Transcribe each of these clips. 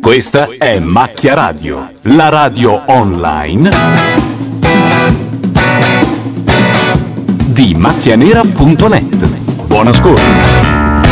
Questa è Macchia Radio, la radio online di macchianera.net. Buon ascolto.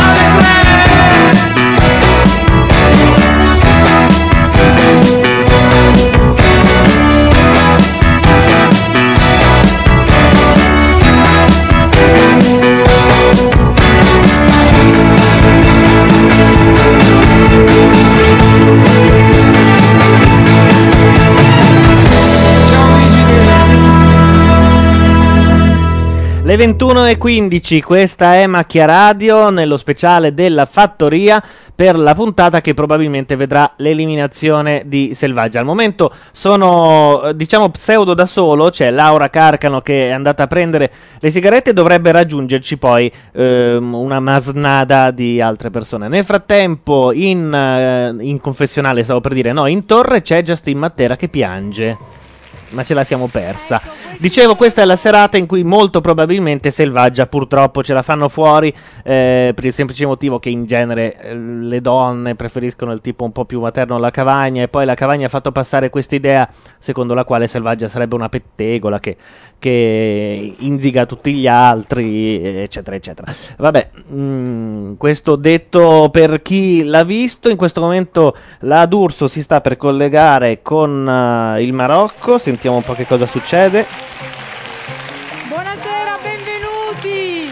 Le 21:15, questa è Macchia Radio nello speciale della Fattoria per la puntata che probabilmente vedrà l'eliminazione di Selvaggia. Al momento sono, diciamo, pseudo da solo, c'è Laura Carcano che è andata a prendere le sigarette e dovrebbe raggiungerci poi una masnada di altre persone. Nel frattempo in confessionale, stavo per dire, no, in torre c'è Justin Matera che piange. Ma ce la siamo persa. Dicevo, questa è la serata in cui molto probabilmente Selvaggia purtroppo ce la fanno fuori, per il semplice motivo che in genere le donne preferiscono il tipo un po' più materno alla Cavagna, e poi la Cavagna ha fatto passare questa idea secondo la quale Selvaggia sarebbe una pettegola che inziga tutti gli altri, eccetera eccetera. Vabbè, questo detto per chi l'ha visto. In questo momento la D'Urso si sta per collegare con il Marocco. Sentiamo un po' che cosa succede. Buonasera, benvenuti.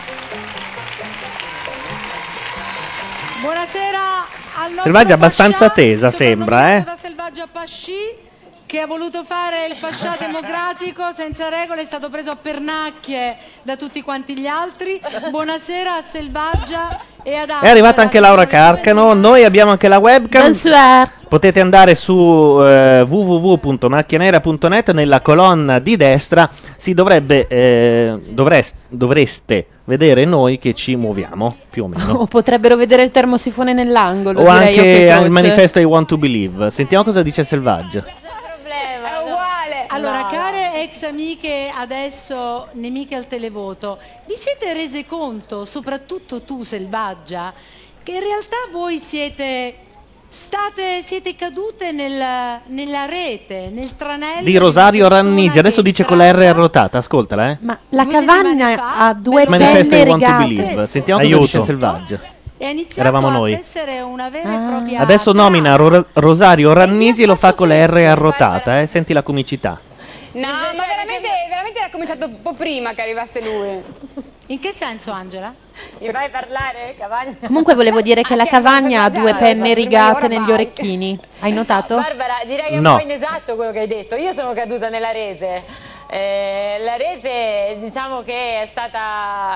Buonasera al nostro Selvaggia abbastanza Pascià, tesa sembra, da Selvaggia Pasci, che ha voluto fare il Pascià democratico senza regole, è stato preso a pernacchie da tutti quanti gli altri. Buonasera a Selvaggia e ad È arrivata anche Laura Carcano. Noi abbiamo anche la webcam. Bonsoir. Potete andare su www.macchianera.net. Nella colonna di destra dovreste vedere noi che ci muoviamo, più o meno. O potrebbero vedere il termosifone nell'angolo. O direi anche io il manifesto I Want to Believe. Sentiamo cosa dice Selvaggia. È uguale. Allora, care ex amiche, adesso nemiche al televoto, vi siete rese conto, soprattutto tu Selvaggia, che in realtà voi siete cadute nella rete, nel tranello Di Rosario Rannisi. Adesso dice con la R arrotata. Ascoltala, Ma la Cavagna ha due manifesto penne I Want to rigate. Believe. Sentiamo cosa dice Selvaggia. e ha iniziato Eravamo ad noi. essere una vera e propria Adesso nomina Rosario Rannisi e lo fa con la R arrotata. Senti la comicità. No, ma veramente era cominciato un po' prima che arrivasse lui. In che senso, Angela? Mi fai parlare, Cavagna? Comunque volevo dire che la Cavagna ha due penne rigate negli orecchini. Hai notato? Barbara, direi che è un po' inesatto quello che hai detto. Io sono caduta nella rete. La rete, diciamo che è stata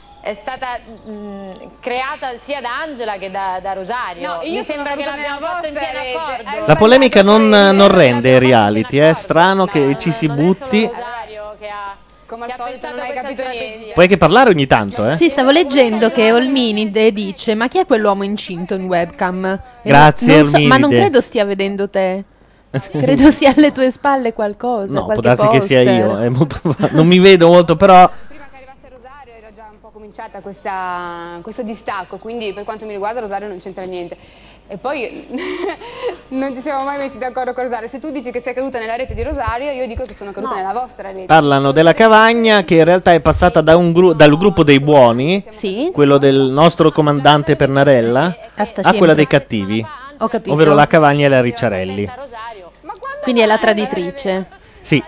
creata sia da Angela che da Rosario. No, io mi sembra che l'abbiamo fatto in pieno accordo. La polemica non rende reality. È strano che ci si butti. Come al solito non hai capito niente. Puoi anche parlare ogni tanto, Sì, stavo leggendo che Olminide dice: ma chi è quell'uomo incinto in webcam? Grazie, non so, ma non Olminide. credo stia vedendo te. Credo sia alle tue spalle qualcosa. No, può qualche darsi che sia poster. io. Non mi vedo molto, però. Prima che arrivasse Rosario era già un po' cominciata questo distacco, quindi per quanto mi riguarda Rosario non c'entra niente. E poi non ci siamo mai messi d'accordo con Rosario. Se tu dici che sei caduta nella rete di Rosario, io dico che sono caduta nella vostra rete. Parlano della Cavagna che in realtà è passata dal gruppo dei buoni, quello del nostro comandante Pernarella, a quella dei cattivi, Ho capito. ovvero la Cavagna e la Ricciarelli. Quindi è la traditrice. Sì.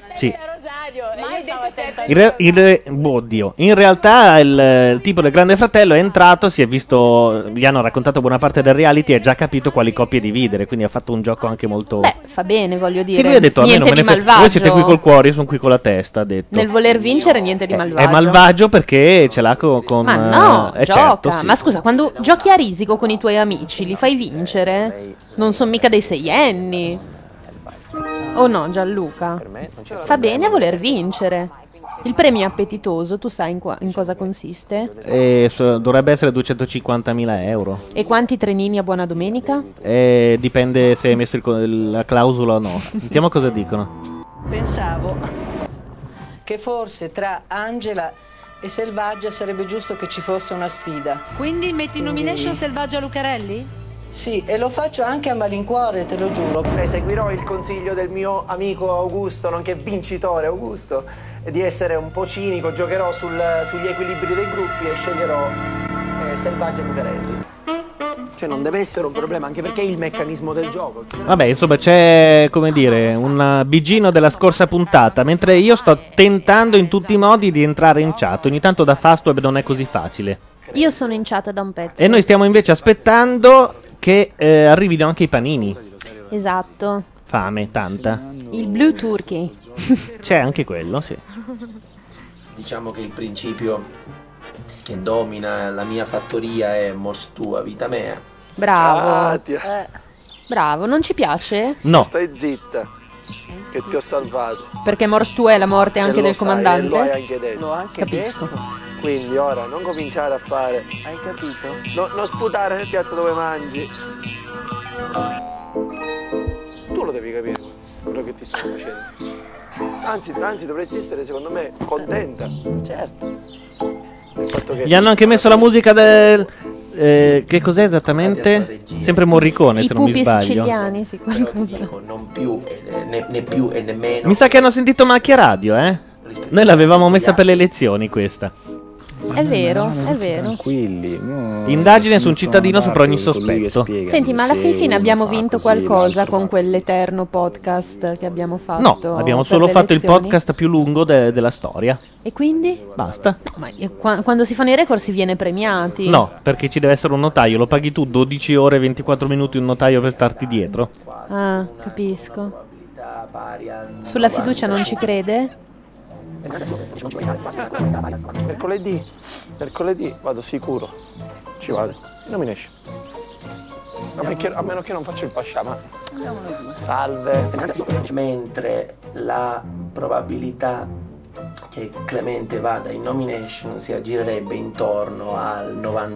In realtà il tipo del Grande Fratello è entrato, si è visto, gli hanno raccontato buona parte del reality e ha già capito quali coppie dividere, quindi ha fatto un gioco anche molto... Fa bene, voglio dire. Sì, lui ha detto, a me non niente me di ne frega. malvagio. Voi siete qui col cuore, io sono qui con la testa, ha detto. Nel voler vincere niente di malvagio. È malvagio perché ce l'ha con... Ma no, gioca. certo, sì. Ma scusa, quando giochi a risico con i tuoi amici, li fai vincere? Non sono mica dei seienni. Oh no, Gianluca? Fa bene a voler vincere. Il premio è appetitoso, tu sai in cosa consiste? Dovrebbe essere 250.000 euro. E quanti trenini a buona domenica? Dipende se hai messo la clausola o no. Sentiamo cosa dicono. Pensavo che forse tra Angela e Selvaggia sarebbe giusto che ci fosse una sfida. Quindi metti in nomination Selvaggia Lucarelli? Sì, e lo faccio anche a malincuore, te lo giuro. Seguirò il consiglio del mio amico Augusto, nonché vincitore Augusto, di essere un po' cinico, giocherò sugli equilibri dei gruppi e sceglierò Selvaggia e Lucarelli. Cioè non deve essere un problema, anche perché è il meccanismo del gioco. Vabbè, insomma, c'è, come dire, un bigino della scorsa puntata, mentre io sto tentando in tutti i modi di entrare in chat. Ogni tanto da Fastweb non è così facile. Io sono in chat da un pezzo. E noi stiamo invece aspettando che arrivino anche i panini. Esatto. Fame, tanta. Il Blue Turkey. C'è anche quello, sì. Diciamo che il principio che domina la mia fattoria è mors tua, vita mea. Bravo. Bravo, non ci piace? No. Stai zitta, che ti ho salvato. Perché mors tua è la morte anche E lo del sai, comandante? e lo hai anche detto. L'ho anche Capisco. detto. Quindi ora non cominciare a fare. Hai capito? Non sputare nel piatto dove mangi. Tu lo devi capire quello che ti sto facendo. Anzi, dovresti essere, secondo me, contenta. Certo. Del fatto che Gli hanno anche messo la musica del... che cos'è esattamente? Sempre Morricone, I se non mi pupi sbaglio. siciliani, sì, Però ti qualcosa. dico, non più, né più e nemmeno. Mi sa che hanno sentito Macchia Radio, eh? Noi l'avevamo messa per le elezioni, questa. È vero, è vero. Tranquilli. no, Indagine si su un cittadino sopra ogni con colui che sospetto. spiega Senti, ma alla se fin fine uno abbiamo fa vinto così, qualcosa l'altro con fa quell'eterno podcast che abbiamo fatto? No, abbiamo per solo le fatto il elezioni? podcast più lungo della storia. E quindi? Basta. Ma quando si fanno i record si viene premiati? No, perché ci deve essere un notaio. Lo paghi tu 12 ore e 24 minuti un notaio per starti dietro. Ah, capisco. Pari al Sulla fiducia non ci crede? mercoledì vado sicuro. Ci vado. Non mi ne esce. A meno che non faccio il pascià, ma. Salve. Mentre la probabilità che Clemente vada in nomination si aggirerebbe intorno al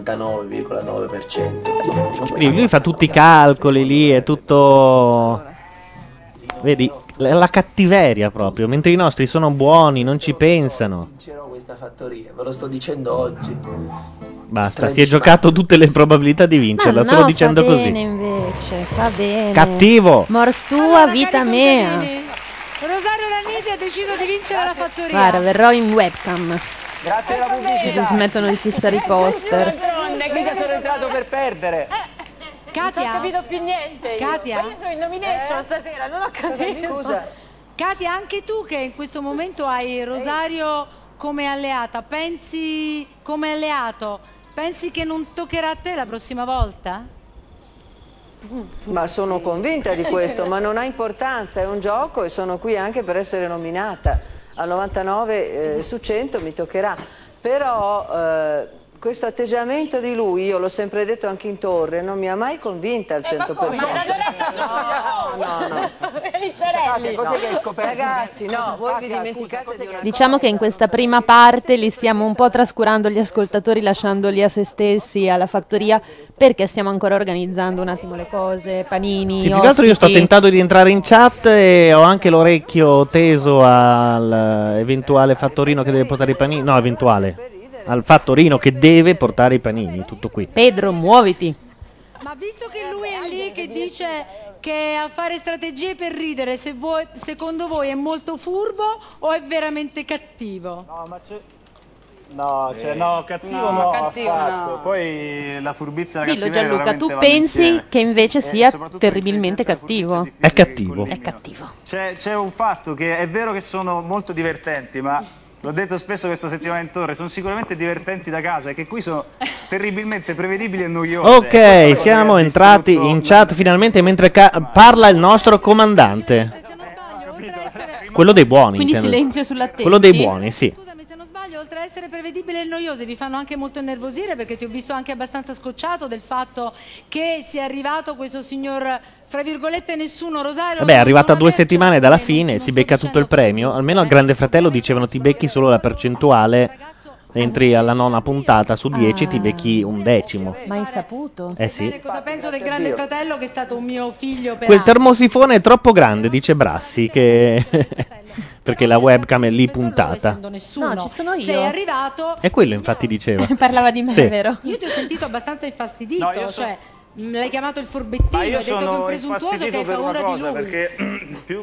99,9%. Lui fa tutti i calcoli lì, è tutto... Vedi, la cattiveria proprio, mentre i nostri sono buoni, non ci pensano. Vincerò questa fattoria, ve lo sto dicendo oggi. Basta, si è giocato tutte le probabilità di vincerla, Ma solo no, dicendo fa così. bene invece, va bene. Cattivo! Mors tua, Allora, vita cari mea. contadini, Rosario Lannisi ha deciso di vincere la fattoria. Guarda, verrò in webcam. Grazie alla Se pubblicità. smettono di fissare i poster. Mica sono entrato per perdere. Non Katia? ho capito più niente. io. Katia? Ma io sono in nomination stasera, non ho capito. Scusa, Katia, anche tu che in questo momento hai Rosario come alleata, pensi come alleato, pensi che non toccherà a te la prossima volta? ma sono convinta di questo, ma non ha importanza, è un gioco e sono qui anche per essere nominata. Al 99 su 100 mi toccherà. Però questo atteggiamento di lui, io l'ho sempre detto anche in torre, non mi ha mai convinta al 100%. No. Cos'è che hai scoperto? Ragazzi, no, voi vi dimenticate di una Diciamo che in questa prima parte li stiamo un po' trascurando gli ascoltatori, lasciandoli a se stessi, alla fattoria, perché stiamo ancora organizzando un attimo le cose, panini, Sì, più che altro io sto ospiti. tentando di entrare in chat e ho anche l'orecchio teso all'eventuale fattorino che deve portare i panini. No, eventuale. Al fattorino che deve portare i panini, tutto qui. Pedro, muoviti. Ma visto che lui è lì che dice che a fare strategie per ridere, secondo voi è molto furbo o è veramente cattivo? Cattivo No, no, cattivo affatto. no. Poi la furbizia e la Dillo cattiveria Gianluca, tu veramente vanno pensi insieme. che invece E sia soprattutto terribilmente l'intelligenza e la cattivo? furbizia È cattivo. difficili È cattivo. C'è un fatto che è vero che sono molto divertenti, ma l'ho detto spesso questa settimana in torre, sono sicuramente divertenti da casa e che qui sono terribilmente prevedibili e noiose. Questa è la Ok, cosa siamo che ha entrati distrutto in chat finalmente mentre parla il nostro comandante. Se non sbaglio, oltre a essere... Quello dei buoni. Quindi intendo. silenzio sull'attenti. Quello dei buoni, sì. Scusami se non sbaglio, oltre a essere prevedibili e noiose, vi fanno anche molto innervosire perché ti ho visto anche abbastanza scocciato del fatto che sia arrivato questo signor, fra virgolette, nessuno, Rosario. Vabbè, è arrivata a non 2 ha detto- settimane dalla non fine, sto si becca tutto il dicendo premio. tutto, Almeno al Grande Fratello dicevano ti becchi solo la percentuale. Entri alla 9ª puntata su 10 ti becchi un decimo. Mai saputo? Eh sì. Bene, cosa penso del Grande Fratello che è stato un mio figlio per Quel anni. termosifone è troppo grande, dice Brassi, che... perché la webcam è lì puntata. Essendo nessuno. No, ci sono io. Sei arrivato. È quello infatti diceva. Parlava di me, Sì. vero? Io ti ho sentito abbastanza infastidito, No, io so- cioè L'hai chiamato il furbettino, Ma io hai detto che è un sono presuntuoso che infastidito hai per una paura cosa, di lui. perché più...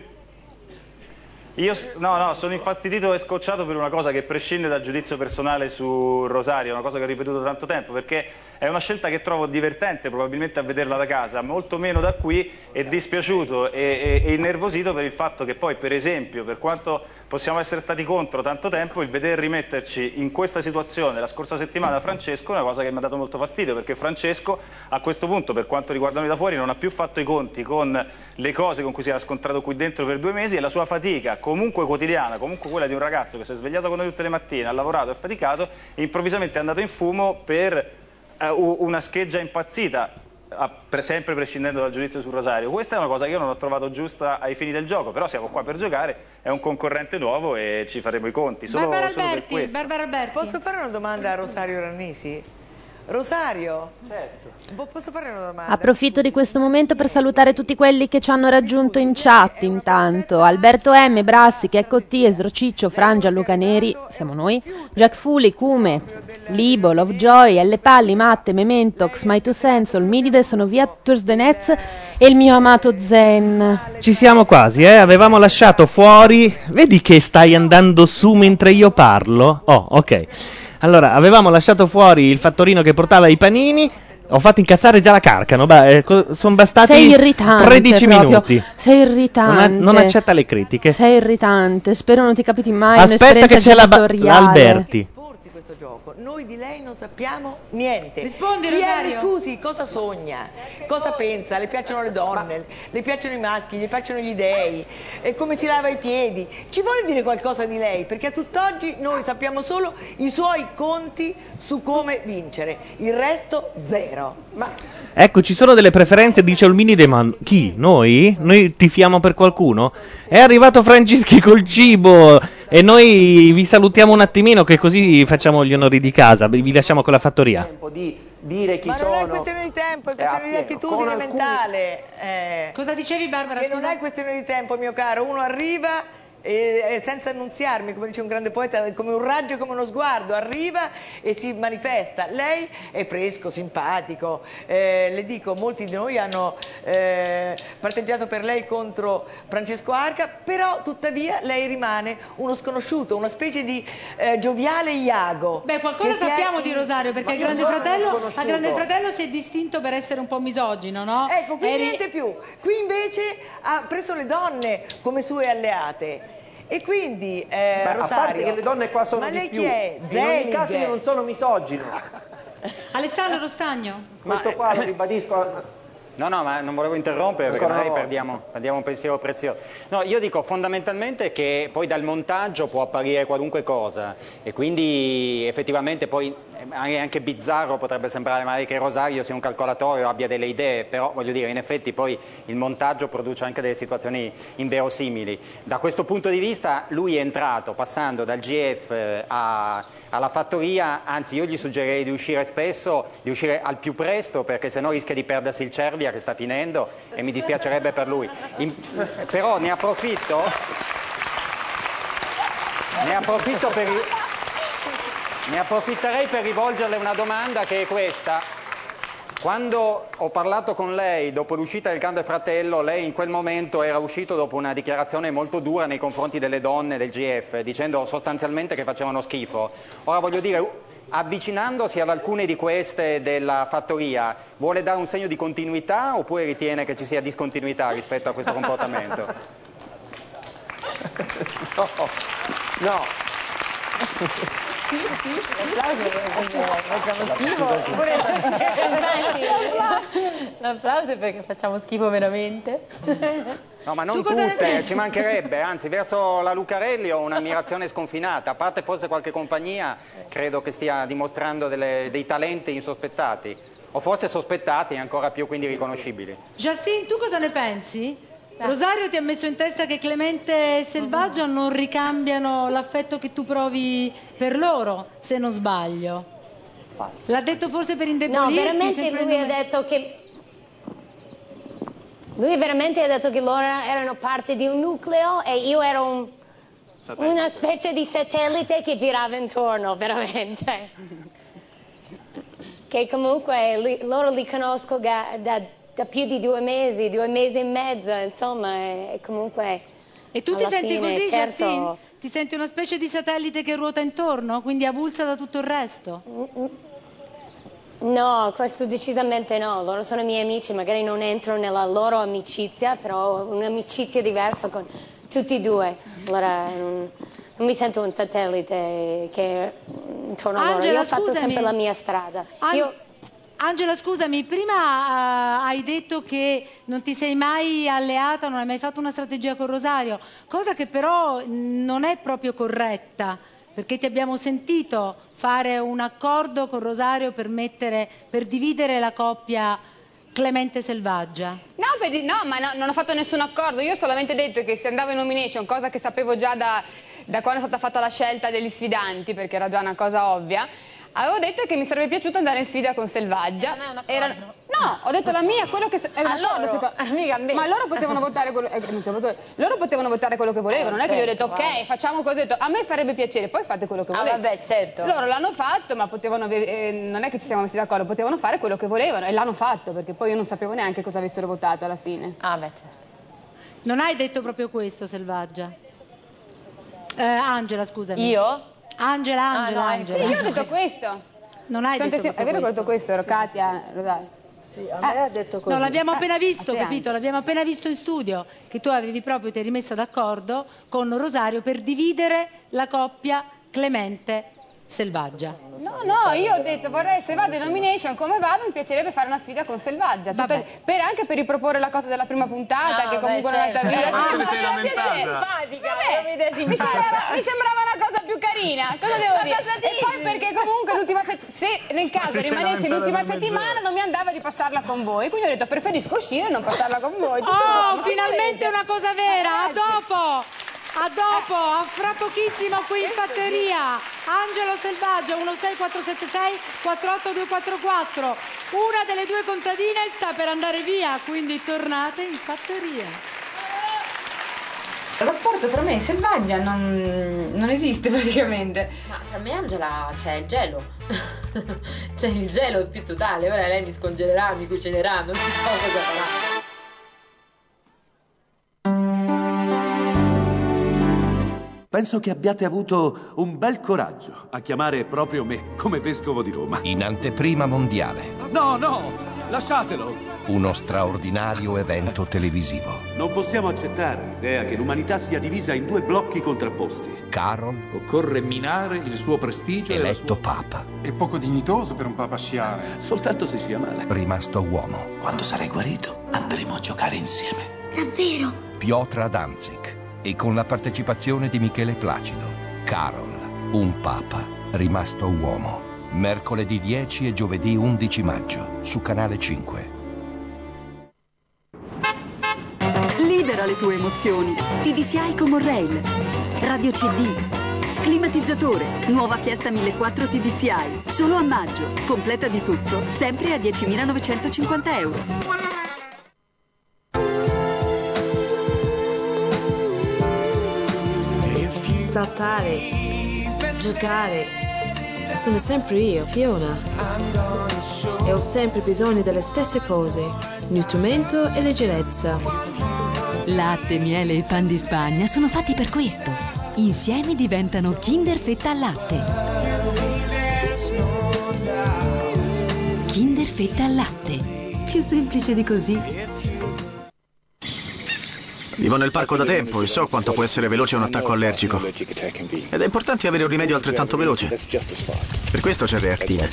No, sono infastidito e scocciato per una cosa che prescinde dal giudizio personale su Rosario, una cosa che ho ripetuto tanto tempo, perché è una scelta che trovo divertente probabilmente a vederla da casa, molto meno da qui, e dispiaciuto e innervosito per il fatto che poi, per esempio, per quanto possiamo essere stati contro tanto tempo, il veder rimetterci in questa situazione la scorsa settimana Francesco è una cosa che mi ha dato molto fastidio, perché Francesco a questo punto, per quanto riguarda noi da fuori, non ha più fatto i conti con le cose con cui si era scontrato qui dentro per 2 mesi, e la sua fatica comunque quotidiana, comunque quella di un ragazzo che si è svegliato con noi tutte le mattine, ha lavorato, è faticato, e improvvisamente è andato in fumo per una scheggia impazzita, sempre prescindendo dal giudizio sul Rosario. Questa è una cosa che io non ho trovato giusta ai fini del gioco, però siamo qua per giocare, è un concorrente nuovo e ci faremo i conti, solo per questo. Barbara Alberti. Posso fare una domanda a Rosario Rannisi? Rosario, posso fare una domanda? Approfitto di questo momento per salutare tutti quelli che ci hanno raggiunto in chat intanto. Alberto M, Brassi, Checco T, Esdro Ciccio, Frangia, Luca Neri, siamo noi, Jack Fuli, Cume, Libo, Lovejoy, L Palli, Matte, Mementox, My Two Sense, Olmidide, sono via Tours de Netz e il mio amato Zen. Ci siamo quasi, avevamo lasciato fuori. Vedi che stai andando su mentre io parlo? Oh, ok. Allora, avevamo lasciato fuori il fattorino che portava i panini. Ho fatto incazzare già la Carcano. Sono bastati Sei irritante 13 proprio. minuti. Sei irritante. Non accetta le critiche. Sei irritante. Spero non ti capiti mai Aspetta un'esperienza che c'è genitoriale. l'Alberti. Questo gioco. Noi di lei non sappiamo niente. Rispondi, Chi è? Rosario. Mi scusi, cosa sogna? Cosa pensa? Le piacciono le donne? Le piacciono i maschi? Le piacciono gli dei? E come si lava i piedi? Ci vuole dire qualcosa di lei? Perché a tutt'oggi noi sappiamo solo i suoi conti su come vincere. Il resto zero. Ecco, ci sono delle preferenze, dice Olminide, ma chi? Noi? Noi tifiamo per qualcuno? È arrivato Francischi col cibo e noi vi salutiamo un attimino, che così facciamo gli onori di casa, vi lasciamo con la fattoria. Di dire chi Ma sono. non è questione di tempo, è questione di attitudine mentale. Cosa dicevi, Barbara? Che non Scusa? è questione di tempo, mio caro. Uno arriva e senza annunziarmi, come dice un grande poeta, come un raggio, come uno sguardo, arriva e si manifesta. Lei è fresco, simpatico, le dico, molti di noi hanno parteggiato per lei contro Francesco Arca, però tuttavia lei rimane uno sconosciuto, una specie di gioviale Iago. Beh, qualcosa che si è sappiamo di Rosario, perché Ma al io Grande sono Fratello, sconosciuto. al Grande Fratello si è distinto per essere un po' misogino, no? Ecco, qui niente più. Qui invece ha preso le donne come sue alleate. E quindi, A Rosario, parte che le donne qua sono ma di lei più. chi è? In ogni caso Zelig? io non sono misogino. Alessandro Rostagno? Questo qua lo ribadisco. No, ma non volevo interrompere perché Ancora magari una perdiamo un pensiero prezioso. No, io dico fondamentalmente che poi dal montaggio può apparire qualunque cosa e quindi effettivamente poi è anche bizzarro, potrebbe sembrare magari che Rosario sia un calcolatore o abbia delle idee, però voglio dire, in effetti poi il montaggio produce anche delle situazioni inverosimili. Da questo punto di vista lui è entrato passando dal GF alla fattoria, anzi io gli suggerirei di uscire spesso, di uscire al più presto, perché sennò rischia di perdersi il Cervia che sta finendo e mi dispiacerebbe per lui. Però ne approfitto ne approfitterei per rivolgerle una domanda, che è questa. Quando ho parlato con lei dopo l'uscita del Grande Fratello, lei in quel momento era uscito dopo una dichiarazione molto dura nei confronti delle donne del GF, dicendo sostanzialmente che facevano schifo. Ora voglio dire, avvicinandosi ad alcune di queste della fattoria, vuole dare un segno di continuità oppure ritiene che ci sia discontinuità rispetto a questo comportamento? No. L'applauso è perché facciamo schifo veramente. No, ma non tutte, ci mancherebbe, anzi verso la Lucarelli ho un'ammirazione sconfinata, a parte forse qualche compagnia, credo che stia dimostrando dei talenti insospettati, o forse sospettati ancora più, quindi riconoscibili. Justine, tu cosa ne pensi? Rosario ti ha messo in testa che Clemente e Selvaggio non ricambiano l'affetto che tu provi per loro, se non sbaglio. L'ha detto forse per indebolirti? No, veramente lui ha detto che... Lui veramente ha detto che loro erano parte di un nucleo e io ero una specie di satellite che girava intorno, veramente. che comunque loro li conosco da più di 2 mesi, 2 mesi e mezzo, insomma, e comunque... E tu ti alla senti fine, così, certo... Justine? Ti senti una specie di satellite che ruota intorno, quindi avulsa da tutto il resto? No, questo decisamente no. Loro sono i miei amici, magari non entro nella loro amicizia, però un'amicizia diversa con tutti e due. Allora non mi sento un satellite che intorno a loro. Io ho fatto sempre la mia strada. Angela, scusami, prima hai detto che non ti sei mai alleata, non hai mai fatto una strategia con Rosario, cosa che però non è proprio corretta, perché ti abbiamo sentito fare un accordo con Rosario per dividere la coppia Clemente Selvaggia. No, ma non ho fatto nessun accordo, io ho solamente detto che se andavo in nomination, cosa che sapevo già da quando è stata fatta la scelta degli sfidanti, perché era già una cosa ovvia. Avevo detto che mi sarebbe piaciuto andare in sfida con Selvaggia. Non è un accordo. No, ho detto la mia, quello che ma loro potevano votare quello loro potevano votare quello che volevano, non è che gli ho detto ok, facciamo così, ho detto a me farebbe piacere, poi fate quello che volete. Vabbè, certo. Loro l'hanno fatto, ma potevano non è che ci siamo messi d'accordo, potevano fare quello che volevano e l'hanno fatto, perché poi io non sapevo neanche cosa avessero votato alla fine. Certo. Non hai detto proprio questo, Selvaggia? Angela, scusami. Io? Angela. Sì, io ho detto questo. Non hai detto è vero che ho detto questo, ero Katia, Rosario. Sì, a me ha detto così. No, l'abbiamo appena visto, capito? L'abbiamo appena visto in studio, che tu ti eri messa d'accordo con Rosario per dividere la coppia Clemente Selvaggia. No, io ho detto se vado in nomination come vado, mi piacerebbe fare una sfida con Selvaggia, anche per riproporre la cosa della prima puntata, che comunque non è andata via. Mi sembrava una cosa più carina, cosa devo dire? E poi perché comunque se nel caso rimanessi l'ultima settimana non mi andava di passarla con voi, quindi ho detto preferisco uscire e non passarla con voi. Finalmente una cosa vera, a dopo, fra pochissimo qui in fattoria. Angelo Selvaggia 16476 48244. Una delle due contadine sta per andare via, quindi tornate in fattoria. Il rapporto tra me e Selvaggia non esiste praticamente. Ma tra me e Angela c'è il gelo. C'è il gelo più totale. Ora lei mi scongelerà, mi cucinerà, non si so cosa farà. Penso che abbiate avuto un bel coraggio a chiamare proprio me come vescovo di Roma. In anteprima mondiale. No, lasciatelo! Uno straordinario evento televisivo. Non possiamo accettare l'idea che l'umanità sia divisa in 2 blocchi contrapposti. Carol. Occorre minare il suo prestigio. Eletto papa. È poco dignitoso per un papa sciare. Soltanto se sia male. Rimasto uomo. Quando sarai guarito andremo a giocare insieme. Davvero? Piotr Danzig. E con la partecipazione di Michele Placido. Carol, un papa rimasto uomo. Mercoledì 10 e giovedì 11 maggio su Canale 5. Libera le tue emozioni. TDCi con Monorail. Radio CD. Climatizzatore. Nuova Fiesta 1400 TDCi. Solo a maggio. Completa di tutto. Sempre a 10.950 euro. Saltare, giocare, sono sempre io, Fiona. E ho sempre bisogno delle stesse cose, nutrimento e leggerezza. Latte, miele e pan di Spagna sono fatti per questo. Insieme diventano Kinder Fetta al latte. Kinder Fetta al latte. Più semplice di così. Vivo nel parco da tempo e so quanto può essere veloce un attacco allergico. Ed è importante avere un rimedio altrettanto veloce. Per questo c'è Reactine.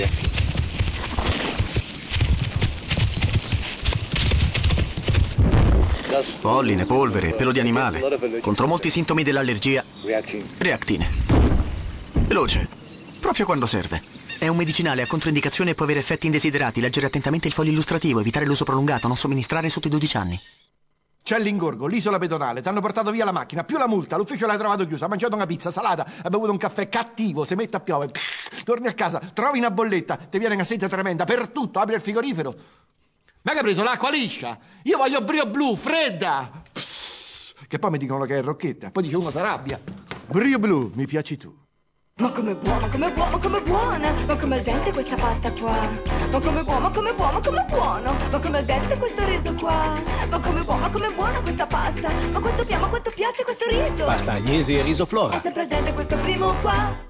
Polline, polvere, pelo di animale. Contro molti sintomi dell'allergia. Reactine. Veloce. Proprio quando serve. È un medicinale a controindicazione e può avere effetti indesiderati. Leggere attentamente il foglio illustrativo, evitare l'uso prolungato, non somministrare sotto i 12 anni. C'è l'ingorgo, l'isola pedonale, ti hanno portato via la macchina, più la multa, l'ufficio l'hai trovato chiuso, hai mangiato una pizza salata, hai bevuto un caffè cattivo, si mette a piovere, torni a casa, trovi una bolletta, ti viene una sete tremenda, per tutto, apri il frigorifero. Ma che hai preso l'acqua liscia? Io voglio Brio Blu, fredda! Che poi mi dicono che è rocchetta, poi dice uno s'arrabbia. Brio Blu, mi piaci tu. Ma come buona, come buona, come buona. Ma come al dente questa pasta qua. Ma come buona, come buona, come buono. Ma come al dente questo riso qua. Ma come buona questa pasta. Ma quanto piace questo riso. Pasta Agnesi e riso Flora. È sempre al dente questo primo qua.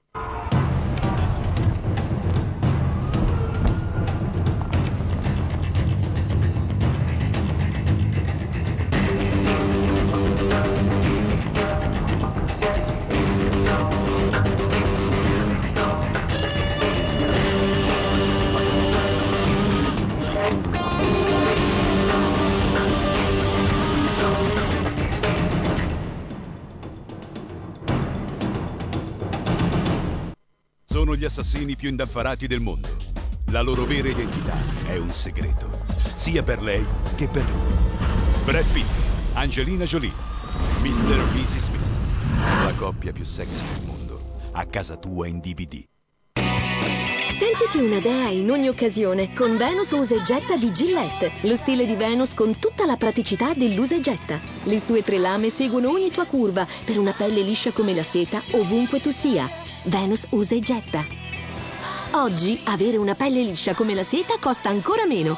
Sono gli assassini più indaffarati del mondo. La loro vera identità è un segreto, sia per lei che per lui. Brad Pitt, Angelina Jolie, Mr. e Mrs. Smith. La coppia più sexy del mondo, a casa tua in DVD. Sentiti una dea in ogni occasione con Venus Usa e Getta di Gillette. Lo stile di Venus con tutta la praticità dell'usa e getta. Le sue 3 lame seguono ogni tua curva per una pelle liscia come la seta ovunque tu sia. Venus Usa e Getta. Oggi avere una pelle liscia come la seta costa ancora meno.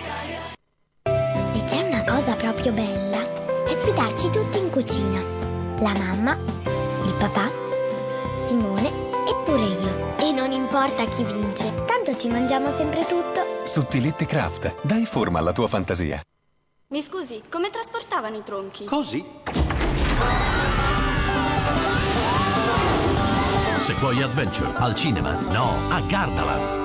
Se c'è una cosa proprio bella è sfidarci tutti in cucina. La mamma, il papà, Simone e pure io. E non importa chi vince, tanto ci mangiamo sempre tutto. Sottilette Craft, dai forma alla tua fantasia. Mi scusi, come trasportavano i tronchi? Così. Se vuoi adventure, al cinema, no, a Gardaland.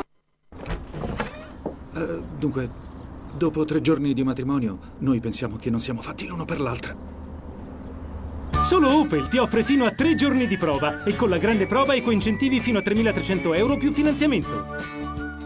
Dunque, dopo 3 giorni di matrimonio, noi pensiamo che non siamo fatti l'uno per l'altra. Solo Opel ti offre fino a 3 giorni di prova e con la grande prova eco-incentivi fino a 3.300 euro più finanziamento.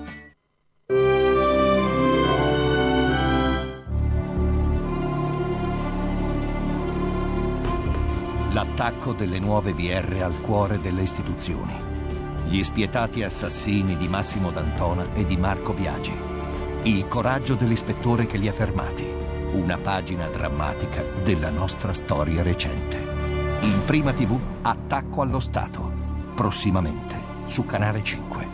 L'attacco delle nuove BR al cuore delle istituzioni. Gli spietati assassini di Massimo D'Antona e di Marco Biagi. Il coraggio dell'ispettore che li ha fermati. Una pagina drammatica della nostra storia recente. In Prima TV, Attacco allo Stato. Prossimamente su Canale 5.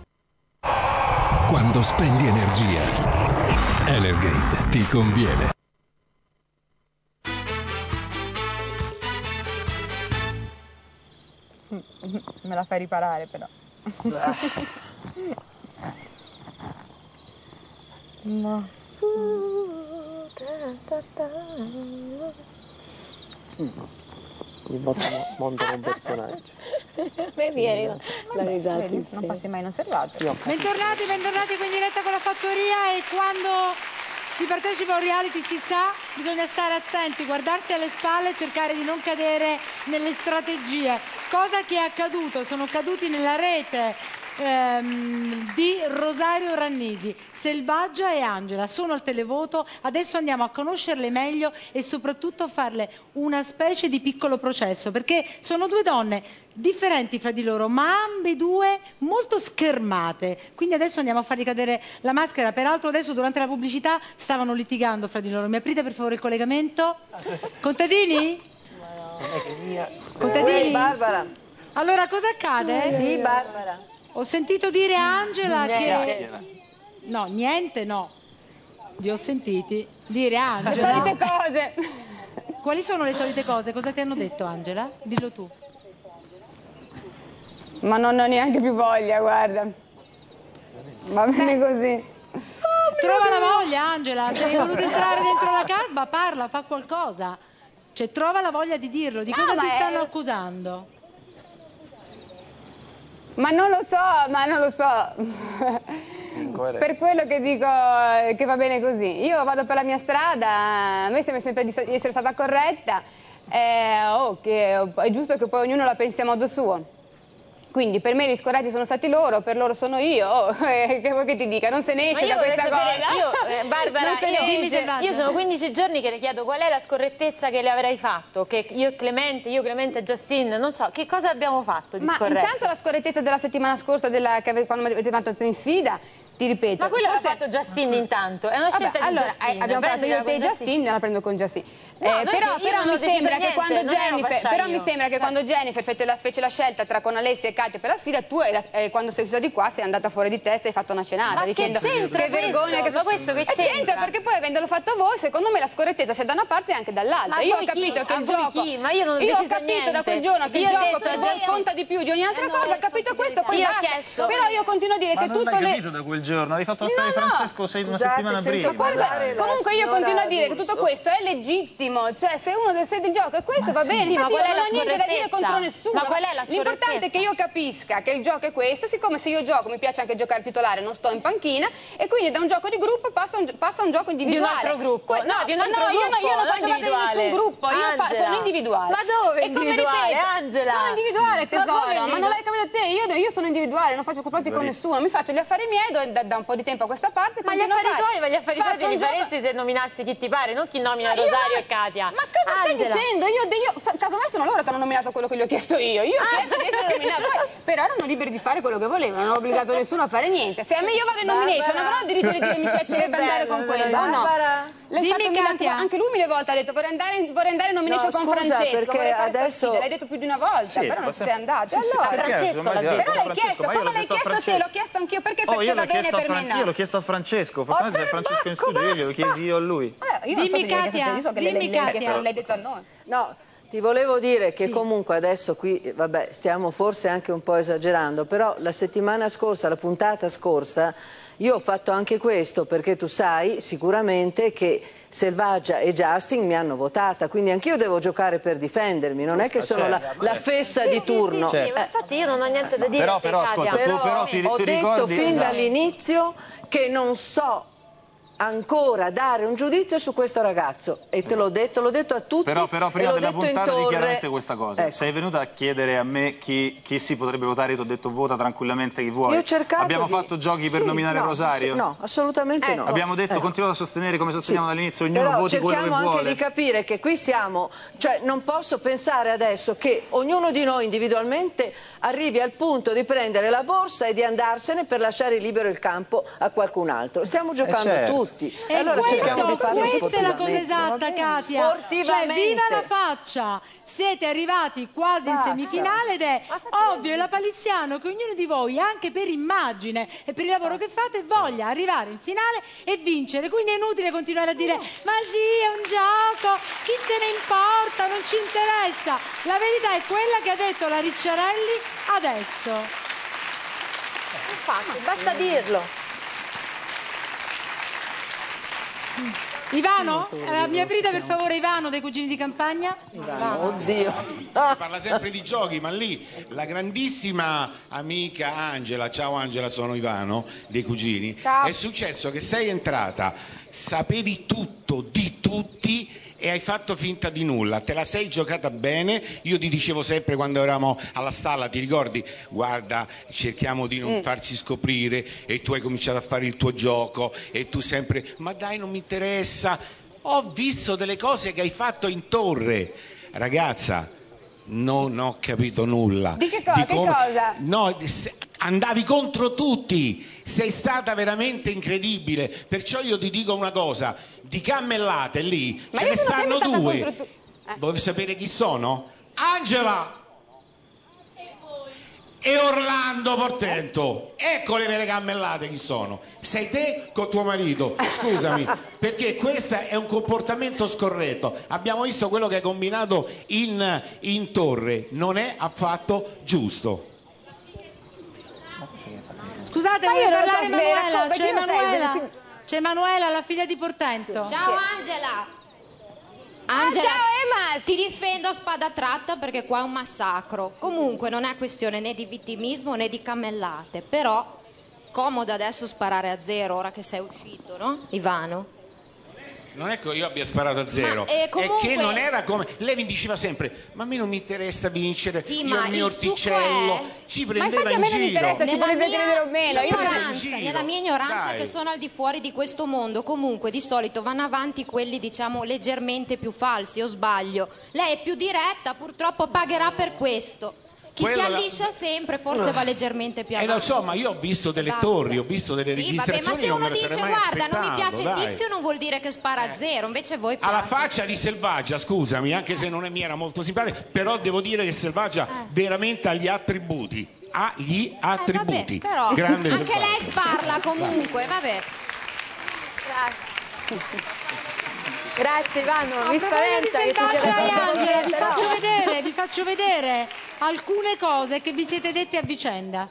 Quando spendi energia, Energate ti conviene. Me la fai riparare però. No. Il vostro mondo è un personaggio. Vedi, la risata. Non passi mai inosservato. Bentornati qui in diretta con la Fattoria. E quando si partecipa a un reality si sa, bisogna stare attenti, guardarsi alle spalle e cercare di non cadere nelle strategie. Cosa che è accaduto? Sono caduti nella rete di Rosario Rannisi. Selvaggia e Angela sono al televoto. Adesso andiamo a conoscerle meglio e soprattutto a farle una specie di piccolo processo, perché sono 2 donne differenti fra di loro, ma ambedue molto schermate. Quindi adesso andiamo a fargli cadere la maschera. Peraltro adesso durante la pubblicità stavano litigando fra di loro. Mi aprite per favore il collegamento? Contadini? Contadini? Barbara. Allora cosa accade? Sì, Barbara. Ho sentito dire a Angela che... No, niente no. Vi ho sentiti dire a Angela... Le solite cose. Quali sono le solite cose? Cosa ti hanno detto, Angela? Dillo tu. Ma non ho neanche più voglia, guarda. Va bene così. Trova la voglia, Angela. Se hai voluto entrare dentro la casba, parla, fa qualcosa. Cioè, trova la voglia di dirlo. Di cosa ti stanno accusando? Ma non lo so. Per quello che dico che va bene così. Io vado per la mia strada, a me sembra sempre di essere stata corretta. Che è giusto che poi ognuno la pensi a modo suo. Quindi per me gli scoraggi sono stati loro, per loro sono io. Che vuoi che ti dica? Non se ne esce da questa cosa. Barbara, io sono 15 giorni che le chiedo qual è la scorrettezza che le avrei fatto. Che io e Clemente e Justin, non so, che cosa abbiamo fatto di scorretto? Ma intanto la scorrettezza della settimana scorsa, quando mi avete fatto in sfida, ti ripeto. Ma quello l'ha fatto Justin intanto, è una scelta di Justin. Allora, abbiamo parlato io e te Justin, la prendo con Justin. però mi sembra che quando Jennifer fece la scelta tra con Alessia e Katia per la sfida, tu quando sei stata di qua sei andata fuori di testa e hai fatto una cenata dicendo che vergogna che questo che c'entra, perché poi avendolo fatto voi, secondo me la scorrettezza sia da una parte e anche dall'altra. Io ho capito che il gioco, io ho capito da quel giorno che il gioco per voi conta di più di ogni altra cosa, ho capito questo, poi basta. Però io continuo a dire che tutto non l'hai capito da quel giorno, hai fatto la storia di Francesco una settimana prima. Comunque io continuo a dire che tutto questo è legittimo, cioè se uno del set di gioco è questo va bene, ma qual è non ho niente da dire contro nessuno. Ma qual è la l'importante è che io capisca che il gioco è questo, siccome se io gioco mi piace anche giocare titolare, non sto in panchina, e quindi da un gioco di gruppo passa a un gioco individuale. Di un altro gruppo? Io non faccio parte di nessun gruppo, sono individuale. Ma dove individuale, Angela? Sono individuale, tesoro, ma non l'hai capito te? Io sono individuale, non faccio complotti con nessuno, mi faccio gli affari miei da un po' di tempo a questa parte. Ma gli affari tuoi li faresti se nominassi chi ti pare, non chi nomina Rosario e Katia. Ma cosa stai dicendo? Casomai sono loro che hanno nominato quello che gli ho chiesto io. Io ho chiesto di essere nominata, però erano liberi di fare quello che volevano, non ho obbligato nessuno a fare niente. Se a me io vado in nomination, avrò il diritto di dire mi piacerebbe andare con quello, o no? Anche lui mille volte ha detto vorrei andare in nomination con Francesco, perché adesso l'hai detto più di una volta, però non siete andate. Allora, Francesco l'ha detto. Però l'hai chiesto, come l'hai chiesto a te, l'ho chiesto anch'io, perché per te va bene per me no? Io l'ho chiesto a Francesco, fortunatamente c'è Francesco in studio, io glielo chiesi io a lui. Dimmi Katia, l'hai detto a noi. No, ti volevo dire che comunque adesso qui, vabbè, stiamo forse anche un po' esagerando, però la settimana scorsa, la puntata scorsa, io ho fatto anche questo perché tu sai sicuramente che Selvaggia e Justin mi hanno votata, quindi anch'io devo giocare per difendermi, non è che sono la fessa di turno. Sì, ma infatti io non ho niente da dire. Però ascolta, tu però ti ho ricordi... detto fin dall'inizio che non so ancora dare un giudizio su questo ragazzo e te l'ho detto a tutti. Però prima della puntata di chiaramente questa cosa. Ecco. Sei venuta a chiedere a me chi si potrebbe votare, io ti ho detto vota tranquillamente chi vuoi. Abbiamo fatto giochi per nominare Rosario? No, assolutamente no. Abbiamo detto continuate a sostenere come sosteniamo dall'inizio, ognuno voti quello che vuole. Cerchiamo anche di capire che qui siamo, cioè non posso pensare adesso che ognuno di noi individualmente arrivi al punto di prendere la borsa e di andarsene per lasciare libero il campo a qualcun altro. Stiamo giocando tutti. E allora questa è la cosa esatta, Katia. Cioè, viva la faccia! Siete arrivati quasi in semifinale ed è ovvio e lapalissiano che ognuno di voi, anche per immagine e per il lavoro che fate, voglia arrivare in finale e vincere. Quindi è inutile continuare a dire ma sì, è un gioco, chi se ne importa, non ci interessa. La verità è quella che ha detto la Ricciarelli adesso. Infatti, basta dirlo. Ivano, mi aprite per favore Ivano dei Cugini di Campagna? Oddio. Si parla sempre di giochi, ma lì la grandissima amica Angela, ciao Angela, sono Ivano dei Cugini, è successo che sei entrata, sapevi tutto di tutti e hai fatto finta di nulla, te la sei giocata bene. Io ti dicevo sempre quando eravamo alla stalla, ti ricordi? Guarda, cerchiamo di non farci scoprire, e tu hai cominciato a fare il tuo gioco e tu sempre, ma dai, non mi interessa. Ho visto delle cose che hai fatto in torre, ragazza, non ho capito nulla. Di che cosa? No, andavi contro tutti, sei stata veramente incredibile, perciò io ti dico una cosa, di cammellate lì ce ne stanno due. Vuoi sapere chi sono? Angela e Orlando Portento, ecco le vere cammellate chi sono. Sei te con tuo marito, scusami, perché questo è un comportamento scorretto. Abbiamo visto quello che hai combinato in torre, non è affatto giusto. Scusate, vuole parlare Emanuela? C'è Emanuela, la figlia di Portento. Ciao Angela. Angela, ciao Emma. Ti difendo a spada tratta perché qua è un massacro. Comunque non è questione né di vittimismo né di cammellate, però comodo adesso sparare a zero ora che sei uscito, no? Ivano? Non è che io abbia sparato a zero, comunque... è che non era come... Lei mi diceva sempre, ma a me non mi interessa vincere, sì, io il mio orticello, ci prendeva in giro. Nella mia ignoranza che sono al di fuori di questo mondo, comunque di solito vanno avanti quelli diciamo leggermente più falsi, o sbaglio? Lei è più diretta, purtroppo pagherà per questo. Chi si alliscia sempre forse va leggermente più avanti. Lo so, ma io ho visto delle torri, ho visto delle registrazioni. Vabbè, ma se uno dice guarda non mi piace il dai. tizio non vuol dire che spara a zero, invece voi piace. Alla faccia di Selvaggia, scusami, anche se non mi era molto simpatica, però devo dire che Selvaggia veramente ha gli attributi. Ha gli attributi. Vabbè, però Grande anche Selvaggia. lei sparla comunque, vabbè. Grazie Ivano, mi spaventa che tu sia Selvaggia e Angela, vi però. vi faccio vedere alcune cose che vi siete detti a vicenda.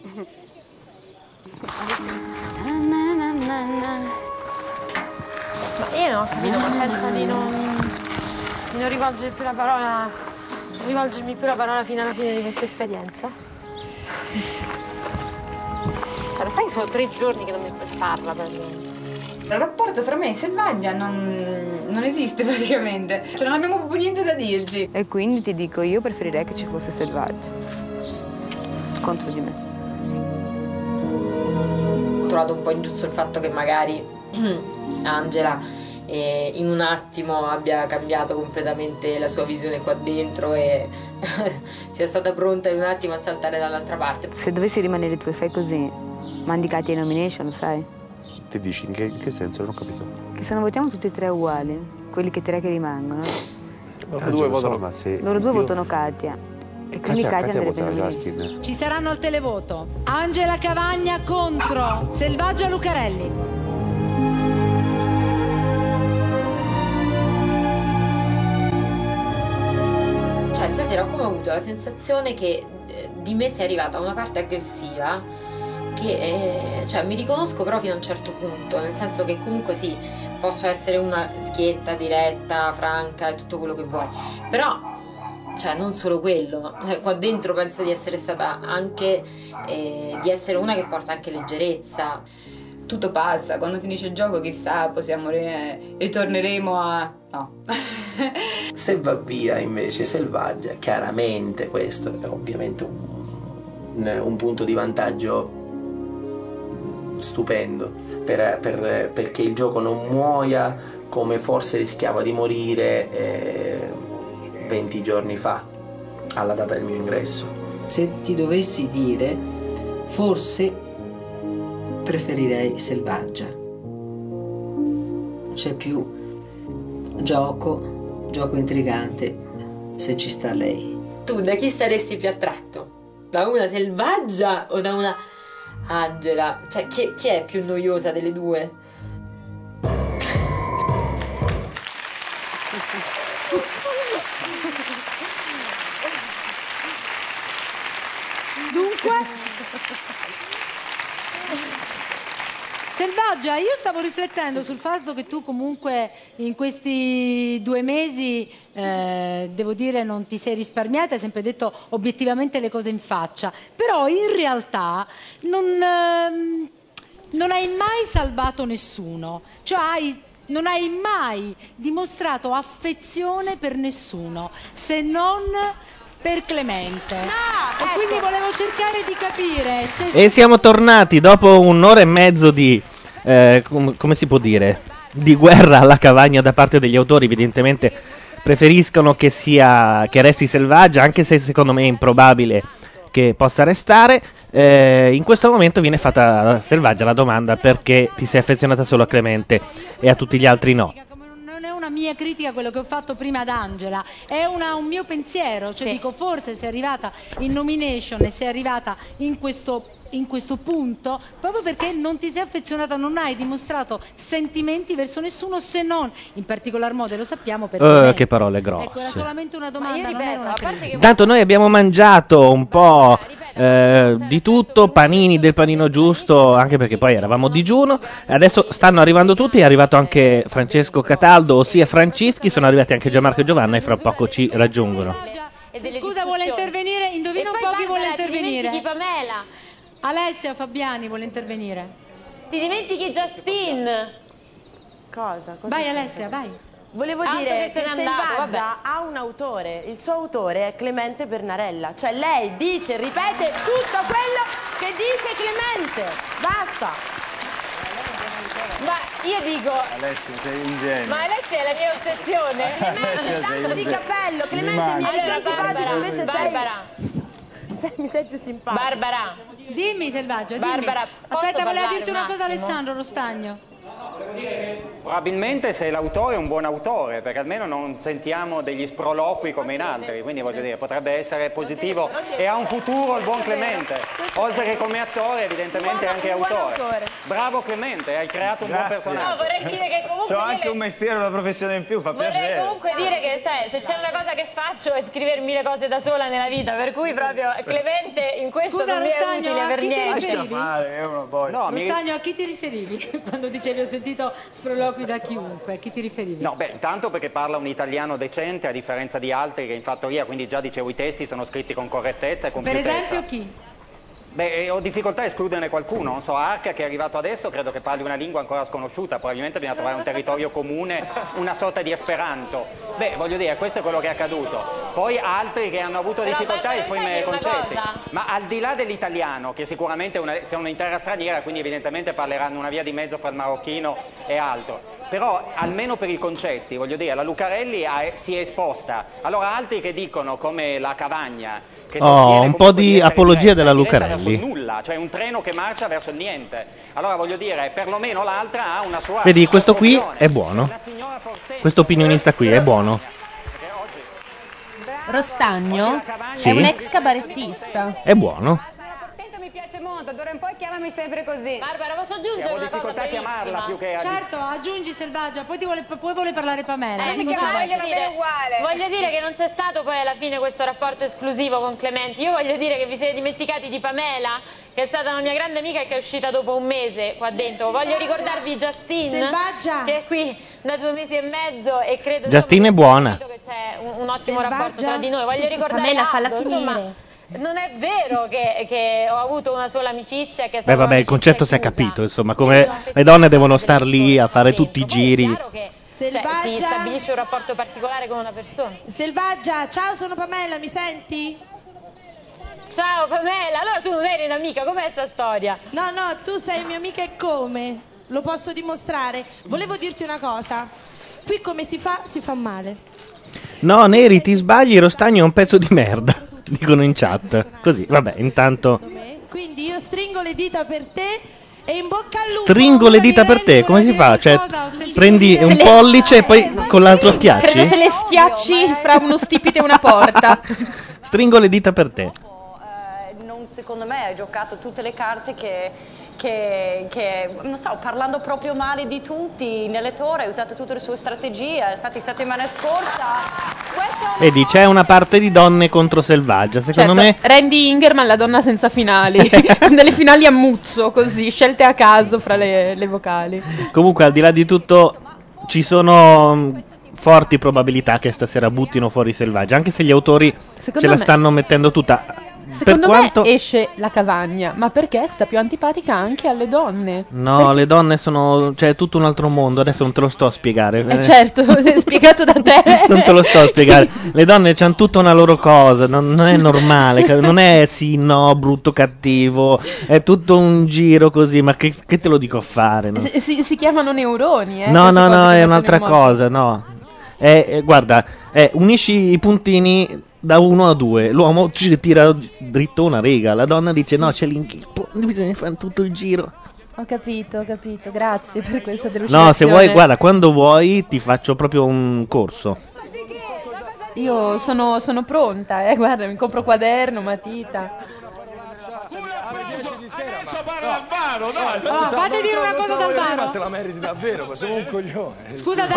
Ma io non ho capito, ma pensa di non rivolgere più la parola, rivolgermi più la parola fino alla fine di questa esperienza? Cioè, lo sai che sono 3 giorni che non mi parla per me. Il rapporto fra me e Selvaggia non esiste praticamente, cioè non abbiamo proprio niente da dirci. E quindi ti dico, io preferirei che ci fosse Selvaggia contro di me. Ho trovato un po' ingiusto il fatto che magari Angela in un attimo abbia cambiato completamente la sua visione qua dentro e sia stata pronta in un attimo a saltare dall'altra parte. Se dovessi rimanere tu e fai così, mandi Katia in nomination, lo sai? Ti dici, in che senso? Non ho capito. Che se non votiamo tutti e 3 uguali, quelli che 3 che rimangono, Loro due votano, ma se loro 2 votano Katia. E quindi Katia andrebbe in nomination. Justin. Ci saranno al televoto Angela Cavagna contro Selvaggia Lucarelli. Cioè, stasera ho come avuto la sensazione che di me sia arrivata una parte aggressiva che cioè, mi riconosco però fino a un certo punto, nel senso che comunque sì, posso essere una schietta, diretta, franca e tutto quello che vuoi, però cioè, non solo quello, qua dentro penso di essere stata anche di essere una che porta anche leggerezza. Tutto passa, quando finisce il gioco chissà, possiamo ritorneremo a... no. Se va via invece Selvaggia, chiaramente questo è ovviamente un punto di vantaggio stupendo perché il gioco non muoia come forse rischiava di morire 20 giorni fa alla data del mio ingresso. Se ti dovessi dire, forse preferirei Selvaggia. C'è più gioco intrigante se ci sta lei. Tu da chi saresti più attratto? Da una Selvaggia o da una Angela? Cioè, chi è più noiosa delle due? Dunque, Selvaggia, io stavo riflettendo sul fatto che tu comunque in questi 2 mesi, devo dire, non ti sei risparmiata, hai sempre detto obiettivamente le cose in faccia, però in realtà non hai mai salvato nessuno, cioè non hai mai dimostrato affezione per nessuno, se non per Clemente. E quindi volevo cercare di capire se... E siamo tornati dopo un'ora e mezzo di come si può dire, di guerra alla Cavagna da parte degli autori. Evidentemente preferiscono che resti Selvaggia, anche se secondo me è improbabile che possa restare. In questo momento viene fatta a Selvaggia la domanda perché ti sei affezionata solo a Clemente e a tutti gli altri no. Non è una mia critica quello che ho fatto prima ad Angela, è un mio pensiero, cioè dico forse sei arrivata in nomination e sei arrivata in questo punto proprio perché non ti sei affezionata, non hai dimostrato sentimenti verso nessuno, se non in particolar modo, lo sappiamo perché che parole grosse. ecco, era solamente una domanda, non era una critica. Intanto noi abbiamo mangiato un po' di tutto, panini del panino giusto, anche perché poi eravamo a digiuno. Adesso stanno arrivando tutti, è arrivato anche Francesco Cataldo, ossia Francischi, sono arrivati anche Gianmarco e Giovanna e fra poco ci raggiungono. Scusa, vuole intervenire? Indovina un po' chi vuole intervenire. Ti dimentichi Pamela. Alessia Fabiani vuole intervenire. Ti dimentichi Justin. Cosa vai Alessia, vai. Volevo dire che Selvaggia ha un autore, il suo autore è Clemente Bernarella, cioè lei dice e ripete tutto quello che dice Clemente, basta. Ma io dico... Alessia, sei ingenua. Ma Alessia è la mia ossessione. Clemente, tanto di cappello, Clemente mi hai antipatico, invece Barbara. Mi sei più simpatico. Barbara. Dimmi, Selvaggia, dimmi. Barbara, Aspetta, voleva dirti una cosa attimo? Alessandro Rostagno. Probabilmente se l'autore è un buon autore, perché almeno non sentiamo degli sproloqui come in altri, quindi voglio dire, potrebbe essere positivo e ha un futuro il buon Clemente, oltre che come attore evidentemente anche autore. Bravo Clemente, hai creato un buon personaggio. No, vorrei dire che comunque... C'ho anche un mestiere, una professione in più, fa Vorrei piacere. comunque dire che se c'è una cosa che faccio è scrivermi le cose da sola nella vita, per cui proprio Clemente in questo Scusa, non mi è Rostagno, utile a per chi ti niente. riferivi? No, Rostagno, a chi ti riferivi quando dicevi ho sentito sproloqui da chiunque? A chi ti riferivi? No, beh, intanto perché parla un italiano decente a differenza di altri che in fattoria, quindi già dicevo i testi sono scritti con correttezza e Per compiutezza. esempio chi? Beh, ho difficoltà a escluderne qualcuno, non so, Arca che è arrivato adesso credo che parli una lingua ancora sconosciuta, probabilmente bisogna trovare un territorio comune, una sorta di esperanto. Beh, voglio dire, questo è quello che è accaduto. Poi altri che hanno avuto difficoltà a esprimere concetti. Ma al di là dell'italiano, che sicuramente è una terra straniera, quindi evidentemente parleranno una via di mezzo fra il marocchino e altro. Però almeno per i concetti, voglio dire, la Lucarelli si è esposta. Allora altri che dicono come la Cavagna, che sostiene un po' di apologia della verso Lucarelli. il nulla, cioè un treno che marcia verso il niente. Allora voglio dire, perlomeno l'altra ha una sua... Vedi, questo qui è buono. Questo opinionista qui è buono. Rostagno Sì. è un ex cabarettista. È buono. Mi piace molto, d'ora in poi chiamami sempre così. Barbara, posso aggiungere Avevo una cosa difficoltà a chiamarla più che a... Certo, aggiungi Selvaggia, poi vuole parlare Pamela. Perché Dimmi subito. voglio dire che non c'è stato poi alla fine questo rapporto esclusivo con Clementi. Io voglio dire che vi siete dimenticati di Pamela, che è stata una mia grande amica e che è uscita dopo un mese qua dentro. Voglio ricordarvi Justine, Selvaggia. che è qui da 2 mesi e mezzo e credo Justine è buona. che c'è un ottimo rapporto tra di noi. Voglio ricordare Pamela, falla Aldo, finire. insomma, non è vero che ho avuto una sola amicizia, che è stata Beh, vabbè, il concetto si è capito, insomma, come le donne devono star lì a fare tutti i giri. si stabilisce un rapporto particolare con una persona. Selvaggia, ciao, sono Pamela, mi senti? Ciao Pamela, allora tu non eri un'amica, com'è sta storia? No, tu sei mia amica e come? Lo posso dimostrare. Volevo dirti una cosa. Qui come si fa male. No, Neri, ti sbagli, Rostagno è un pezzo di merda. Dicono in chat. Così, vabbè, intanto... Quindi io stringo le dita per te e in bocca al lupo. Stringo le dita per te, come si fa? Cioè, prendi un pollice e poi con l'altro schiacci? Credo se le schiacci fra uno stipite e una porta. Stringo le dita per te. Secondo me hai giocato tutte le carte che non so, parlando proprio male di tutti, nell'elettore hai usato tutte le sue strategie, infatti settimana scorsa Vedi, c'è una parte di donne contro Selvaggia, secondo me... Randy Ingerman, la donna senza finali. Nelle finali a muzzo, così, scelte a caso fra le vocali. Comunque, al di là di tutto, ci sono forti probabilità che stasera buttino fuori Selvaggia, anche se gli autori Secondo ce la me- stanno mettendo tutta. Secondo Per quanto... me esce la Cavagna, ma perché sta più antipatica anche alle donne. No, le donne sono... cioè, è tutto un altro mondo, adesso non te lo sto a spiegare. Certo, è spiegato da te. Non te lo sto a spiegare. Le donne hanno tutta una loro cosa, non è normale, non è sì, no, brutto, cattivo, è tutto un giro così, ma che te lo dico a fare? No, Si chiamano neuroni, no, queste cose no, che è mettono un'altra in moto. cosa, no. Guarda, unisci i puntini da 1 a 2, l'uomo ci tira dritto una riga, la donna dice no, c'è l'inghippo, bisogna fare tutto il giro. Ho capito, grazie per questa delucidazione. No, se vuoi, guarda, quando vuoi ti faccio proprio un corso. Io sono pronta, guarda, mi compro quaderno, matita. Adesso parla al varo, fate dire una cosa dal varo. Ma te la meriti davvero, ma siamo un coglione. Scusa,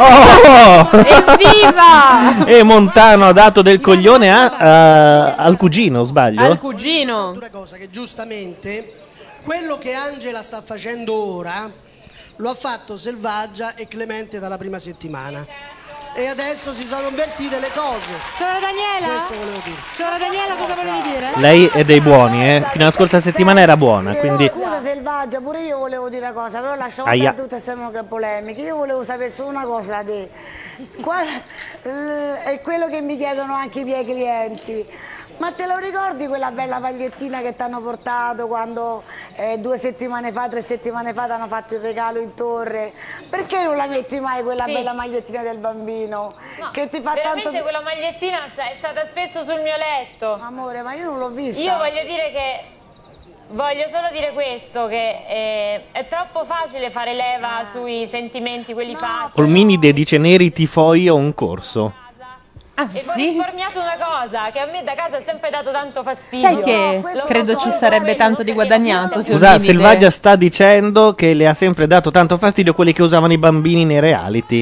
Evviva! E Montano ha dato del coglione al cugino, sbaglio? Al cugino. Una cosa che giustamente quello che Angela sta facendo ora lo ha fatto Selvaggia e Clemente dalla prima settimana. E adesso si sono invertite le cose. Sora Daniela? Questo volevo dire. Sora Daniela, cosa volevi dire? Lei è dei buoni, Fino alla scorsa settimana era buona, quindi... Scusa Selvaggia, pure io volevo dire una cosa, però lasciamo Aia. per tutte queste polemiche. Io volevo sapere solo una cosa da te. Qual è quello che mi chiedono anche i miei clienti. Ma te lo ricordi quella bella magliettina che ti hanno portato quando 2 settimane fa, 3 settimane fa ti hanno fatto il regalo in torre? Perché non la metti mai quella bella magliettina del bambino? No, che ti fa veramente tanto... quella magliettina è stata spesso sul mio letto. Amore, ma io non l'ho vista. Io voglio solo dire questo, che è troppo facile fare leva sui sentimenti, quelli facili. Olminide dice: Neri, ti foglio un corso. E ho risparmiato una cosa che a me da casa ha sempre dato tanto fastidio. Sai che credo ci sarebbe tanto di guadagnato. Scusa, Selvaggia sta dicendo che le ha sempre dato tanto fastidio quelli che usavano i bambini nei reality.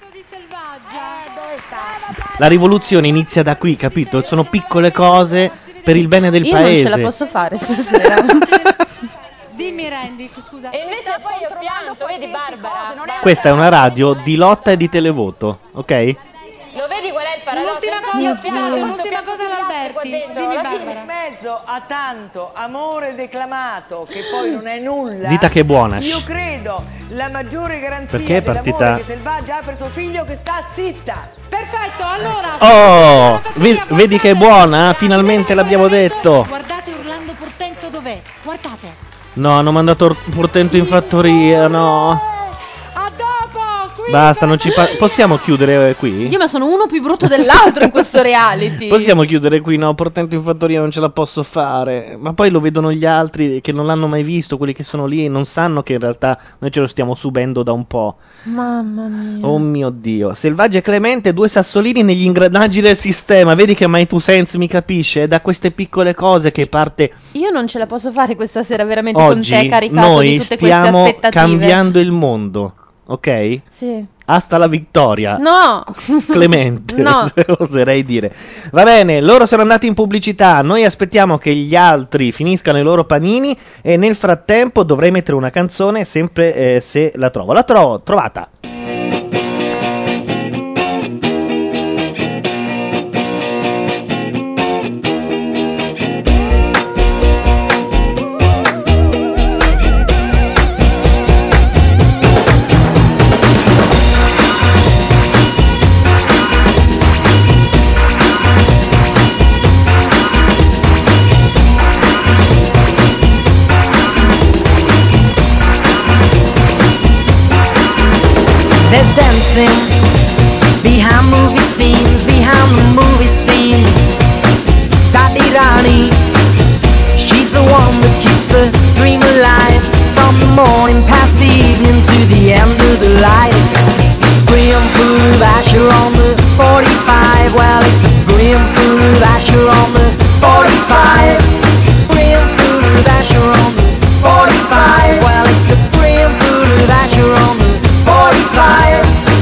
La rivoluzione inizia da qui, capito? Sono piccole cose per il bene del paese. Io non ce la posso fare stasera. Dimmi Randy, scusa. E invece poi ho pianto, vedi Barbara? Questa è una radio di lotta e di televoto, ok? Lo vedi qual è il paradosso? L'ultima cosa all'Alberti. Dimmi Barbara. In mezzo a tanto amore declamato che poi non è nulla. Zita che è buona. Io credo la maggiore garanzia Perché è partita? dell'amore che Selvaggia ha per suo figlio che sta zitta. Perfetto, allora. Oh, vedi che è buona? Finalmente l'abbiamo detto. Guardate Orlando Portento dov'è? Guardate. No, hanno mandato Portento in fattoria, no. Basta, non ci possiamo chiudere qui? Io ma sono uno più brutto dell'altro in questo reality. Possiamo chiudere qui? No, Portento in fattoria non ce la posso fare. Ma poi lo vedono gli altri che non l'hanno mai visto, quelli che sono lì e non sanno che in realtà noi ce lo stiamo subendo da un po'. Mamma mia. Oh mio Dio. Selvaggia e Clemente, 2 sassolini negli ingranaggi del sistema. Vedi che My Two Cents mi capisce? È da queste piccole cose che parte. Io non ce la posso fare questa sera veramente Oggi con te caricato di tutte queste aspettative. noi stiamo cambiando il mondo. Ok? Sì. Hasta la vittoria. No! Clemente, no. Oserei dire. Va bene, loro sono andati in pubblicità. Noi aspettiamo che gli altri finiscano i loro panini. E nel frattempo dovrei mettere una canzone sempre se la trovo. La trovata. There's dancing behind movie scenes, behind the movie scene. Sadirani, she's the one that keeps the dream alive. From the morning past the evening to the end of the light. Graham Food Asher on the 45. Well, it's a Graham Food Asher on the 45. Graham Food Asher on the 45. Well, it's a Graham Food Asher on the 45.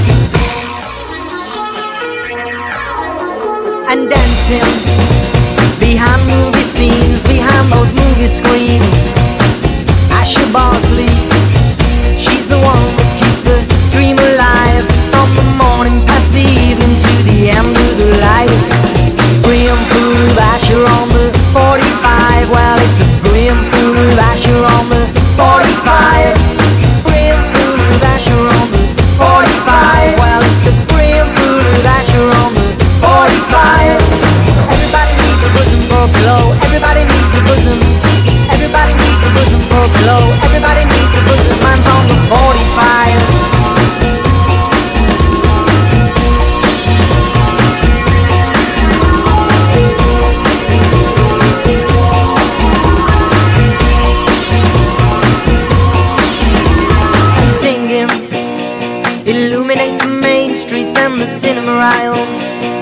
And dancing behind movie scenes, behind those movie screens. Asher Bosley, she's the one that keeps the dream alive. From the morning past the evening to the end of the light. Graham Food Asher on the 45. Well, it's a Graham Food Asher on the 45. Graham Food Asher on the 45. Well, it's the Graham Food Asher on the 45. Everybody needs a bosom for a pillow. Everybody needs a bosom. Everybody needs a bosom for a pillow. Everybody needs a bosom. Mine's on the 45. Illuminate the main streets and the cinema aisles.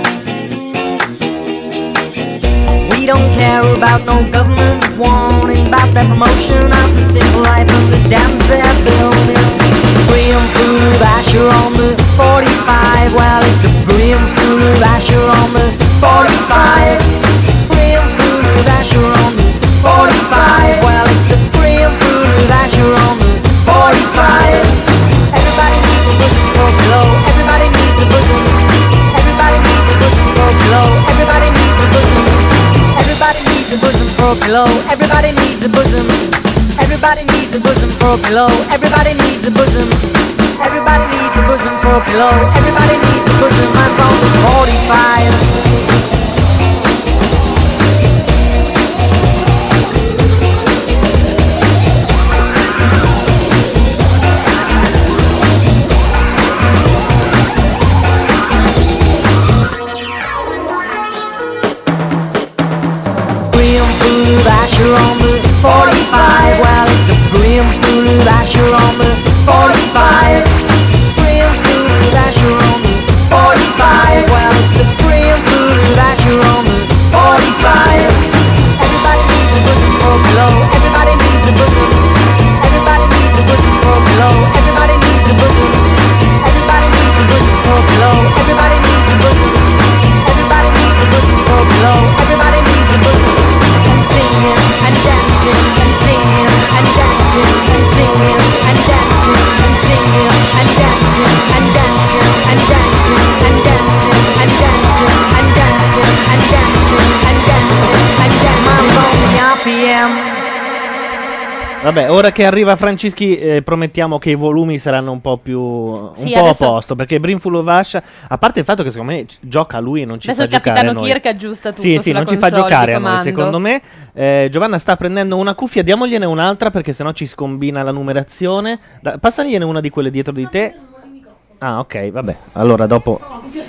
We don't care about no government warning about that promotion of the simple life of the dams they're building. Graham Food Asher on the 45. Well, it's a Graham Food Asher on the 45. Graham Food Asher on the 45. Well, it's a Graham Food Asher on the 45. Everybody needs a bosom for a pillow. Everybody needs a bosom. Everybody needs a bosom for a pillow. Everybody needs a bosom. Everybody needs a bosom for a pillow. Everybody needs a bosom. Everybody needs a bosom for a pillow. Everybody needs a bosom. Everybody needs a bosom for a pillow. Everybody needs a bosom. Mine's on the 45. Vabbè, ora che arriva Francischi, promettiamo che i volumi saranno un po' più a posto, perché Brimful of Asha, a parte il fatto che secondo me gioca lui e non ci Adesso fa giocare il capitano noi. Kirk aggiusta tutto. Sì, non ci fa giocare a noi, secondo me. Giovanna sta prendendo una cuffia, diamogliene un'altra perché sennò ci scombina la numerazione. Passagliene una di quelle dietro di te. Ah, ok, vabbè. Allora dopo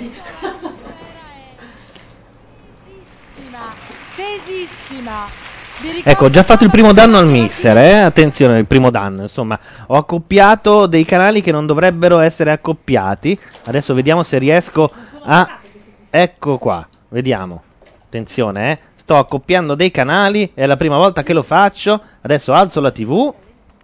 Tesissima. ecco, ho già fatto il primo danno al mixer, attenzione, il primo danno, insomma, ho accoppiato dei canali che non dovrebbero essere accoppiati. Adesso vediamo se riesco a... Ecco qua, vediamo. Attenzione, sto accoppiando dei canali, è la prima volta che lo faccio. Adesso alzo la TV.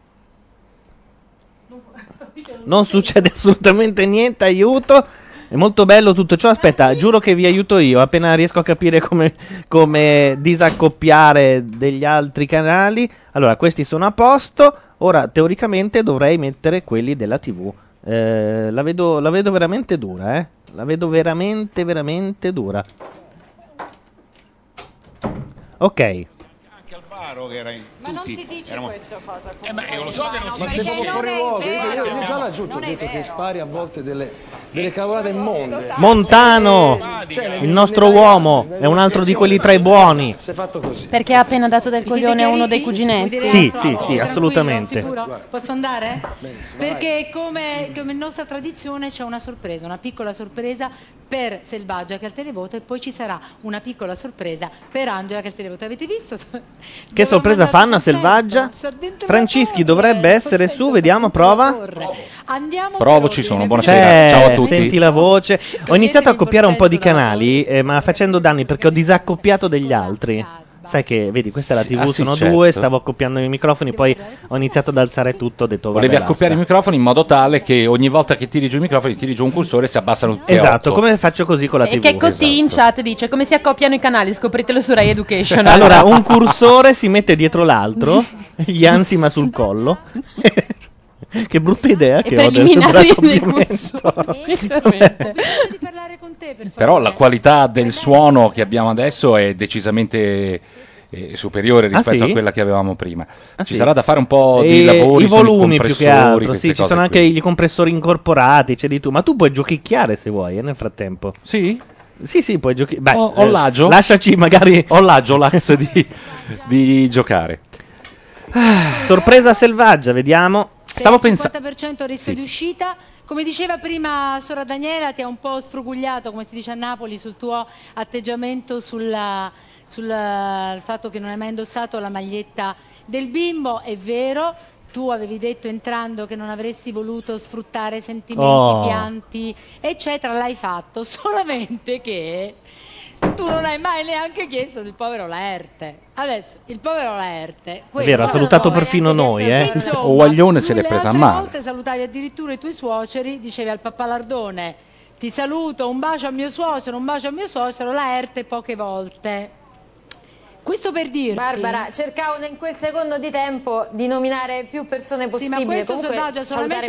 Non succede assolutamente niente, aiuto. È molto bello tutto ciò. Aspetta, giuro che vi aiuto io appena riesco a capire come disaccoppiare degli altri canali. Allora, questi sono a posto. Ora, teoricamente, dovrei mettere quelli della TV. La vedo veramente dura, La vedo veramente, veramente dura. Ok. Che era in ma non si dice questo cosa ma io lo so che non si ma sei proprio fuori luogo, io già laggiù ti ho detto che spari a volte delle cavolate immonde. Montano, il nostro uomo, è un altro di quelli tra i buoni. Si è fatto così. Perché ha appena dato del coglione a uno dei cuginetti. Sì, assolutamente. Sicuro? Posso andare? Perché come nostra tradizione c'è una sorpresa, una piccola sorpresa per Selvaggia che è al televoto e poi ci sarà una piccola sorpresa per Angela che è al televoto. Avete visto? Che sorpresa fanno a Selvaggia? Francischi dovrebbe essere su, vediamo, prova. Provo, ci sono, buonasera, ciao a tutti. Senti la voce. Ho iniziato a accoppiare un po' di canali, ma facendo danni perché ho disaccoppiato degli altri. Sai che, vedi, questa è la TV, sono certo. due, stavo accoppiando i microfoni, poi ho iniziato ad alzare tutto, ho detto volevi accoppiare i microfoni in modo tale che ogni volta che tiri giù i microfoni, tiri giù un cursore e si abbassano tutti Esatto, come faccio così con la TV. E che così in chat dice come si accoppiano i canali, scopritelo su Rai Education. Allora, un cursore si mette dietro l'altro, gli ansima sul collo. Che brutta idea che ho del accoppiamento. Però la qualità del suono che abbiamo adesso è decisamente superiore rispetto a quella che avevamo prima. Ci sarà da fare un po' di lavori i volumi sui più che altro, sì, ci sono anche i compressori incorporati, c'è di tu, ma tu puoi giochicchiare se vuoi nel frattempo. Sì? Sì, puoi giochicchiare. Ho l'agio. Lasciaci magari. Ho l'agio di giocare. Sorpresa Selvaggia, vediamo. Stavo pensando 50% rischio di uscita. Come diceva prima Sora Daniela, ti ha un po' sfrugugliato, come si dice a Napoli, sul tuo atteggiamento sul fatto che non hai mai indossato la maglietta del bimbo. È vero, tu avevi detto entrando che non avresti voluto sfruttare sentimenti, pianti, eccetera, l'hai fatto, solamente che tu non hai mai neanche chiesto del povero Laerte. Adesso il povero Laerte, è vero, ha salutato perfino noi, Insomma, Guaglione se l'è presa a male. A volte salutavi addirittura i tuoi suoceri, dicevi al pappalardone ti saluto, un bacio a mio suocero, un bacio a mio suocero, Laerte poche volte. Questo per dirti. Barbara, cercavo in quel secondo di tempo di nominare più persone possibili. Sì, ma questo comunque Selvaggia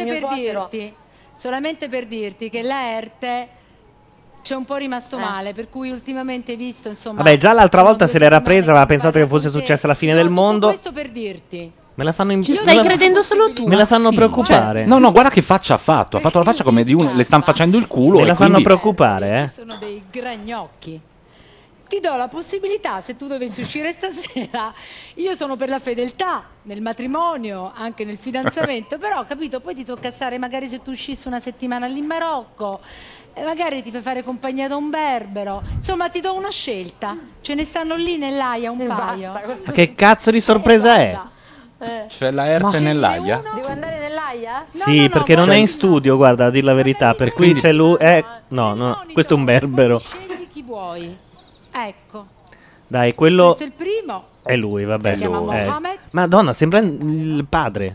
solamente per dirti che Laerte c'è un po' rimasto male, per cui ultimamente hai visto, insomma. Vabbè, già l'altra volta se l'era presa, aveva pensato che fosse successa la fine del mondo. Questo per dirti. Me la fanno Ci stai credendo solo tu. Me la fanno preoccupare. Cioè, no, guarda che faccia ha fatto. Ha fatto la faccia come di uno. Le stanno facendo il culo. Me la fanno preoccupare, Sono dei gragnocchi. Ti do la possibilità, se tu dovessi uscire stasera, io sono per la fedeltà nel matrimonio, anche nel fidanzamento, però capito, poi ti tocca stare, magari se tu uscissi una settimana lì in Marocco, magari ti fai fare compagnia da un berbero, insomma ti do una scelta, ce ne stanno lì nell'AIA un paio. Ma che cazzo di sorpresa è? C'è la Erte nell'AIA? Devo andare nell'AIA? Sì, perché non è in studio, guarda, a dir la verità, per cui c'è lui, no, questo è un berbero. Scegli chi vuoi. Ecco. Dai, quello questo è il primo. è lui, vabbè. Si chiama Mohammed. Madonna, sembra il padre.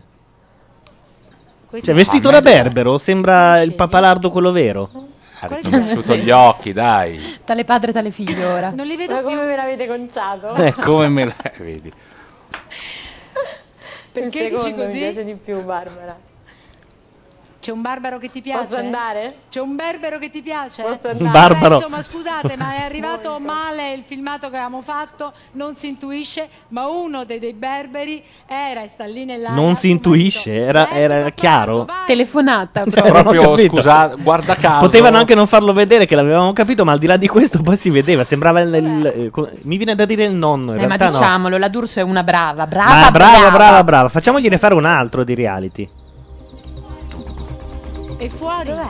Questo Cioè, è vestito da berbero, sembra il papalardo quello vero. Ha riconosciuto gli occhi, dai. Tale padre, tale figlio ora. Non li vedo Ma più. come me l'avete conciato? Come me la vedi? Perché il secondo dici così? mi piace di più, Barbara. C'è un barbaro che ti piace? Posso andare? C'è un berbero che ti piace? Posso andare? Barbaro. Insomma, scusate, ma è arrivato male il filmato che avevamo fatto, non si intuisce, ma uno dei berberi era e sta lì nell'aria. Non si intuisce, era chiaro. Telefonata. Cioè, proprio, non ho capito. scusa, guarda caso. Potevano anche non farlo vedere che l'avevamo capito, ma al di là di questo poi si vedeva, sembrava mi viene da dire il nonno, in Ma realtà no. diciamolo, la D'Urso è una brava. Brava. Facciamogliene fare un altro di reality. E fuori? Dov'è?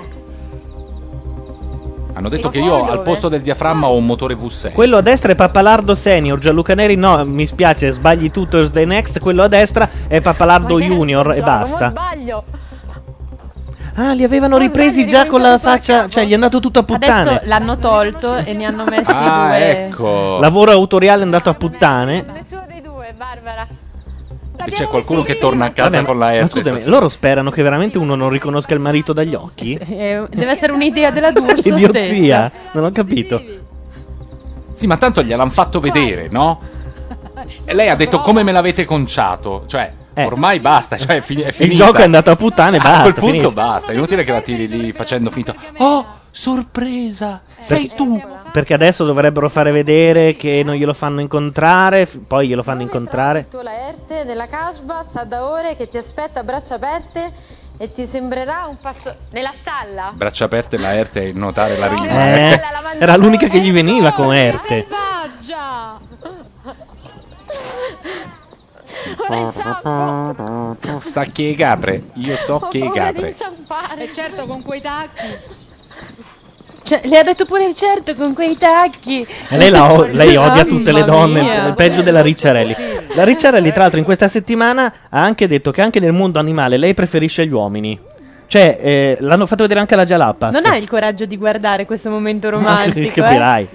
Hanno detto che io al posto del diaframma ho un motore V6. Quello a destra è Pappalardo Senior, Gianluca Neri no, mi spiace, sbagli tutto, is the next. Quello a destra è Pappalardo Junior e basta. Sbaglio. Ah, li avevano ripresi già con la faccia, cioè gli è andato tutto a puttane. Adesso l'hanno tolto e ne hanno messi Ah, due. ecco. Lavoro autoriale è andato a puttane. Nessuno dei due, Barbara. E c'è qualcuno che torna a casa con la Ma Hertz. scusami, loro sperano che veramente uno non riconosca il marito dagli occhi? Deve essere un'idea della D'Urso Idiozia, stessa. non ho capito. Sì, ma tanto gliel'hanno fatto vedere, no? E lei ha detto come me l'avete conciato. Cioè, ormai basta, cioè è finita. Il gioco è andato a puttane, basta. A quel punto finisce. basta, è inutile che la tiri lì facendo finta. Oh, sorpresa, sei tu. Perché adesso dovrebbero fare vedere che non glielo fanno incontrare, poi glielo fanno incontrare. Tu la Erte della Casba sta da ore che ti aspetta a braccia aperte e ti sembrerà un passo nella stalla. Braccia aperte, la Erte e notare la rima. Era l'unica che gli veniva con Erte. Selvaggia! Stacchi le capre, io sto che le capre. E certo con quei tacchi. Cioè, le ha detto pure certo con quei tacchi. E lei odia tutte le donne, mia. il peggio della Ricciarelli. La Ricciarelli, tra l'altro, in questa settimana ha anche detto che anche nel mondo animale lei preferisce gli uomini. Cioè, l'hanno fatto vedere anche alla Jalapas. Non hai il coraggio di guardare questo momento romantico. Capirai.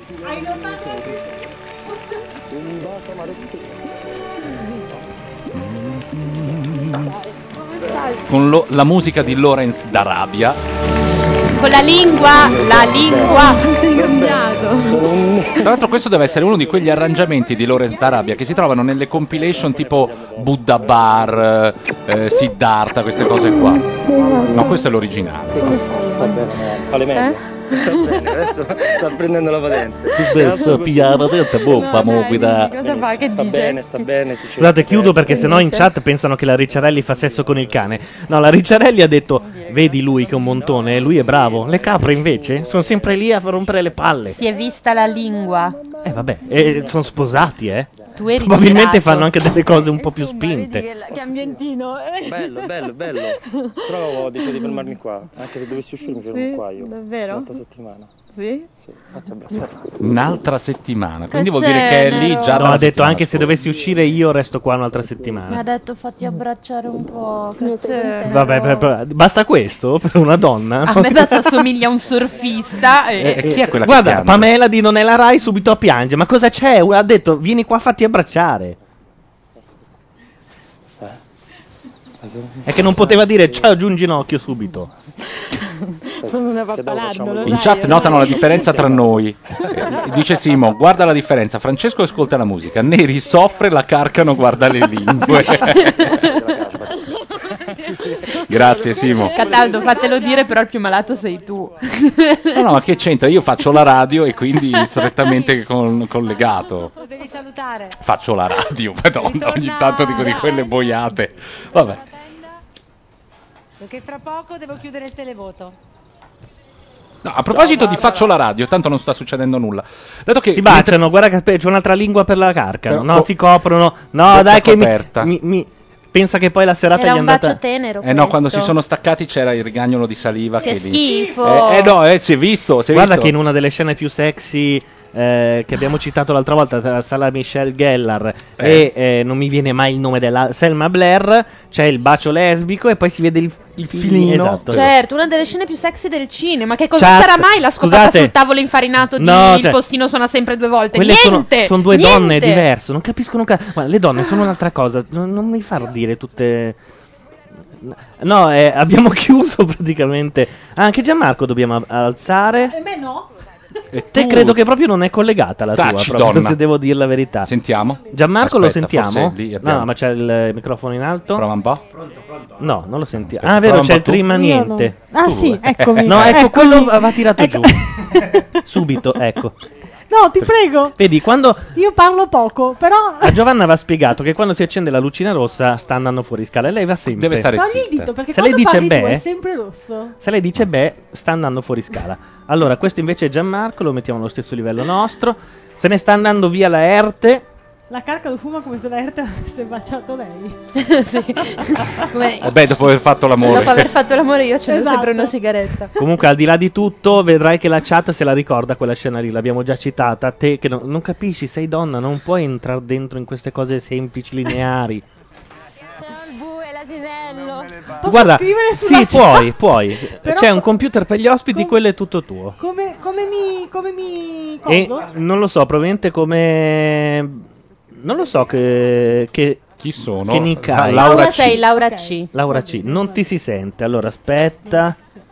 Con la musica di Lawrence d'Arabia. Con la lingua. Sei cambiato. Tra l'altro questo deve essere uno di quegli arrangiamenti di Lawrence d'Arabia che si trovano nelle compilation tipo Buddha Bar, Siddhartha, queste cose qua. No, questo è l'originale. Sta bene, fa le medie. Sta bene, adesso sta prendendo la patente. Piglia la patente, fammi guidare. Cosa fa? Che sta dice? Sta bene. Scusate, chiudo perché sennò in chat pensano che la Ricciarelli fa sesso con il cane. No, la Ricciarelli ha detto: vedi lui che è un montone, lui è bravo. Le capre invece sono sempre lì a rompere le palle. Si è vista la lingua. Vabbè, sono sposati, Tu eri probabilmente girato. fanno anche delle cose un po' più spinte. Che ambientino. Bello. Però ho deciso di fermarmi qua. Anche se dovessi uscire mi fermo qua io. Davvero? Un'altra settimana. Sì? Fatti abbracciare. Un'altra settimana, quindi vuol dire che è lì già No, dalla ha detto settimana anche se scorsa. dovessi uscire io resto qua un'altra Mi ha settimana. detto fatti abbracciare un po'. Cazzero. Vabbè, basta questo per una donna? A me adesso assomiglia a un surfista. E chi è quella che Guarda, piange? Pamela di Non è la Rai subito a piangere. Ma cosa c'è? Ha detto vieni qua, fatti abbracciare. È che non poteva dire ciao giù un ginocchio subito. Sono una pappalardo, lo In sai, chat notano la differenza tra noi. Dice Simo, guarda la differenza. Francesco ascolta la musica, Neri soffre, la Carcano guarda le lingue. Grazie Simo. Cataldo, fatelo dire, però il più malato sei tu. No, ma che c'entra? Io faccio la radio e quindi strettamente collegato. Lo devi salutare. Faccio la radio, madonna, ogni tanto dico di quelle boiate. Vabbè. Perché fra poco devo chiudere il televoto. No, a proposito di faccio la radio, tanto non sta succedendo nulla. Dato che Si baciano, guarda che c'è un'altra lingua per la Carcano. No, Co- si coprono. No, bocca dai che coperta. pensa che poi la serata Era gli è un andata. bacio tenero. no, quando si questo. sono staccati c'era il rigagnolo di saliva Che che lì. schifo. No, si è visto. Guarda che in una delle scene più sexy che abbiamo citato l'altra volta, Sarah Michelle Gellar e non mi viene mai il nome della Selma Blair, c'è il bacio lesbico e poi si vede il filino. Esatto. Certo, una delle scene più sexy del cinema. Che cosa Chat, sarà mai la scopata scusate. sul tavolo infarinato di No, il cioè- postino suona sempre due volte? Quelle Niente! sono due niente. donne diverse, non capiscono ma le donne sono un'altra cosa, non mi far dire tutte. No, abbiamo chiuso praticamente. Anche Gianmarco dobbiamo alzare. E me no. Te credo che proprio non è collegata la tua, Taci, proprio, donna. se devo dire la verità. Sentiamo. Gianmarco, lo Aspetta, sentiamo? forse lì abbiamo- No, ma c'è il microfono in alto. Prova un po'. No, non lo sentiamo. Aspetta, Ah, vero, prova c'è un il po' tu. trim a niente. Ah sì, eccomi. No, ecco, Eccomi. quello va tirato giù. Subito, ecco. No, ti prego. Vedi, quando Io parlo poco, però... a Giovanna va spiegato che quando si accende la lucina rossa sta andando fuori scala e lei va sempre. Deve stare Togli il dito, perché Se lei quando dice parli tu è beh, sempre rosso. se lei dice beh, sta andando fuori scala. Allora, questo invece è Gianmarco, lo mettiamo allo stesso livello nostro. Se ne sta andando via la Erte. La carca lo fuma come se la Erta avesse baciato lei. Sì. Come- Beh, dopo aver fatto l'amore. Dopo aver fatto l'amore io accendo Esatto. sempre una sigaretta. Comunque, al di là di tutto, vedrai che la chat se la ricorda quella scena lì, l'abbiamo già citata. Te che non capisci, sei donna, non puoi entrare dentro in queste cose semplici, lineari. Il bue, l'asinello. Posso Guarda, scrivere sì, sulla chat? puoi. Però- C'è un computer per gli ospiti, quello è tutto tuo. Come mi... E coso? non lo so, probabilmente come... Non lo so che chi sono? Che nick hai? Laura sei Laura C. Laura C. Non ti si sente. Allora aspetta.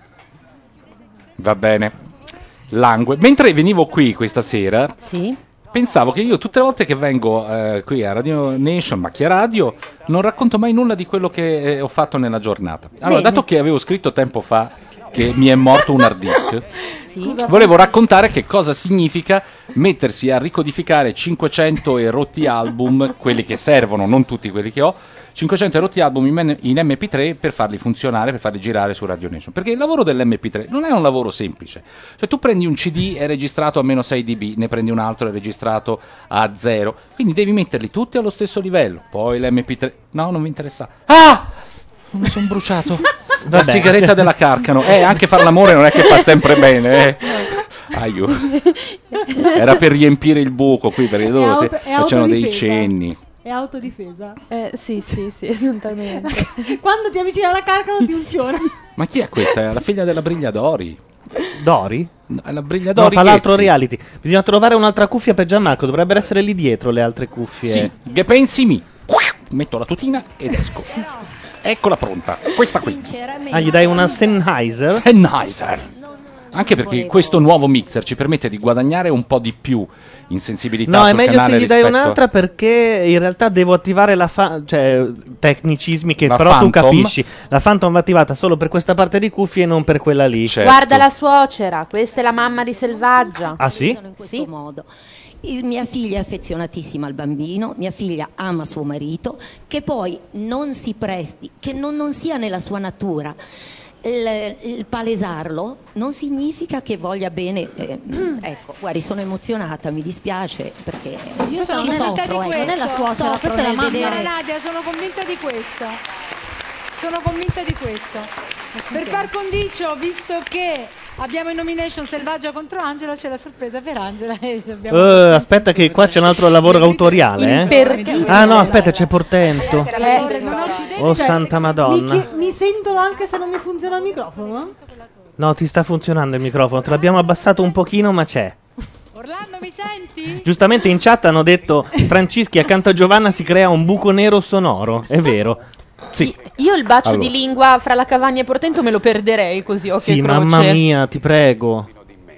Va bene. Langue. Mentre venivo qui questa sera, pensavo che io tutte le volte che vengo qui a Radio Nation, Macchia Radio, non racconto mai nulla di quello che ho fatto nella giornata. Allora, Bene. dato che avevo scritto tempo fa che mi è morto un hard disk, volevo raccontare che cosa significa mettersi a ricodificare 500 e rotti album, quelli che servono, non tutti quelli che ho, 500 e rotti album in MP3 per farli funzionare, per farli girare su Radio Nation. Perché il lavoro dell'MP3 non è un lavoro semplice. Cioè tu prendi un CD, è registrato a meno 6 dB, ne prendi un altro, è registrato a 0. Quindi devi metterli tutti allo stesso livello. Poi l'MP3... No, non mi interessa. Ah! Mi sono bruciato. La Vabbè. sigaretta della Carcano. Anche far l'amore non è che fa sempre bene, Aiuto. Era per riempire il buco qui, perché loro è facevano dei autodifesa. cenni. È autodifesa. Sì, esattamente. Quando ti avvicini alla carca non ti ustioni. Ma chi è questa? È la figlia della Brigliadori. Dori? È la No, Brigliadori. fa l'altro Ghezzi. reality. Bisogna trovare un'altra cuffia per Gianmarco. Dovrebbero essere lì dietro le altre cuffie. Sì, che pensi mi? Metto la tutina ed esco. Eccola pronta. Questa qui. Ah, gli dai una Sennheiser? Sennheiser. Anche perché questo nuovo mixer ci permette di guadagnare un po' di più in sensibilità No, è sul meglio canale se gli dai rispetto- un'altra perché in realtà devo attivare la cioè tecnicismi che La però tu Phantom? capisci. La Phantom va attivata solo per questa parte di cuffie e non per quella lì. Guarda la suocera, questa è la mamma di Selvaggia. Ah sì? In questo modo. Mia figlia è affezionatissima al bambino, mia figlia ama suo marito, che poi non si presti, che non sia nella sua natura. Il palesarlo non significa che voglia bene. Ecco, guardi, sono emozionata, mi dispiace perché Io sono ci convinta soffro, di ecco. questo. Non è la suocera, Soffro questa è la nel mamma. vedere. No, Nadia, sono convinta di questo. Sono convinta di questo. Per par condicio, visto che abbiamo in nomination Selvaggia contro Angela, c'è la sorpresa per Angela. E abbiamo... Aspetta che qua c'è un altro lavoro autoriale, Imperdibile. Ah no, aspetta, c'è Portento. Non ho più idea. Oh santa madonna. Mi sentono anche se non mi funziona il microfono? No, ti sta funzionando il microfono. Te l'abbiamo abbassato un pochino, ma c'è. Orlando, mi senti? Giustamente in chat hanno detto Francischi accanto a Giovanna si crea un buco nero sonoro. È vero. Sì. Io il bacio Allora. di lingua fra la Cavagna e Portento me lo perderei così, occhio Sì, e croce. mamma mia, ti prego.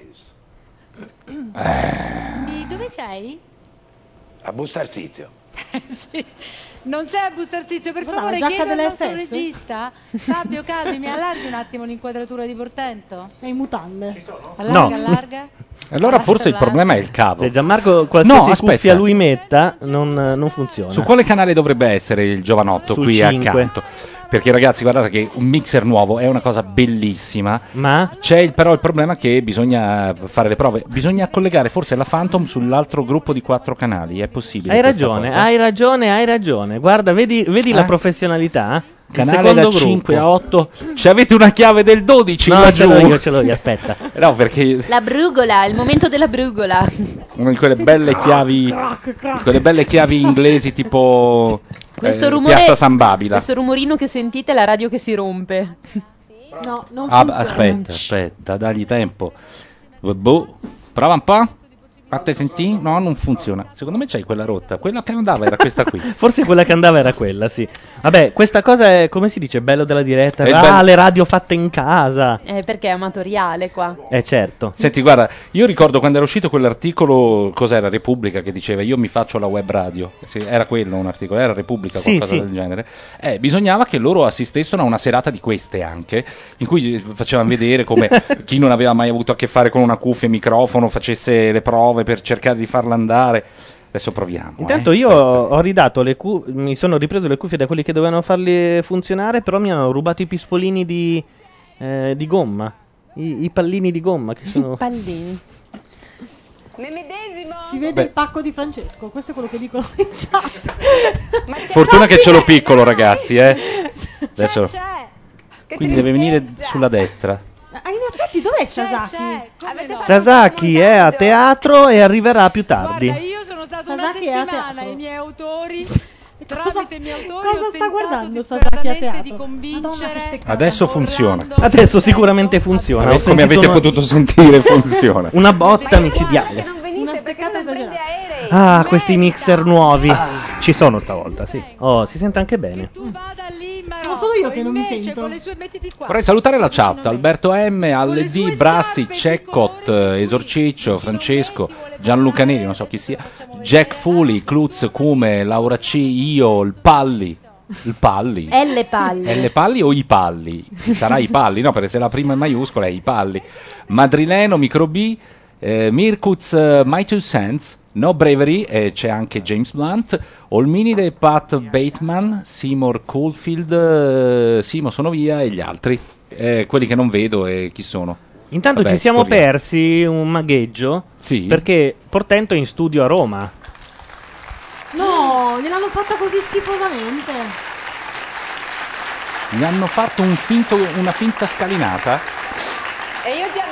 Dove sei? A Bustarsizio. Sì. Non sei a Bustarsizio, per Guarda, favore la giacca chiedo al nostro dell'FS? regista Fabio Calvi, mi allarghi un attimo l'inquadratura di Portento? È in mutande. Allarga, No. allarga. Allora forse il problema è il cavo. Se Gianmarco qualsiasi No, aspetta. cuffia lui metta non funziona. Su quale canale dovrebbe essere il giovanotto Sul qui 5. accanto? Perché ragazzi, guardate che un mixer nuovo è una cosa bellissima. Ma c'è però il problema che bisogna fare le prove. Bisogna collegare forse la Phantom sull'altro gruppo di 4 canali. È possibile? Hai questa ragione, cosa? hai ragione, hai ragione. Guarda, vedi la professionalità? Il Canale secondo da gruppo. 5 a 8. Ci avete una chiave del 12 No, laggiù? ce l'ho io, aspetta. No, perché La brugola, il momento della brugola. una di quelle belle chiavi, quelle belle chiavi inglesi tipo Questo rumore, Piazza San Babila. questo rumorino che sentite è la radio che si rompe. No, non Ah, funziona. aspetta, dagli tempo. Boh, prova un po'. Fatte sentì? No, non funziona. Secondo me c'hai quella rotta. Quella che andava era questa qui. Forse quella che andava era quella, sì. Vabbè, questa cosa è, come si dice, bello della diretta. È bello. Le radio fatte in casa. Perché è amatoriale qua. Certo. Senti, guarda, io ricordo quando era uscito quell'articolo, cos'era, Repubblica, che diceva io mi faccio la web radio. Sì, era quello un articolo, era Repubblica, qualcosa del genere. Bisognava che loro assistessero a una serata di queste anche, in cui facevano vedere come chi non aveva mai avuto a che fare con una cuffia e microfono facesse le prove per cercare di farla andare. Adesso proviamo. Intanto io ho ridato mi sono ripreso le cuffie da quelli che dovevano farli funzionare, però mi hanno rubato i pispolini di gomma, i pallini di gomma che sono... Pallini. Si vede il pacco di Francesco, questo è quello che dicono in chat. Fortuna che ce l'ho piccolo, ragazzi, Adesso quindi deve venire sulla destra. In effetti dov'è Sasaki? Sasaki è a teatro e arriverà più tardi. Guarda, io sono stata una settimana ai miei autori. Tramite i miei autori cosa sta guardando Sasaki a teatro? Di convincere. Adesso funziona. Adesso sicuramente funziona. Come avete potuto sentire, funziona. Una botta micidiale. Ah, questi mixer nuovi. Ci sono stavolta, sì. Oh, si sente anche bene. Sono solo io che non mi sento. Vorrei salutare la chat: Alberto M, LD, Brassi, Ceccot, Esorciccio, Francesco, Gianluca Neri, non so chi sia, Jack Fuli, Cluz, Cume, Laura C, io, il Palli. Il Palli? L Palli. L Palli o i Palli? Sarà i Palli, no? Perché se la prima è maiuscola è i Palli. Madrileno, Micro B, Mirkuz, My Two Cents, No Bravery, c'è anche James Blunt, Olminide, Pat Bateman, Seymour Caulfield, Simo sono via e gli altri, quelli che non vedo e chi sono. Intanto ci siamo persi un magheggio, perché Portento è in studio a Roma. No, gliel'hanno fatta così schifosamente. Gli hanno fatto una finta scalinata. E io ti adoro.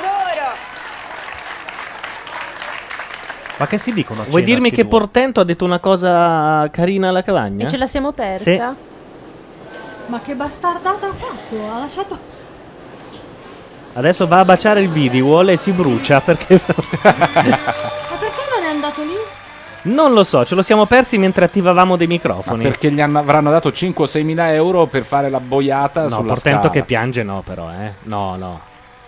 Ma che si dicono? Vuoi dirmi che Portento ha detto una cosa carina alla Cavagna? E ce la siamo persa? Sì. Ma che bastardata ha fatto? Ha lasciato... Adesso va a baciare il Bidiwall e si brucia perché... Ma perché non è andato lì? Non lo so, ce lo siamo persi mentre attivavamo dei microfoni. Ma perché avranno dato 5 o 6 mila euro per fare la boiata sulla Portento scala. che piange no però, No.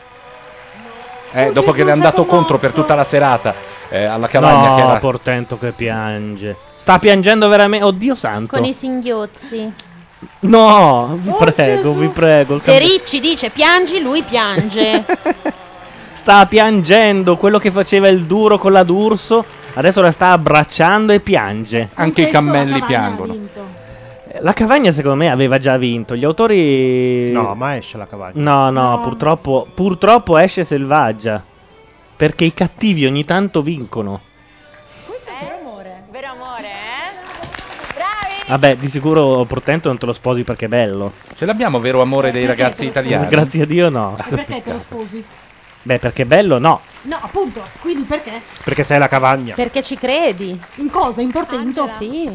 Dopo che le è andato contro per tutta la serata alla Cavagna. No, che era... Portento che piange. Sta piangendo veramente, oddio santo. Con i singhiozzi. No, vi prego. Se Ricci dice piangi, lui piange. Sta piangendo quello che faceva il duro con la D'Urso. Adesso la sta abbracciando e piange. Anche i cammelli piangono. La Cavagna secondo me aveva già vinto. Gli autori... No, ma esce la Cavagna. No, purtroppo esce Selvaggia. Perché i cattivi ogni tanto vincono. Questo è vero amore, Bravi! Vabbè, di sicuro Portento non te lo sposi perché è bello. Ce l'abbiamo vero amore dei ragazzi italiani? Grazie a Dio no. E perché te lo sposi? Beh, perché è bello no. No, appunto, quindi perché? Perché sei la Cavagna. Perché ci credi. In cosa? In Portento? Sì.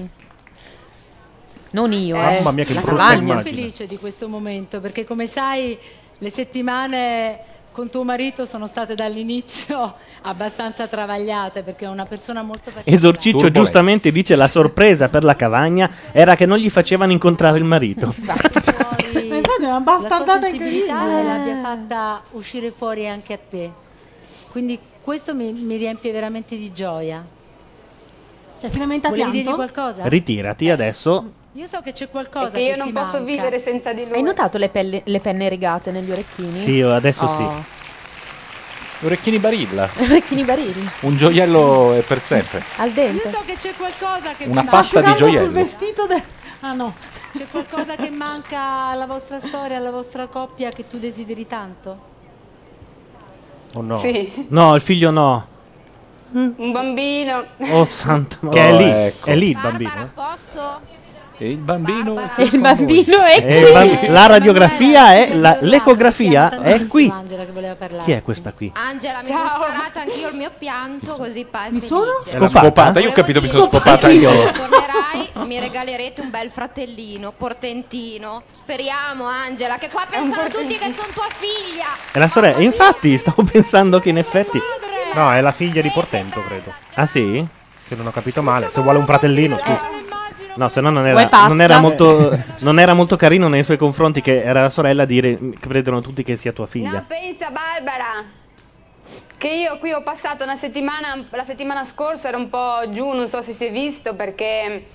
Non io, Mamma mia, che la brutta Cavagna. immagine. Sono felice di questo momento perché come sai le settimane con tuo marito sono state dall'inizio abbastanza travagliate perché è una persona molto particolare. Esorciccio giustamente dice la sorpresa per la Cavagna era che non gli facevano incontrare il marito. Infatti è una La bastardata sua sensibilità incredibile. l'abbia fatta uscire fuori anche a te. Quindi questo mi riempie veramente di gioia. Cioè, finalmente ha Volevi pianto? dirgli qualcosa? Ritirati adesso. Io so che c'è qualcosa Perché io che non ti posso manca. vivere senza di lui. Hai notato le penne rigate negli orecchini? Sì, adesso sì. Orecchini Barilla. Orecchini barili. Un gioiello è per sempre. Al dente. Io so che c'è qualcosa che Una ti pasta di manca. gioielli. sul vestito del... Ah no. C'è qualcosa che manca alla vostra storia, alla vostra coppia che tu desideri tanto? Oh no. Sì. No, il figlio no. Un bambino. Oh santa Che è lì, ecco. è lì il bambino. Posso? E il bambino. Il bambino è E il qui. la radiografia è l'ecografia è qui. Angela che voleva parlare. Chi è questa qui? Angela, mi sono sparata anch'io il mio pianto, così pa' è felice. È la scopata? Io ho capito, mi sono scopata Quando io. tornerai mi regalerete un bel fratellino, portentino. Speriamo, Angela, che qua pensano tutti che sono tua figlia. È la sorella. Infatti stavo pensando che in effetti No, è la figlia di Portento, credo. Ah sì? Se non ho capito male. Se vuole un fratellino, scusa. No, se no non Vuoi era, pazza? non era molto carino nei suoi confronti, che era la sorella, a dire che credono tutti che sia tua figlia. No, pensa Barbara, che io qui ho passato una settimana, la settimana scorsa ero un po' giù, non so se si è visto, perché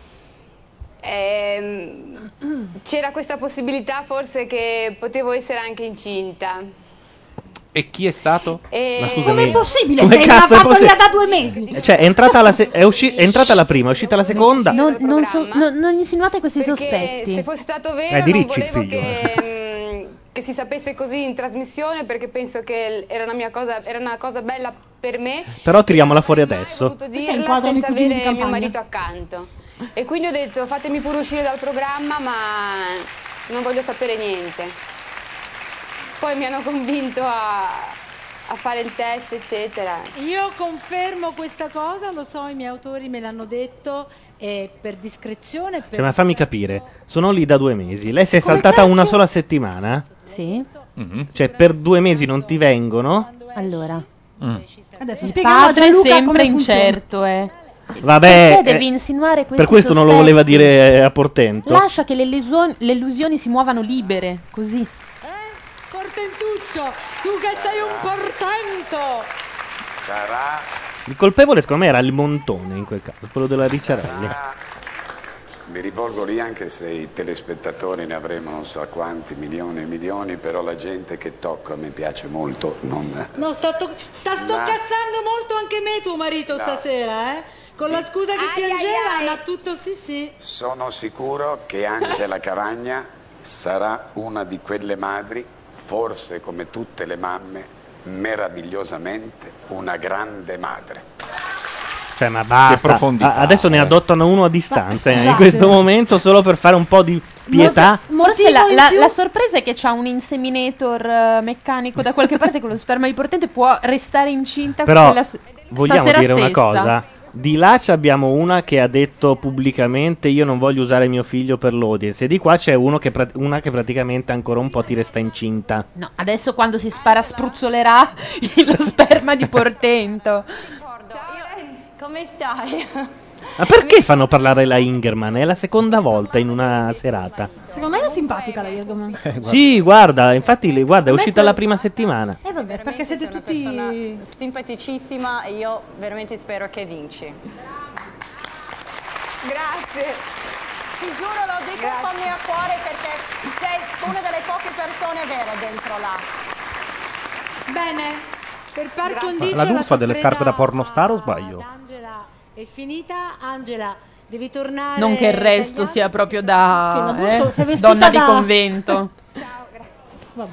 c'era questa possibilità forse che potevo essere anche incinta. E chi è stato? Ma scusami, Com'è possibile? come Sei in una cazzo è fattoria possibile? da 2 mesi. Cioè, è entrata è entrata la prima, è uscita la seconda. Non insinuate questi sospetti. Se fosse stato vero È di non Ricci il volevo figlio. che si sapesse così in trasmissione, perché penso che era una cosa bella per me. Però tiriamola fuori adesso. Ho voluto dirla senza avere mio marito accanto. E quindi ho detto fatemi pure uscire dal programma, ma non voglio sapere niente. Poi mi hanno convinto a fare il test, eccetera. Io confermo questa cosa, lo so, i miei autori me l'hanno detto, per discrezione. Per... Cioè, ma fammi capire, sono lì da 2 mesi. Lei si è saltata una sola settimana? Sì. Cioè, per 2 mesi non ti vengono? Allora. Adesso Il spieghiamo a padre è Gianluca sempre come funziona. incerto, Vabbè, Perché devi insinuare questi per questo non lo sospetti? voleva dire a Portento. Lascia che le illusioni si muovano libere, così. Portentuccio, tu che sei un portento! Sarà... Il colpevole secondo me era il Montone in quel caso, quello della Ricciarelli. Mi rivolgo lì anche se i telespettatori ne avremo non so quanti, milioni e milioni, però la gente che tocca mi piace molto. No, sta stocazzando molto anche me tuo marito stasera, eh? Con la scusa che piangeva, ma tutto sì. Sono sicuro che Angela Cavagna sarà una di quelle madri, forse come tutte le mamme, meravigliosamente una grande madre. Cioè, ma basta. profondità, Adesso ne adottano uno a distanza in questo momento, solo per fare un po' di pietà. Forse la sorpresa è che c'ha un inseminator meccanico da qualche parte con lo sperma di Portento e può restare incinta. Però vogliamo dire stessa. una cosa. Di là abbiamo una che ha detto pubblicamente io non voglio usare mio figlio per l'audience, e di qua c'è una che praticamente ancora un po' ti resta incinta. No, adesso quando si spara spruzzolerà lo sperma di Portento. Come stai? Ma perché fanno parlare la Ingerman? È la seconda volta in una serata. Secondo me è simpatica la Ingerman. Sì, guarda, infatti è uscita la prima settimana. Vabbè, perché siete tutti... Una persona simpaticissima e io veramente spero che vinci. Grazie. Ti giuro, lo dico con mio cuore perché sei una delle poche persone vere dentro là. Bene, per par condicio La D'Urso ha delle sorpresa scarpe da pornostar o sbaglio? Angela è finita. Angela, devi tornare. Non che il resto sia proprio da Sì, ma D'Urso si è vestita donna di da- convento. Vabbè.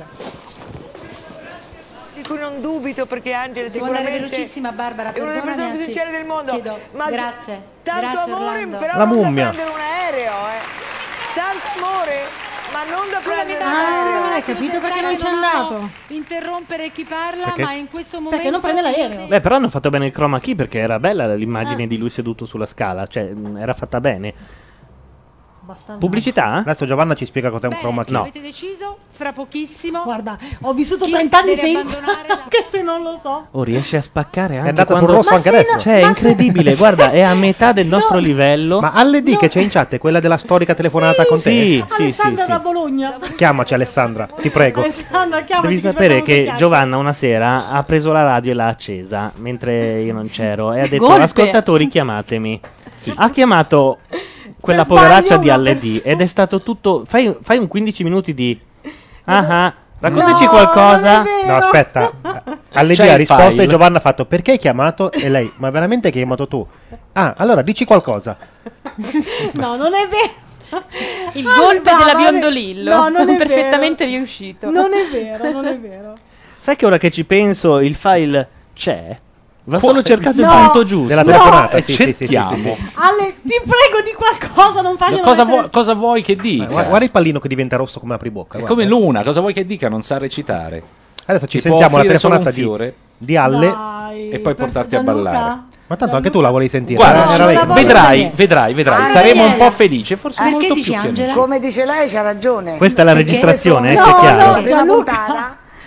Di cui non dubito, perché Angela Devo andare sicuramente velocissima, Barbara, è una delle persone più perdonami, sincere del mondo. chiedo. Ma Grazie. tanto Grazie, amore, Orlando. però La non mummia. da prendere un aereo, Tanto amore, ma non da prendere un Barbara, aereo. non hai capito perché non c'è andato? Interrompere chi parla, Perché? ma in questo momento Perché non prende l'aereo? Beh, però hanno fatto bene il chroma key, perché era bella l'immagine di lui seduto sulla scala, cioè era fatta bene. Basta. Pubblicità? Adesso Giovanna ci spiega cos'è un Bene, chroma key. No. avete deciso? Fra pochissimo. Guarda, ho vissuto Chi 30 anni deve senza, abbandonare la- anche se non lo so. Oh, riesce a spaccare anche andata quando... sul rosso anche adesso. Cioè, è incredibile, guarda, è a metà del nostro livello. Ma Alle che c'è in chat è quella della storica telefonata con te? Sì, sì, Alessandra sì. da Bologna. Chiamaci Alessandra, ti prego. Alessandra, chiamaci. Devi ci sapere facciamo che chiacchiere. Giovanna una sera ha preso la radio e l'ha accesa mentre io non c'ero e ha detto Golpe. ascoltatori chiamatemi. Ha chiamato quella Per sbaglio poveraccia di una Alle persona. ed è stato tutto... Fai un 15 minuti di... raccontaci No, qualcosa. non è vero. No, aspetta. Alle C'è ha il risposto file. e Giovanna ha fatto perché hai chiamato? E lei, ma veramente che hai chiamato tu? Ah, allora dici qualcosa. No, non è vero. Il golpe brava, della non è- Biondolillo. No, non è Perfettamente vero. riuscito. Non è vero, non è vero. Sai che ora che ci penso il file c'è? Va Può- solo cercato il No. punto giusto. Della No. telefonata, sì, sì, sì, sì, cerchiamo. sì, sì. Ale, ti prego di qualcosa, non farglielo mettere- Cosa vuoi che dica? Guarda il pallino che diventa rosso come apribocca. È guarda. come Luna, cosa vuoi che dica? Non sa recitare. Adesso ci Ti può sentiamo la offrire solo telefonata un fiore di Alle. Dai, E poi per portarti a Gianluca. ballare. Ma tanto anche tu la volevi sentire. Guarda, Era lei che la voleva. voglio vedrai. Ah, Saremo un Daniela. po' felici, forse Perché molto dici più che Angela? noi. Come dice lei, c'ha ragione. Questa è la Perché registrazione, questo- sia no, chiaro. la prima Gianluca. puntata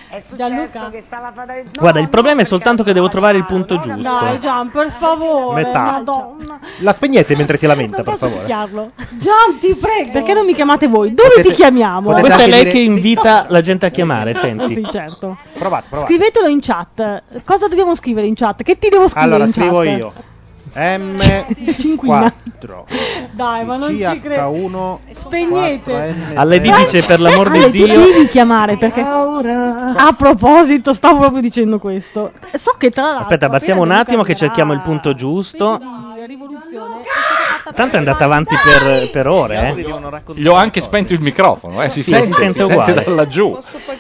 È successo Gianluca? che stava a fare... Guarda, il problema è soltanto che devo trovare il punto giusto. Dai, Gian, per favore. Metà. Madonna. La spegnete mentre si lamenta, per favore. Picchiarlo. Gian, ti prego. Perché non mi chiamate voi? Dove Potete- ti chiamiamo? potete Questa è anche lei dire- che invita la gente a chiamare, senti. Sì, certo. Provate. Scrivetelo in chat. Cosa dobbiamo scrivere in chat? Che ti devo scrivere Allora, in scrivo chat? io. Cinquina. M4 Dai, ma non ci credo. CH1 Spegnete. Alle D dice per l'amor di Tu Dio. devi chiamare perché a proposito stavo proprio dicendo questo. So che tra l'altro Aspetta, abbassiamo un attimo che cerchiamo il punto giusto. Tanto è andata avanti per ore, Gli ho anche spento il microfono, si Sì, sente, si sente uguale. da laggiù.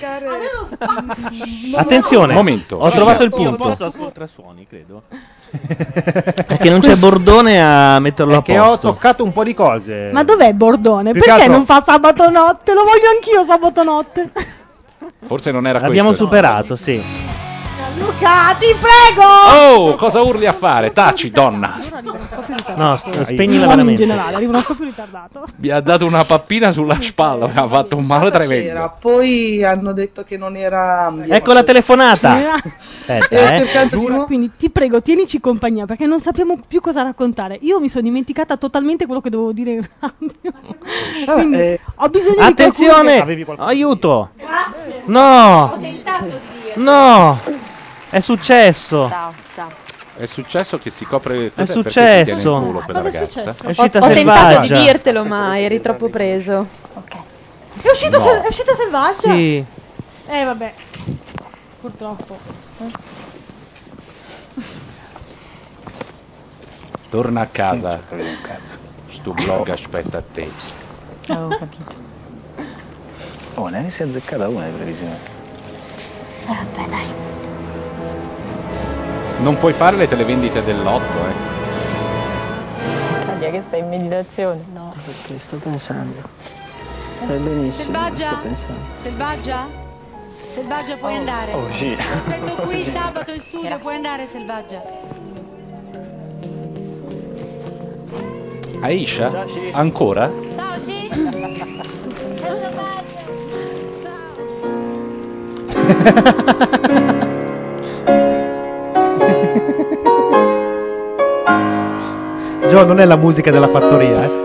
Attenzione, Momento. ho Ci trovato il siamo. punto. ultrasuoni, credo. Perché non c'è Bordone a metterlo a Che posto. ho toccato un po' di cose. Ma dov'è Bordone? Più che Perché altro- non fa sabato notte? Lo voglio anch'io sabato notte. Forse non era L'abbiamo questo. superato, sì. Luca, ti prego! Oh, cosa urli a fare? Taci, donna. No, spegnila In veramente. generale, arriva uno scoppio ritardato. Mi ha dato una pappina sulla spalla, mi ha fatto un male tremendo. Poi hanno detto che non era... Ecco la telefonata. Aspetta, Quindi ti prego, tienici compagnia perché non sappiamo più cosa raccontare. Io mi sono dimenticata totalmente quello che dovevo dire in radio. Quindi ho bisogno Attenzione! di qualcuno Aiuto! Grazie. No! No! È successo! Ciao, ciao. È successo che si copre. È cos'è? Perché successo. si tiene il culo quella Cosa è ragazza? successo? È uscita Ho tentato selvaggia. di dirtelo, ma eri troppo preso. È uscita, No. è uscita selvaggia? Sì. Vabbè. Purtroppo. Torna a casa. Sto blog aspetta a te. Ho capito. Oh, ne si è azzeccata una di previsione. Vabbè, dai. Non puoi fare le televendite dell'otto, Nadia, che sei in meditazione? No, perché sto pensando. Vai benissimo, Selvaggia? sto pensando. Selvaggia? Selvaggia puoi andare. oh, sì. Aspetto qui Sì. sabato in studio, puoi andare Selvaggia. Aisha? Ancora? Ciao, sì. Gio, non è la musica della fattoria, eh.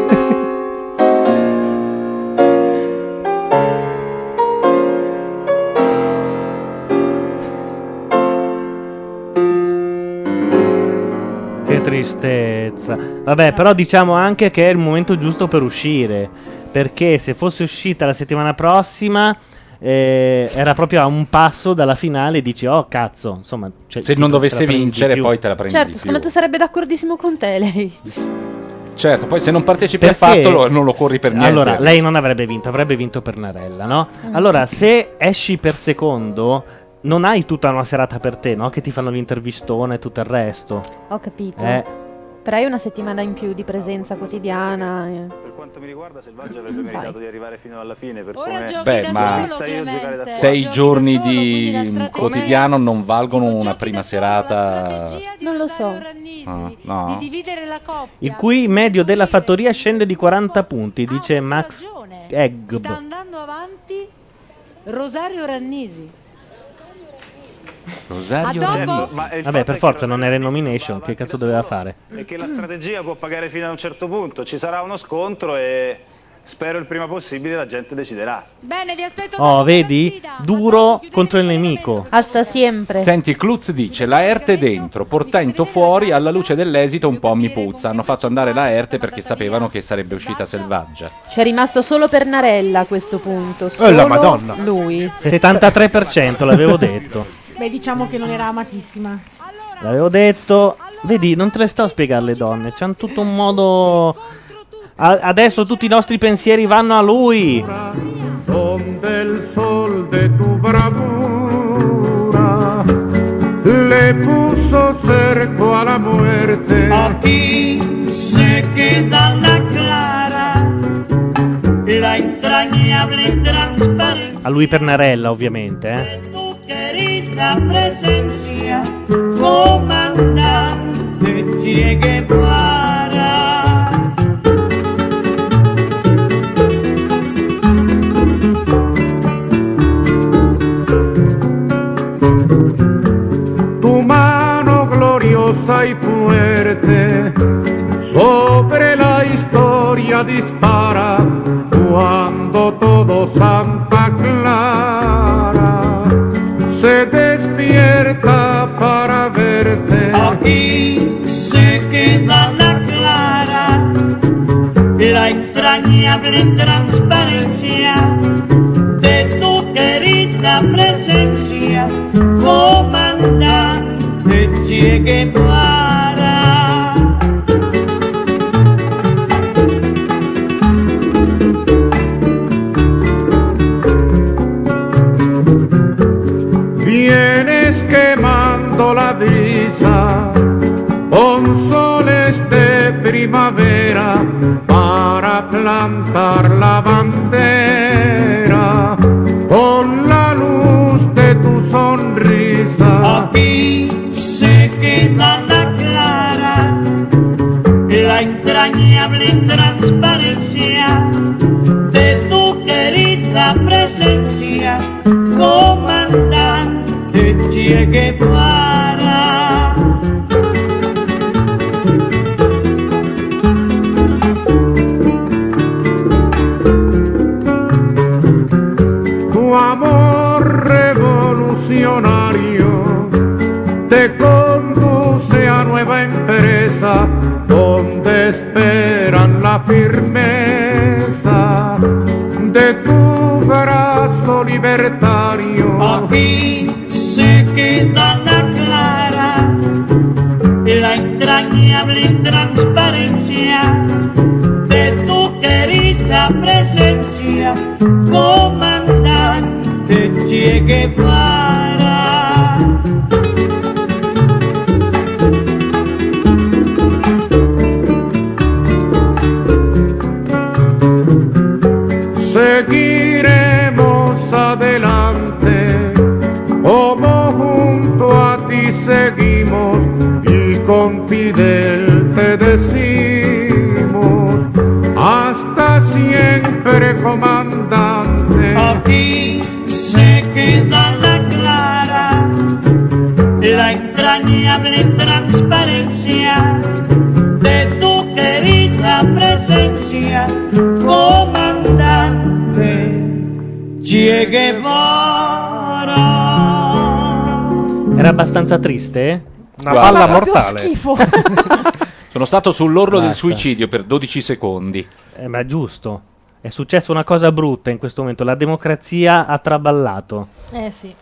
Che tristezza. Vabbè, però diciamo anche che è il momento giusto per uscire. Perché se fosse uscita la settimana prossima, era proprio a un passo dalla finale e dici, oh cazzo, insomma. Cioè, Se non dovesse vincere, poi te la prendi Certo, di secondo più. me tu sarebbe d'accordissimo con te lei. Certo, poi se non partecipi Perché? affatto non lo corri per niente. Allora, lei non avrebbe vinto Pernarella, no? Allora, se esci per secondo, non hai tutta una serata per te, no? Che ti fanno l'intervistone e tutto il resto. Ho capito. Eh. Però hai una settimana in più di presenza quotidiana. Per quanto mi riguarda, Selvaggia avrebbe meritato di arrivare fino alla fine. Per Ora come giochi Beh, da ma solo, io giocare da Clemente. 6 Giochi giorni da solo, quindi di la strategia- quotidiano non valgono una prima serata. Non lo so. Ah, di no. dividere la coppia. Il cui medio della fattoria scende di 40 punti, dice Max Egg. Sta andando avanti Rosario Rannisi. Rosario A dopo. Rannisi. Ma il Vabbè, fatto per è forza che non era in nomination, che cazzo doveva fare? E che la strategia può pagare fino a un certo punto. Ci sarà uno scontro e spero il prima possibile la gente deciderà. Bene, vi aspetto. Oh, vedi? Duro contro il nemico. Hasta sempre. Senti, Klutz dice la Erte dentro, Portento fuori, alla luce dell'esito un po' mi puzza. Hanno fatto andare la Erte perché sapevano che sarebbe uscita selvaggia. C'è rimasto solo Pernarella a questo punto. Solo la Madonna. lui. 73%, l'avevo detto. Beh, diciamo che non era amatissima. L'avevo detto. Vedi, non te le sto a spiegare le donne. C'hanno tutto un modo. Adesso tutti i nostri pensieri vanno a lui. Donde el sol de tu bravura le puso cerco a la muerte. Aquí se queda la clara, la entrañable transparencia A lui Pernarella, ovviamente, de tu querida presencia, comandante Che Guevara. luna dispara cuando todo Santa Clara se despierta para verte. Aquí se queda la clara, la entrañable transparencia de tu querida presencia, comandante Che Guevara. Vienes quemando la brisa con soles de primavera para plantar la bandera con la luz de tu sonrisa. Aquí se queda la clara, la entrañable transparencia de tu querida presencia, comandante Che Guevara. Tu amor revolucionario te conduce a nueva empresa donde esperan la firmeza de tu brazo libertario. Aquí se queda la clara, la entrañable transparencia de tu querida presencia, comandante Che Guevara. Seguiremos adelante, como junto a ti seguimos, y con Fidel te decimos, hasta siempre, comandante. Aquí se queda la clara, la entrañable transparencia de tu querida presencia, comandante Che Guevara. Era abbastanza triste? Una palla mortale. Sono stato sull'orlo del Basta. suicidio per 12 secondi. Ma è giusto. È successa una cosa brutta in questo momento. La democrazia ha traballato. Sì.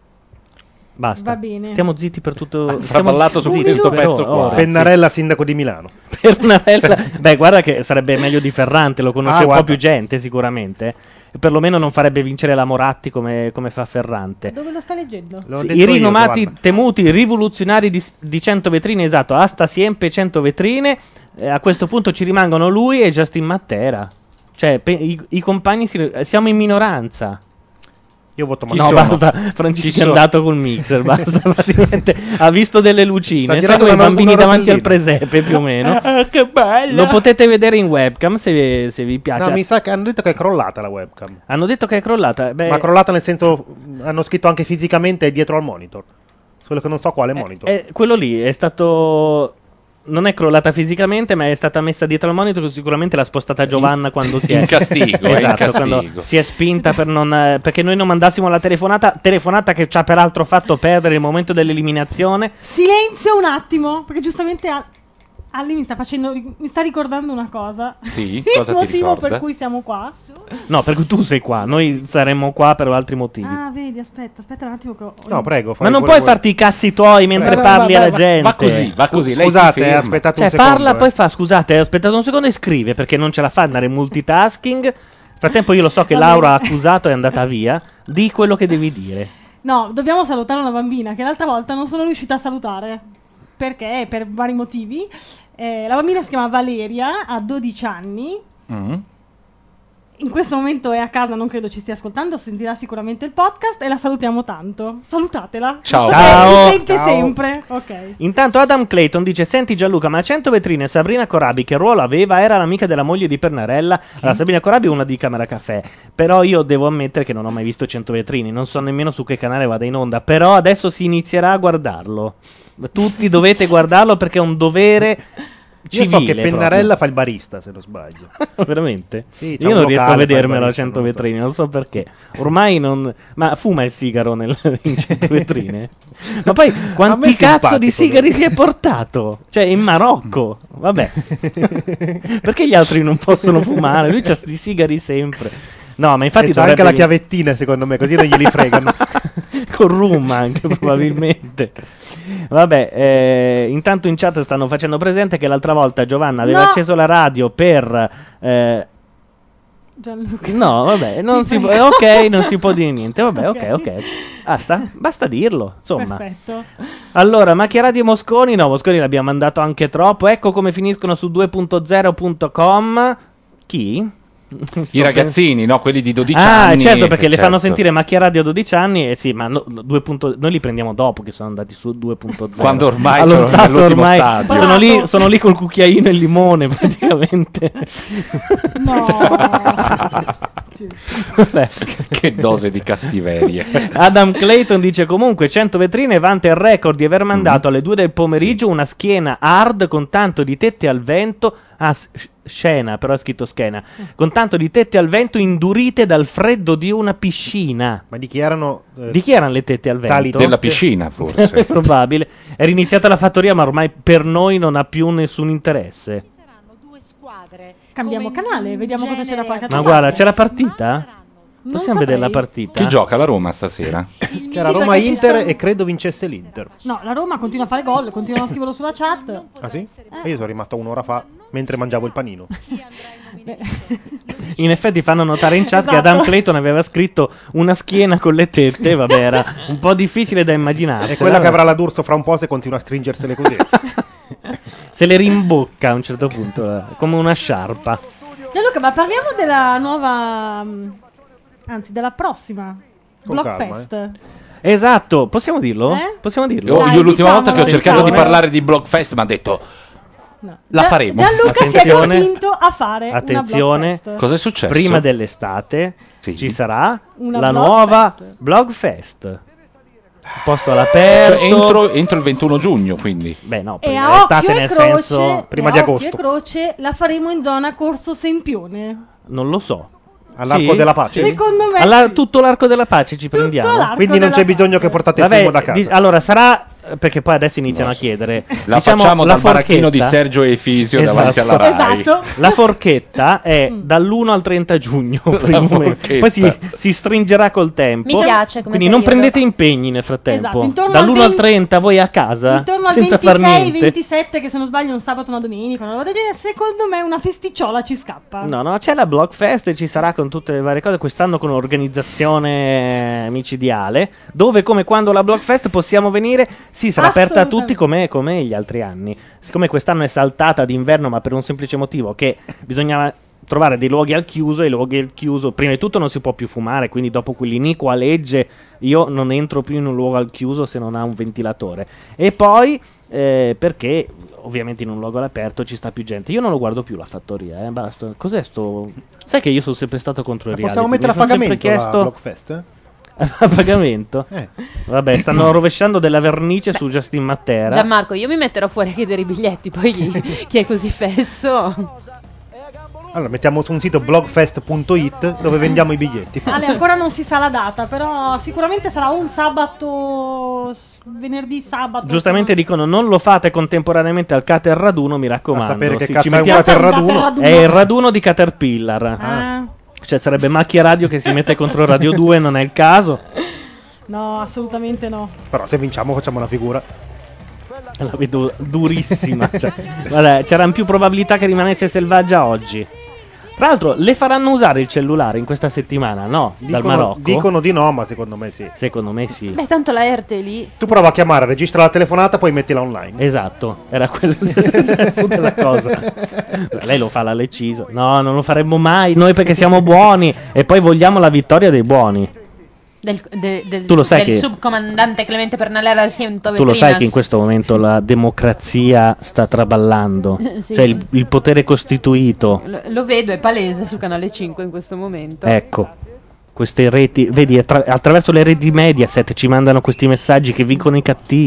Basta. Va bene. Stiamo zitti per tutto. Ha traballato su questo pezzo qua. Pennarella, sindaco di Milano. Pennarella. Beh, guarda che sarebbe meglio di Ferrante, lo conosce un po' guarda. più gente sicuramente. E perlomeno non farebbe vincere la Moratti come fa Ferrante. Dove lo stai leggendo? L'ho Sì, detto i io, rinomati Giovanna. temuti rivoluzionari di 100 vetrine, esatto, asta siempre 100 vetrine. A questo punto ci rimangono lui e Justin Matera. Cioè, i compagni siamo in minoranza. Io voto No, Matera. basta, Francisco è andato col mixer, basta, praticamente ha visto delle lucine, Sta sai girando come i una- bambini una davanti al rotellina. presepe più o meno. Che bello! Lo potete vedere in webcam se vi piace. No, mi sa che hanno detto che è crollata la webcam. Hanno detto che è crollata. Beh, Ma crollata nel senso, hanno scritto anche fisicamente dietro al monitor. Solo che non so quale monitor. quello lì è stato... Non è crollata fisicamente, ma è stata messa dietro al monitor, che sicuramente l'ha spostata Giovanna quando si è in castigo, è in esatto, castigo. quando si è spinta per non perché noi non mandassimo la telefonata che ci ha peraltro fatto perdere il momento dell'eliminazione. Silenzio un attimo, perché giustamente Ali mi sta ricordando una cosa. Sì, Il cosa ti motivo ricorda? per cui siamo qua. No, perché tu sei qua, noi saremmo qua per altri motivi. Ah, vedi, aspetta un attimo che No, prego. Ma non puoi farti i cazzi tuoi mentre Prego. parli alla Va gente. va così. Lei Scusate, si ferma. aspettate Cioè, un secondo. parla, poi fa, scusate, hai aspettato un secondo e scrive, perché non ce la fa andare in multitasking. Nel frattempo io lo so che Va Laura ha bene. accusato e è andata via. Di quello che devi dire. No, dobbiamo salutare una bambina che l'altra volta non sono riuscita a salutare. Perché? Per vari motivi. La bambina si chiama Valeria, ha 12 anni. In questo momento è a casa, non credo ci stia ascoltando, sentirà sicuramente il podcast e la salutiamo tanto. Salutatela. Ciao. Perché Ciao. mi sente Ciao. sempre. Ok. Intanto Adam Clayton dice: senti Gianluca, ma a 100 vetrine Sabrina Corabi che ruolo aveva? Era l'amica della moglie di Pernarella. Allora, Sabrina Corabi è una di Camera Caffè. Però io devo ammettere che non ho mai visto 100 vetrine. Non so nemmeno su che canale vada in onda. Però adesso si inizierà a guardarlo. Tutti dovete guardarlo perché è un dovere Io so che civile Pennarella fa il barista, se non sbaglio. Veramente? Sì, c'è Io un non riesco a locale, fa il vedermelo a barista, 100 non lo so. vetrine, non so perché. Ormai non. Ma fuma il sigaro in 100 vetrine? Ma poi quanti è cazzo di simpatico, sigari si è portato? Cioè, in Marocco. Vabbè. Perché gli altri non possono fumare? Lui c'ha sti sigari sempre. No, ma infatti E c'ha anche la chiavettina, secondo me, così non glieli fregano. Con rum anche probabilmente. Vabbè, intanto in chat stanno facendo presente che l'altra volta Giovanna aveva No. acceso la radio per Gianluca. no, vabbè, non si può, ok, non si può dire niente. Vabbè, ok. Basta dirlo, insomma. Perfetto. Allora, Macchia Radio Mosconi, no, Mosconi l'abbiamo mandato anche troppo. Ecco come finiscono su 2.0.com. Chi? I ragazzini, no? Quelli di 12 anni. Certo, perché le fanno certo. sentire Macchia Radio a 12 anni. Sì, ma noi li prendiamo dopo che sono andati su 2.0. Quando ormai allo sono stato nell'ultimo ormai stadio. sono lì col cucchiaino e il limone praticamente. Vabbè. Che dose di cattiverie. Adam Clayton dice comunque 100 vetrine vanta il record di aver mandato alle 2 del pomeriggio una schiena hard con tanto di tette al vento. Scena, però è scritto schena. Con tanto di tette al vento indurite dal freddo di una piscina. Ma di chi erano? Di chi erano le tette al vento? Della piscina, forse. È probabile. Era iniziata la fattoria, ma ormai per noi non ha più nessun interesse. Cambiamo canale, vediamo cosa c'è da qualche Ma guarda, c'è la partita? Possiamo vedere la partita? Chi gioca la Roma stasera? C'era Roma-Inter e credo vincesse l'Inter. No, la Roma continua a fare gol, continuano a scriverlo sulla chat. Ah sì? E io sono rimasto un'ora fa mentre mangiavo il panino. In effetti fanno notare in chat che Esatto. Adam Clayton aveva scritto una schiena con le tette, vabbè, era un po' difficile da immaginarsi. È quella che avrà la D'Urso fra un po' se continua a stringersele così. Se le rimbocca a un certo punto, come una sciarpa. Gianluca, ma parliamo della nuova, anzi della prossima Con Blockfest. Esatto, possiamo dirlo? Possiamo dirlo? Io l'ultima volta che ho diciamolo, cercato di diciamolo. parlare di Blockfest mi ha detto la faremo. Gianluca si è Attenzione. convinto a fare Attenzione, una Blockfest. Cosa è successo? prima dell'estate ci sarà Una la Blockfest. nuova Blockfest. Posto all'aperto. Cioè, entro il 21 giugno, quindi. Beh, no, E prima a dell'estate occhio e nel croce, senso prima e di a occhio agosto. e croce la faremo in zona Corso Sempione. Non lo so. All'Arco della Pace? Secondo me Tutto l'arco della pace ci prendiamo. l'arco Quindi non c'è bisogno che portate il Vabbè, fumo da casa. allora sarà perché poi adesso iniziano a chiedere. La Diciamo, facciamo la dal baracchino di forchetta- Sergio Efisio Esatto. davanti alla Rai. Esatto. La forchetta è dall'1 al 30 giugno. per il momento. forchetta. Poi si stringerà col tempo. Mi piace come Quindi non periodo. prendete impegni nel frattempo. Esatto, intorno Dall'1 al al 30 voi a casa intorno al senza far niente. 26-27, che se non sbaglio è un sabato o una domenica, una roba del genere, secondo me una festicciola ci scappa. No, c'è la Blockfest e ci sarà con tutte le varie cose. Quest'anno con un'organizzazione micidiale. Dove, come quando la Blockfest possiamo venire. Sì, sarà aperta a tutti come gli altri anni. Siccome quest'anno è saltata d'inverno, ma per un semplice motivo che bisognava trovare dei luoghi al chiuso. E i luoghi al chiuso, prima di tutto, non si può più fumare. Quindi, dopo quell'iniqua legge, io non entro più in un luogo al chiuso se non ha un ventilatore. E poi, perché ovviamente in un luogo all'aperto ci sta più gente. Io non lo guardo più la fattoria. Basta. Cos'è sto. Sai che io sono sempre stato contro il reality. Possiamo mettere a Mi sono sempre pagamento la chiesto. Blockfest? A pagamento? Vabbè, stanno rovesciando della vernice su Justin Matera. Gianmarco, io mi metterò fuori a chiedere i biglietti, poi chi è così fesso. Allora, mettiamo su un sito blogfest.it dove vendiamo i biglietti. Ale, ancora non si sa la data, però sicuramente sarà un sabato, venerdì, sabato. Giustamente dicono non lo fate contemporaneamente al Cater Raduno, mi raccomando. A sapere che Sì, cazzo ci è un mettiamo- Cater Raduno? È il raduno di Caterpillar. Ah. Cioè sarebbe Macchia Radio che si mette contro Radio 2, non è il caso. No, assolutamente no. Però se vinciamo facciamo una figura. La vedo durissima. Cioè, guarda, c'erano più probabilità che rimanesse Selvaggia oggi. Tra l'altro, le faranno usare il cellulare in questa settimana, no? Dal Marocco? Dicono di no, ma secondo me sì. Secondo me sì. Beh, tanto la ERTE è lì. Tu prova a chiamare, registra la telefonata, poi mettila online. Esatto, era quello il senso della cosa. Lei lo fa la Leciso. No, non lo faremmo mai. Noi perché siamo buoni e poi vogliamo la vittoria dei buoni. Tu lo sai del che- subcomandante Clemente Pernalera 100 Tu lo sai che in questo momento la democrazia sta traballando. Sì. Cioè il potere costituito. Lo vedo, è palese su Canale 5 in questo momento. Ecco. Queste reti, vedi, attraverso le reti Mediaset ci mandano questi messaggi che vincono i cattivi.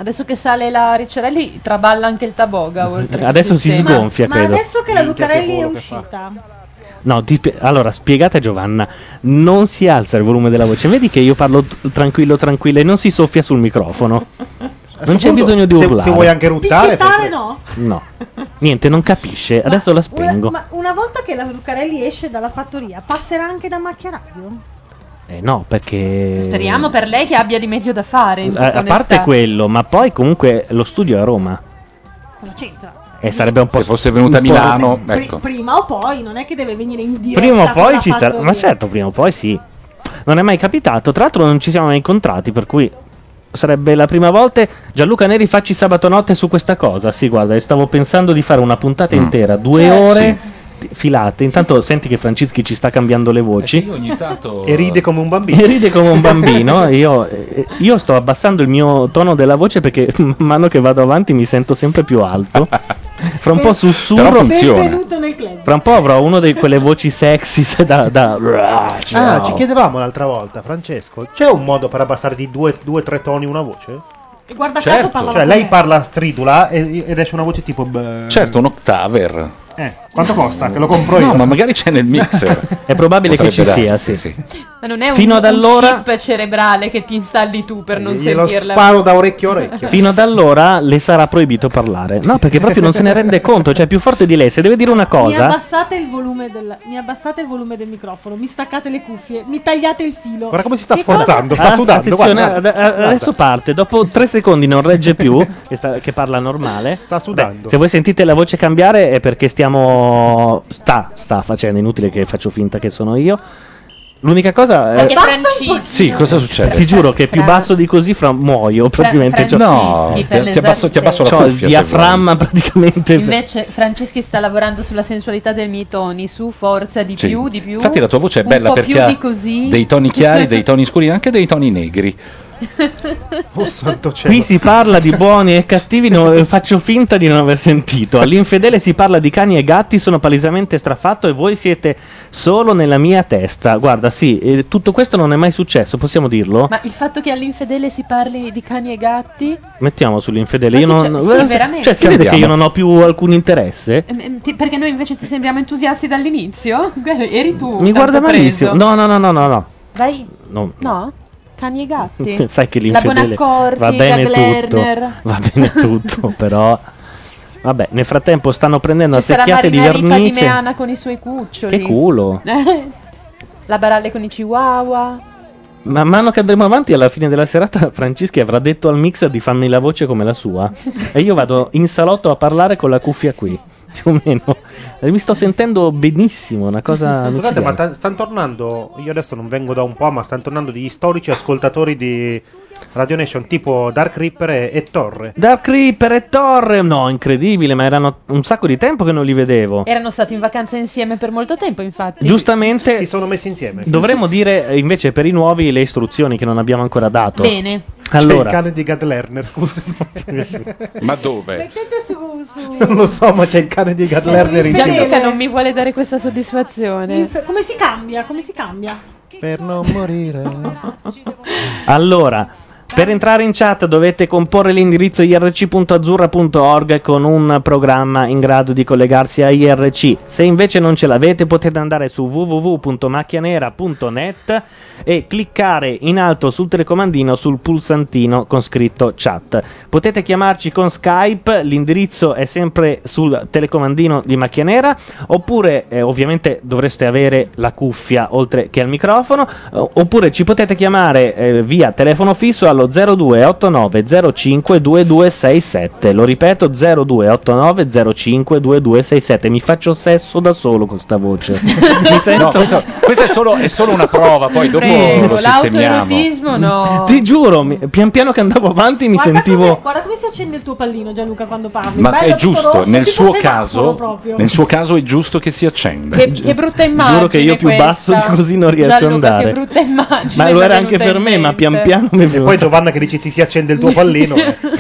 Adesso che sale la Ricciarelli traballa anche il Taboga. Oltre Adesso si sgonfia, Ma credo. adesso che la Lucarelli è uscita, No, allora spiegate a Giovanna, non si alza il volume della voce, vedi che io parlo tranquillo e non si soffia sul microfono. Non c'è bisogno di urlare. Se vuoi anche ruttare, picchiettare no. No, niente, non capisce. Adesso la spengo. Ma una volta che la Lucarelli esce dalla fattoria, passerà anche da Macchia Radio? No, perché Speriamo per lei che abbia di meglio da fare. In tutta a parte onestà. quello, ma poi comunque lo studio è a Roma. Cosa c'entra? E sarebbe un po' Se fosse venuta a un po' Milano, Pri- ecco. prima o poi, non è che deve venire in diretta. Prima o poi con la ci sarà. fattoria. Ma certo, prima o poi sì. Non è mai capitato. Tra l'altro non ci siamo mai incontrati, per cui sarebbe la prima volta. Gianluca Neri, facci sabato notte su questa cosa. Sì, guarda, stavo pensando di fare una puntata intera, 2 ore filate. Intanto senti che Francischi ci sta cambiando le voci. Io ogni tanto E ride come un bambino. E ride come un bambino. Io sto abbassando il mio tono della voce perché man mano che vado avanti mi sento sempre più alto. Fra un po' sussurro. Però funziona. Benvenuto nel club. Fra un po' avrò uno di quelle voci sexy da Ci chiedevamo l'altra volta, Francesco, c'è un modo per abbassare di 2-3 toni una voce? E guarda Certo. caso parlava Cioè con lei me. parla stridula ed esce una voce tipo... Certo, un octaver. Quanto costa? Che lo compro io. No, ma magari c'è nel mixer. È probabile che ci Potrebbe sia, darsi, sì. Ma non è Fino ad allora- un chip cerebrale che ti installi tu per non Glielo sentirla. sparo da orecchio a orecchio. Fino ad allora le sarà proibito parlare. No, perché proprio non se ne rende conto. Cioè, è più forte di lei. Se deve dire una Mi cosa, abbassate il volume del microfono, mi staccate le cuffie, mi tagliate il filo. Guarda come si sta Che cosa- sforzando, sta sudando. attenzione, Guarda. adesso parte. Dopo 3 secondi non regge più. Che parla normale. Sta sudando. Se voi sentite la voce cambiare è perché sta facendo, inutile che faccio finta che sono io. L'unica cosa Anche è Francischi. Sì, cosa succede? ti giuro che più basso di così muoio praticamente. No, per ti abbasso la C'ho il cuffia. se diaframma praticamente. Invece Franceschi sta lavorando sulla sensualità dei miei toni, su forza di Sì. più, di più. Infatti la tua voce è un bella po' perché più ha di così. dei toni chiari, dei toni scuri, anche dei toni negri. Oh santo cielo. Qui si parla di buoni e cattivi, faccio finta di non aver sentito. All'infedele si parla di cani e gatti, sono palesemente strafatto e voi siete solo nella mia testa. Guarda, sì, tutto questo non è mai successo, possiamo dirlo? Ma il fatto che all'infedele si parli di cani e gatti Mettiamo sull'infedele. Ma Io chi non, c'è? Sì, veramente. Cioè, si vede che Vediamo. io non ho più alcun interesse? perché noi invece ti sembriamo entusiasti dall'inizio? Guarda, eri tu. Mi tanto guarda malissimo. preso. No. Vai. No. No? Cani e gatti? Sai che La l'infedele Bonaccorti, va bene Gag tutto, Lerner. va bene tutto, però vabbè, nel frattempo stanno prendendo a Ci sarà secchiate di Marina Ripa di vernice. Meana con i suoi cuccioli. Che culo. La Baralle con i chihuahua. Man mano che andremo avanti, alla fine della serata, Francischi avrà detto al mixer di farmi la voce come la sua. E io vado in salotto a parlare con la cuffia qui, più o meno. E mi sto sentendo benissimo, una cosa Scusate, micidiale. ma stanno tornando, io adesso non vengo da un po', ma stanno tornando degli storici ascoltatori di Radio Nation, tipo Dark Ripper e Torre. Dark Reaper e Torre, no, incredibile, ma erano un sacco di tempo che non li vedevo. Erano stati in vacanza insieme per molto tempo, infatti. Giustamente Si sono messi insieme. dovremmo dire invece per i nuovi le istruzioni che non abbiamo ancora dato. Bene. C'è il Allora, cane di Gad Lerner, scusa. Ma dove? Mettete su Non lo so, ma c'è il cane di Gad Lerner in Infedele. giro. Gianluca non mi vuole dare questa soddisfazione. Come si cambia? Come si cambia? Per non morire. allora, per entrare in chat dovete comporre l'indirizzo irc.azzurra.org con un programma in grado di collegarsi a IRC. Se invece non ce l'avete potete andare su www.macchianera.net e cliccare in alto sul telecomandino sul pulsantino con scritto chat. Potete chiamarci con Skype, l'indirizzo è sempre sul telecomandino di Macchia Nera, oppure ovviamente dovreste avere la cuffia oltre che al microfono, oppure ci potete chiamare via telefono fisso allo 0289 05 2267. Lo ripeto, 0289 05 2267. Mi faccio sesso da solo con sta voce. Mi sento... No, questa è solo una prova, poi dopo lo sistemiamo. L'autoerotismo no. Ti giuro, pian piano che andavo avanti mi sentivo... Guarda come si accende il tuo pallino, Gianluca, quando parli. Ma Bello, è tutto giusto, rosso, nel tipo suo semaforo caso, proprio. nel suo caso è giusto che si accenda. Che brutta immagine. Giuro che io più questa. basso di così non riesco Gianluca, ad andare. Che brutta immagine. Ma lo mi è era anche venuta per in me, ma mente. pian piano mi è E venuto. poi Giovanna che dici ti si accende il tuo pallino.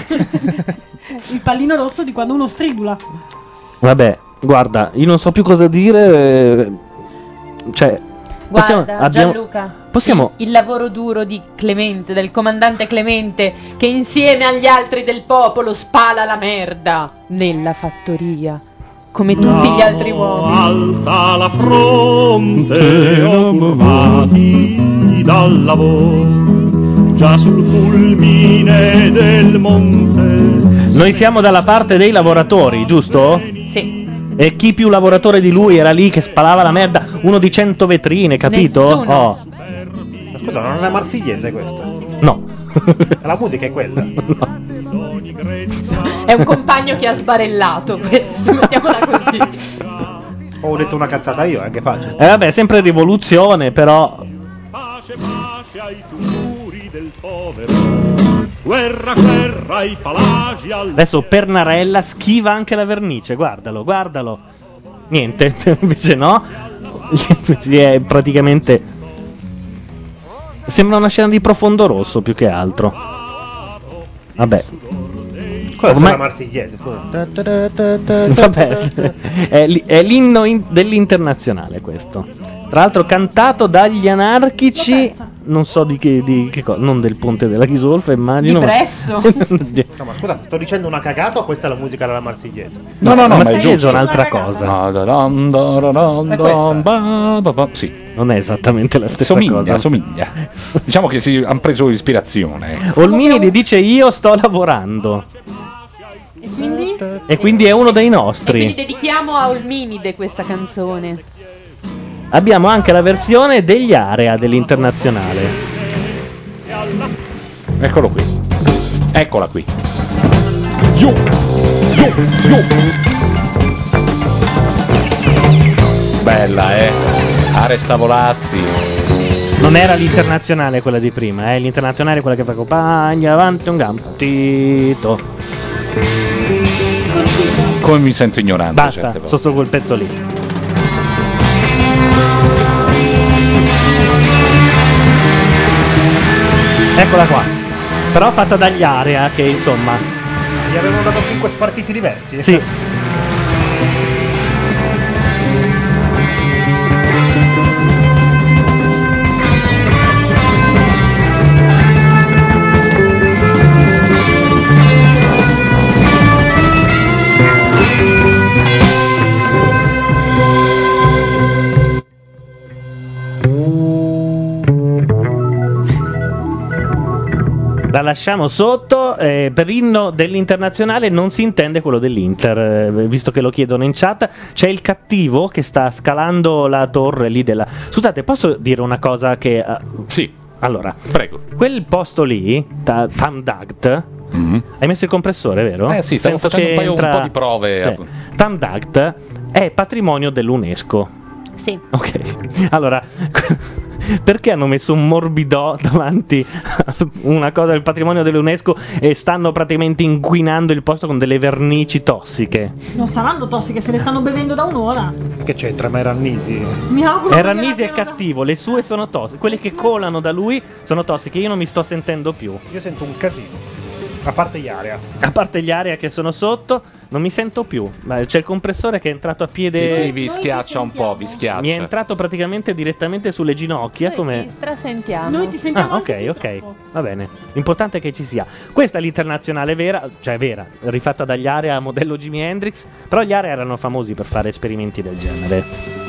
Il pallino rosso di quando uno stridula. Vabbè, guarda, io non so più cosa dire. Cioè, Guarda, Gianluca, il lavoro duro di Clemente, del comandante Clemente, che insieme agli altri del popolo spala la merda nella fattoria, come tutti gli altri uomini. Alta la fronte, curvati dal lavoro, già sul culmine del monte. Noi siamo dalla parte dei lavoratori, giusto? Sì. E chi più lavoratore di lui era lì che spalava la merda? Uno di 100 vetrine, capito? Nessuno. Oh. Scusa, non è la marsigliese questa? No. La musica è quella? No. È un compagno che ha sbarellato questo, mettiamola così. Ho detto una cazzata io, che faccio? Vabbè, sempre rivoluzione, però. Pace, pace ai tumori del povero. Guerra, guerra ai palagi al... Adesso Pernarella schiva anche la vernice, guardalo, guardalo. Niente, invece no. Si è praticamente... Sembra una scena di Profondo Rosso più che altro. Vabbè. Quella è la marsigliese, scusa. Vabbè, è l'inno dell'internazionale questo. Tra l'altro cantato dagli anarchici, non so di che cosa, non del Ponte della Risolfa, immagino. Di Presso. No, ma scusa, sto dicendo una cagata o questa è la musica della marsigliese? No, la ma è marsigliese giusto. è un'altra cosa. Sì. Non è esattamente la stessa cosa. Somiglia. Diciamo che hanno preso ispirazione. Olminidi dice io sto lavorando. E quindi? E quindi è uno dei E nostri. quindi dedichiamo a Olminide questa canzone. Abbiamo anche la versione degli Area dell'Internazionale. Eccolo qui. Eccola qui. Bella, Aresta Volazzi. Non era l'Internazionale quella di prima, l'Internazionale è quella che fa compagna avanti un gambito. Come mi sento ignorante. Basta, sto solo quel pezzo lì. Eccola qua. Però fatta dagli Area che insomma. Gli avevano dato 5 spartiti diversi? Sì. La lasciamo sotto, per inno dell'Internazionale non si intende quello dell'Inter, visto che lo chiedono in chat. C'è il cattivo che sta scalando la torre lì della... Scusate, posso dire una cosa che... Sì. Allora, prego. Quel posto lì, Tamdagt, hai messo il compressore, vero? Sì, stavo facendo un po' di prove. Sì. Tamdagt è patrimonio dell'UNESCO. Sì. Ok, allora... Perché hanno messo un morbidò davanti a una cosa del patrimonio dell'UNESCO e stanno praticamente inquinando il posto con delle vernici tossiche? Non saranno tossiche, se le stanno bevendo da un'ora. Che c'entra? Ma è Rannisi? Mi auguro. Rannisi è cattivo, le sue sono tossiche. Quelle che colano da lui sono tossiche. Io non mi sto sentendo più. Io sento un casino. A parte gli Area. A parte gli Area che sono sotto, non mi sento più. Ma c'è il compressore che è entrato a piede. Sì, vi schiaccia un po', vi schiaccia. Mi è entrato praticamente direttamente sulle ginocchia. Noi come... ti strasentiamo. Noi ti sentiamo. Ah, ok. Va bene. L'importante è che ci sia. Questa è l'Internazionale vera, cioè vera, rifatta dagli Area a modello Jimi Hendrix. Però gli Area erano famosi per fare esperimenti del genere.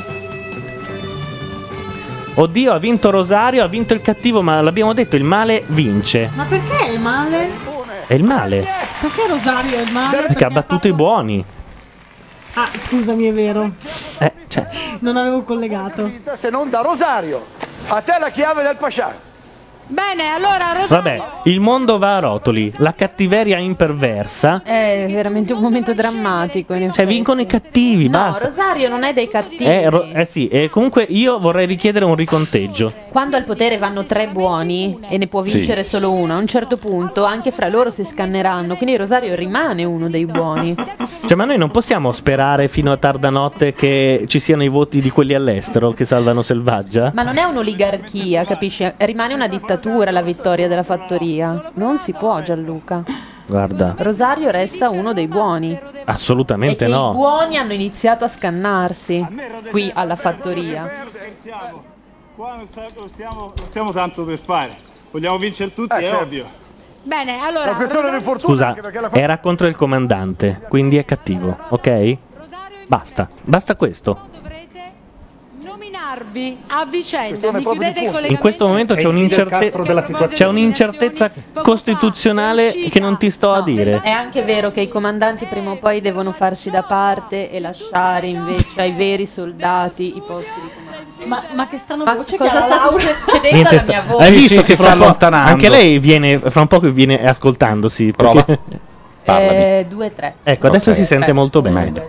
Oddio, ha vinto Rosario, ha vinto il cattivo, ma l'abbiamo detto, il male vince. Ma perché è il male? È il male. Perché Rosario è il male? Perché ha battuto i buoni. Ah, scusami, è vero. Cioè. Non avevo collegato. Se non da Rosario, a te la chiave del Pascià. Bene, allora Rosario. Vabbè, il mondo va a rotoli, la cattiveria imperversa. È veramente un momento drammatico. Cioè, vincono i cattivi, No, basta. Rosario non è dei cattivi. Sì, e comunque io vorrei richiedere un riconteggio. Quando al potere vanno 3 buoni e ne può vincere solo uno, a un certo punto anche fra loro si scanneranno. Quindi Rosario rimane uno dei buoni. Cioè, ma noi non possiamo sperare fino a tarda notte che ci siano i voti di quelli all'estero che salvano Selvaggia? Ma non è un'oligarchia, capisci? Rimane una dittatura la vittoria della fattoria. Non si può, Gianluca. Guarda, Rosario resta uno dei buoni. assolutamente E che no. i buoni hanno iniziato a scannarsi qui alla fattoria. Qua non stiamo tanto per fare. Vogliamo vincere tutti, è ovvio. Bene, allora. È una questione di fortuna. Scusa, anche perché la era contro il comandante, quindi è cattivo, ok? Basta questo. Nominarvi a vicenda. Questione Mi proprio chiudete di i punti. collegamenti. In questo momento c'è un'incertezza costituzionale che non ti sto a dire. È anche vero che i comandanti prima o poi devono farsi da parte e lasciare invece ai veri soldati i posti di comando. Ma che stanno Ma cosa sta succedendo Niente, alla mia voce? hai visto si che sta fra un po'- allontanando. Anche lei viene, fra un po' viene ascoltandosi. Prova. perché- 2-3. Ecco, adesso Ok. si sente molto bene.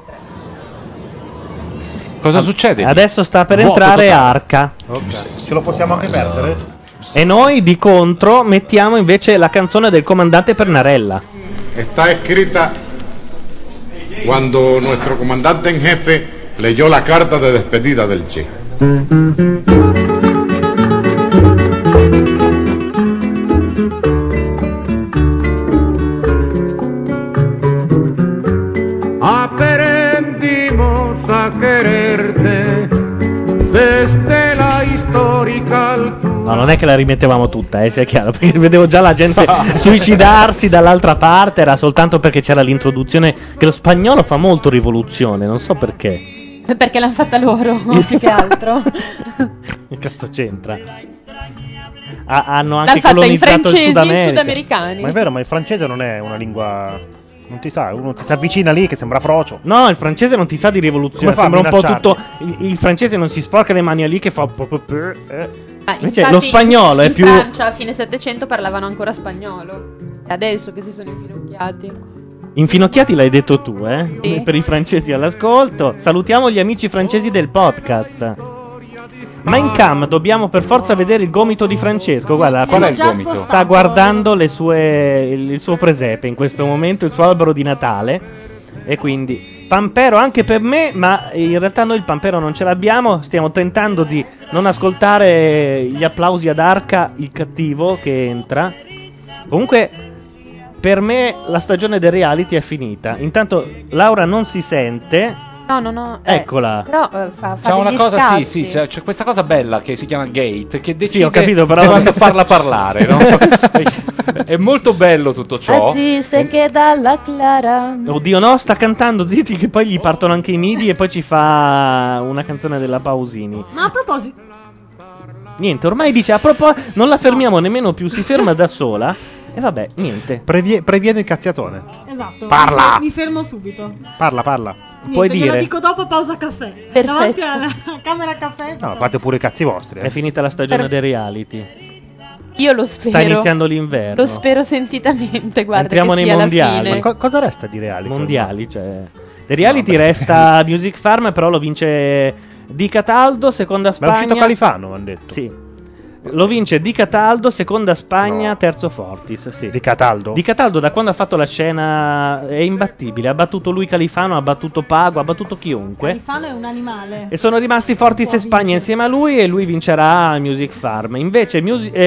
Cosa succede? Adesso sta per Vuoto entrare totale. Arca. Ce lo possiamo anche perdere? E noi di contro mettiamo invece la canzone del comandante Pernarella. Está escrita cuando nuestro comandante en jefe leyó la carta de despedida del Che. Aprendimos a quererte desde la histórica altura. No, non è che la rimettevamo tutta, sia chiaro, perché vedevo già la gente suicidarsi dall'altra parte, era soltanto perché c'era l'introduzione, che lo spagnolo fa molto rivoluzione, non so perché. Perché l'hanno fatta loro, più che altro. Che cazzo c'entra? Hanno L'hanno anche fatta i colonizzato il francesi Sud e i America. sudamericani. Ma è vero, ma il francese non è una lingua. Non ti sa, uno ti si avvicina lì che sembra frocio. No, il francese non ti sa di rivoluzione, Come fa a sembra un po' minacciarli? tutto. Il francese non si sporca le mani lì che fa. Invece Infatti, lo spagnolo è in più. Francia a fine 700 parlavano ancora spagnolo. È adesso che si sono infinocchiati. Infinocchiati l'hai detto tu, eh? Sì. Per i francesi all'ascolto. Salutiamo gli amici francesi del podcast. Ma in cam dobbiamo per forza vedere il gomito di Francesco. Guarda, Qual è il gomito? sta guardando il suo presepe in questo momento, il suo albero di Natale. E quindi Pampero anche per me, ma in realtà noi il Pampero non ce l'abbiamo. Stiamo tentando di non ascoltare gli applausi ad Arca, il cattivo che entra. Comunque, per me la stagione del reality è finita. Intanto Laura non si sente. No. Eccola. Però fa C'è una degli cosa, scatti. sì, c'è questa cosa bella che si chiama Gate, che decide Sì, ho capito, però quando farla parlare, no? È molto bello tutto ciò. Así se queda la Clara. Oddio, no, sta cantando, zitti, che poi gli partono anche i midi e poi ci fa una canzone della Pausini. Ma a proposito, Niente, ormai dice, a proposito, non la fermiamo nemmeno più, si ferma da sola. E vabbè, niente. Previene il cazziatone. esatto. Parla! Mi fermo subito. Parla. Niente, Puoi glielo dire. dico dopo pausa caffè. Perfetto. Davanti alla camera caffè. No, fate pure i cazzi vostri. È finita la stagione Per- dei reality. Io lo spero. Sta iniziando l'inverno. Lo spero sentitamente, guarda. Entriamo che nei sia la mondiali. fine. Cosa resta di reality? Mondiali, cioè. Dei reality resta Music Farm, però lo vince Di Cataldo, seconda Ma è uscito Spagna. Califano, mi hanno detto. Sì. Lo vince Di Cataldo, seconda Spagna, terzo Fortis. Sì. Di Cataldo? Di Cataldo, da quando ha fatto la scena, è imbattibile. Ha battuto lui Califano, ha battuto Pago, ha battuto chiunque. Califano è un animale. E sono rimasti Fortis e Spagna insieme a lui e lui vincerà Music Farm. Invece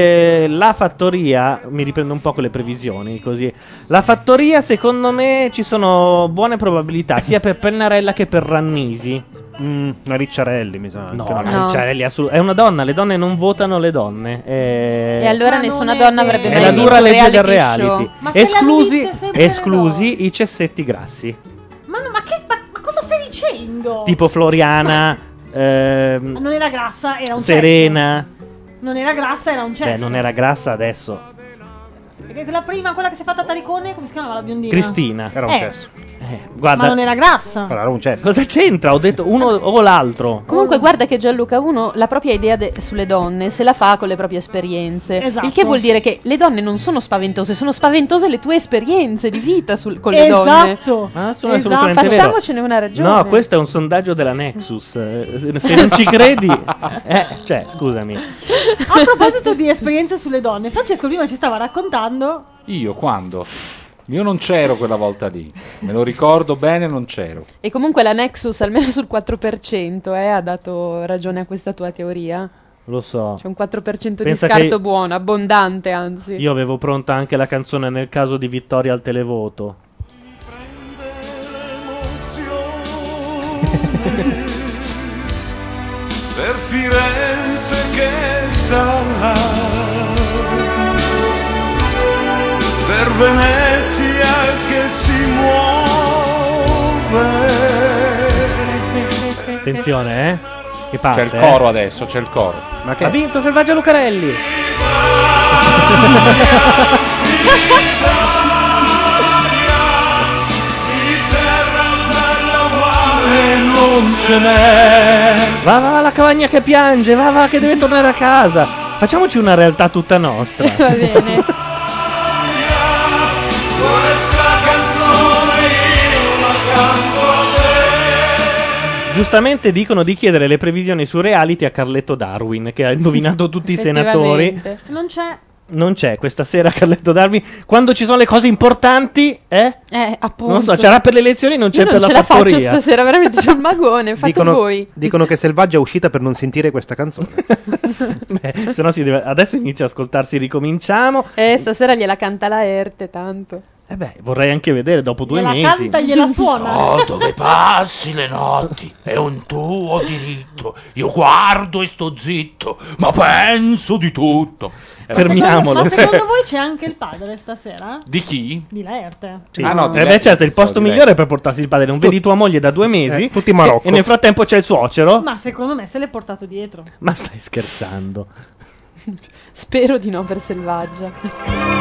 la Fattoria, mi riprendo un po' con le previsioni così. La Fattoria secondo me ci sono buone probabilità sia per Pennarella che per Rannisi. Una Ricciarelli mi sa. No, anche no. Ricciarelli è una donna, le donne non votano le donne. E allora Ma nessuna non è donna avrebbe vero. È mai la vinto dura un legge del reality show. reality. Ma se l'hanno vinte sempre Esclusi i cessetti grassi. Ma cosa stai dicendo? Tipo Floriana, Non era grassa, era un Serena. cesso. Non era grassa, era un cesso. Beh, non era grassa adesso. Perché quella prima, quella che si è fatta Taricone, come si chiamava la biondina? Cristina. Era un cesso. Guarda, Ma non era grassa. Allora, era un cesso. cosa c'entra? Ho detto uno o l'altro. Comunque guarda che Gianluca uno la propria idea sulle donne se la fa con le proprie esperienze. Esatto. Il che vuol dire che le donne non sono spaventose, sono spaventose le tue esperienze di vita con le donne. Esatto. Ah, sono assolutamente vero. Facciamocene una ragione. No, questo è un sondaggio della Nexus. Se non ci credi, cioè, scusami. A proposito di esperienze sulle donne, Francesco prima ci stava raccontando. Io quando? Io non c'ero quella volta lì. Me lo ricordo bene, non c'ero. E comunque la Nexus almeno sul 4% ha dato ragione a questa tua teoria. Lo so. C'è un 4% di Pensa scarto che buono, abbondante anzi. Io avevo pronta anche la canzone nel caso di vittoria al televoto. Per Firenze Firenze che sta là, per Venezia che si muove. Attenzione, che parte. C'è il coro adesso, c'è il coro. Ma che ha vinto Selvaggio Lucarelli. Non ce n'è. Va la cavagna che piange, va che deve tornare a casa. Facciamoci una realtà tutta nostra. Va bene. Questa canzone io la canto a te. Giustamente dicono di chiedere le previsioni su reality a Carletto Darwin, che ha indovinato tutti i senatori. Non c'è. Non c'è questa sera Carletto Darwin. Quando ci sono le cose importanti, appunto. non so, c'era per le elezioni, non c'è Io per non la ce la fattoria. faccio stasera, veramente c'ho il magone, fate voi. Dicono che Selvaggia è uscita per non sentire questa canzone. Beh, se no adesso inizia a ascoltarsi Ricominciamo. Stasera gliela canta la Erte, tanto. Vorrei anche vedere dopo 2 Gliela mesi. canta, gliela suona. So dove passi le notti, è un tuo diritto. Io guardo e sto zitto, ma penso di tutto. Fermiamolo. Ma secondo voi c'è anche il padre stasera? Di chi? Di Laerte. Sì. Certo, il posto migliore per portarsi il padre. Non vedi tua moglie da 2 mesi. Tutti in Marocco. E nel frattempo c'è il suocero. Ma secondo me se l'è portato dietro. Ma stai scherzando? Spero di no per Selvaggia.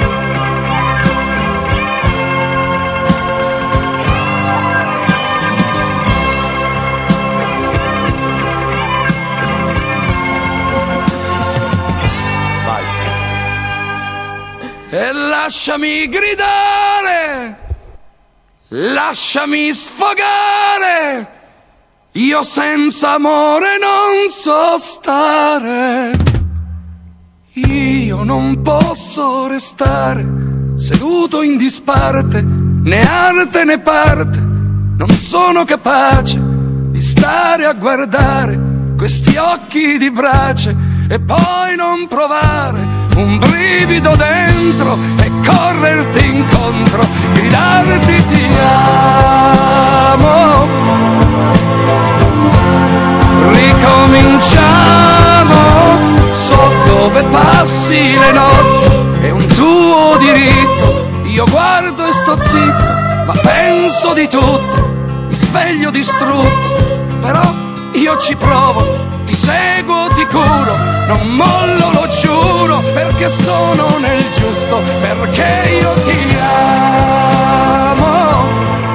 E lasciami gridare, lasciami sfogare, io senza amore non so stare. Io non posso restare seduto in disparte, né arte né parte, non sono capace di stare a guardare questi occhi di brace e poi non provare un brivido dentro e correrti incontro, gridarti ti amo. Ricominciamo, so dove passi le notti, è un tuo diritto. Io guardo e sto zitto, ma penso di tutto, mi sveglio distrutto, però io ci provo. Ti seguo, ti curo, non mollo, lo giuro, perché sono nel giusto, perché io ti amo.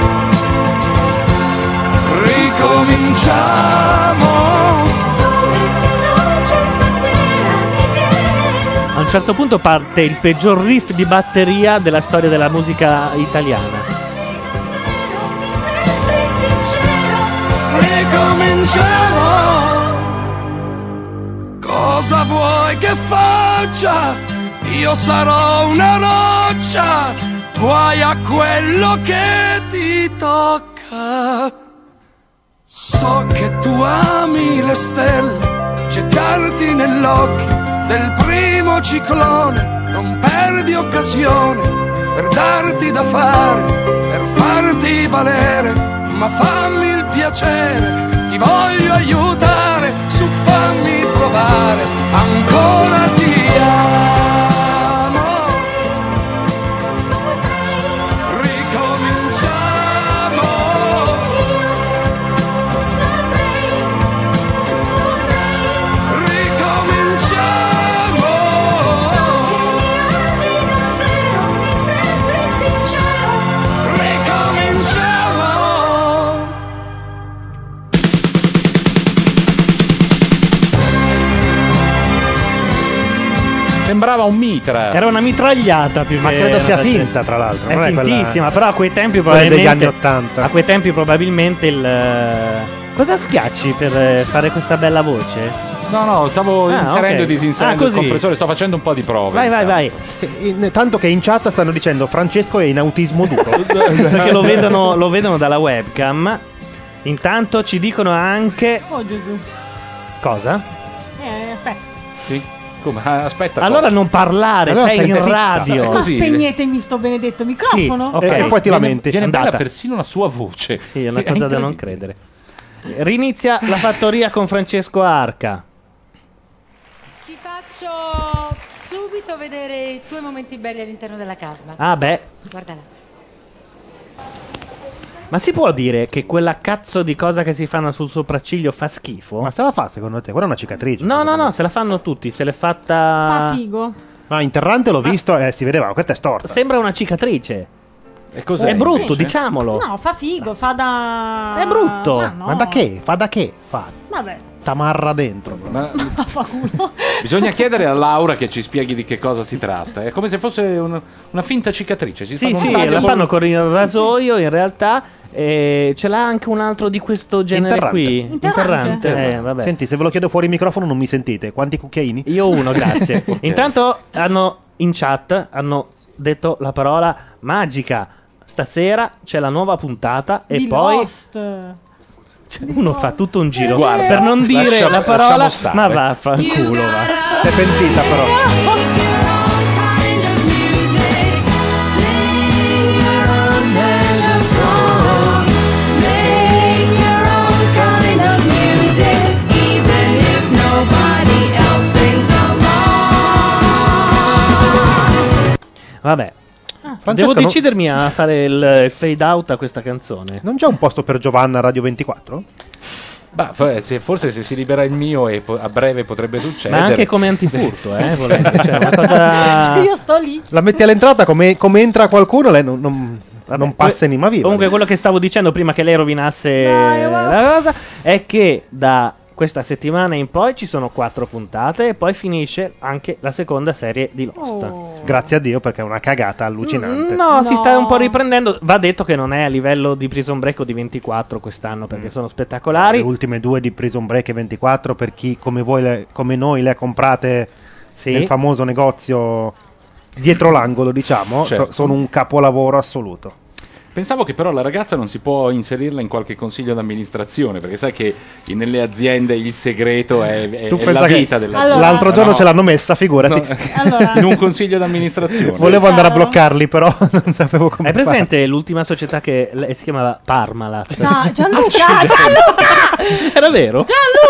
Ricominciamo. A un certo punto parte il peggior riff di batteria della storia della musica italiana. Ricominciamo. Cosa vuoi che faccia? Io sarò una roccia, guai a quello che ti tocca. So che tu ami le stelle, gettarti nell'occhio del primo ciclone, non perdi occasione per darti da fare, per farti valere, ma fammi il piacere, ti voglio aiutare, su fammi provare, ancora ti amo. Ricominciamo. Ricominciamo. Ricominciamo. Sembrava un mitra. Era una mitragliata più Ma che credo sia una- finta, tra l'altro. È non è quella- fintissima, però a quei tempi quella degli probabilmente anni '80. A quei tempi probabilmente il cosa schiacci per fare questa bella voce? No, stavo inserendo ok. e disinserendo il così. compressore, sto facendo un po' di prove. Vai. Tanto che in chat stanno dicendo Francesco è in autismo duro. Perché lo vedono dalla webcam. Intanto ci dicono anche Oh Gesù. cosa? Aspetta. Sì. Come? Aspetta. Allora non parlare, Allora sei stai in zitta. radio. Ma spegnetemi sto benedetto microfono. ok. E poi ti lamenti. Viene bella Andata. persino la sua voce. Sì, è una cosa da non credere. Rinizia la fattoria con Francesco Arca. faccio subito vedere i tuoi momenti belli all'interno della casma. Ah, beh. Guardala. Ma si può dire che quella cazzo di cosa che si fanno sul sopracciglio fa schifo? Ma se la fa secondo te? Quella è una cicatrice. No, se la fanno tutti. Se l'è fatta. Fa figo. No, interrante l'ho visto e si vedeva, ma questa è storta. Sembra una cicatrice. E cos'è? È brutto, invece? diciamolo. No, fa figo, fa da... È brutto. no. Ma da che? Fa da che? Fa. Vabbè. Tamarra dentro. Fa culo. Bisogna chiedere a Laura che ci spieghi di che cosa si tratta. È come se fosse una finta cicatrice. Sì, la fanno con il rasoio in realtà. E ce l'ha anche un altro di questo genere qui. Interrante. Vabbè. Senti, se ve lo chiedo fuori microfono non mi sentite. Quanti cucchiaini? Io uno, grazie. Intanto in chat hanno detto la parola magica. Stasera c'è la nuova puntata e Di poi Lost. uno fa tutto un giro Guarda, per non dire lasciamo- la parola, lasciamo stare. ma vaffanculo va. Si è pentita però. Vabbè. Francesca, Devo non- decidermi a fare il fade out a questa canzone. Non c'è un posto per Giovanna a Radio 24? Bah, forse se si libera il mio e a breve potrebbe succedere. Ma anche come antifurto, volendo. Cioè, una cosa... Io sto lì. La metti all'entrata come entra qualcuno, lei non passa in ma viva. Comunque quello che stavo dicendo prima che lei rovinasse la cosa è che da questa settimana in poi ci sono 4 puntate e poi finisce anche la seconda serie di Lost. Grazie a Dio perché è una cagata allucinante. No, si sta un po' riprendendo. Va detto che non è a livello di Prison Break o di 24 quest'anno perché sono spettacolari. Le ultime 2 di Prison Break e 24 per chi come voi come noi le ha comprate nel famoso negozio dietro l'angolo, diciamo, Certo. sono un capolavoro assoluto. Pensavo che però la ragazza non si può inserirla in qualche consiglio d'amministrazione, perché sai che nelle aziende il segreto è Tu la pensa che vita dell'azienda. l'altro giorno No. ce l'hanno messa, figurati. No. In un consiglio d'amministrazione. Volevo andare a bloccarli, però non sapevo come Hai presente l'ultima società che si chiamava Parmalat? No, Gianluca! Era vero?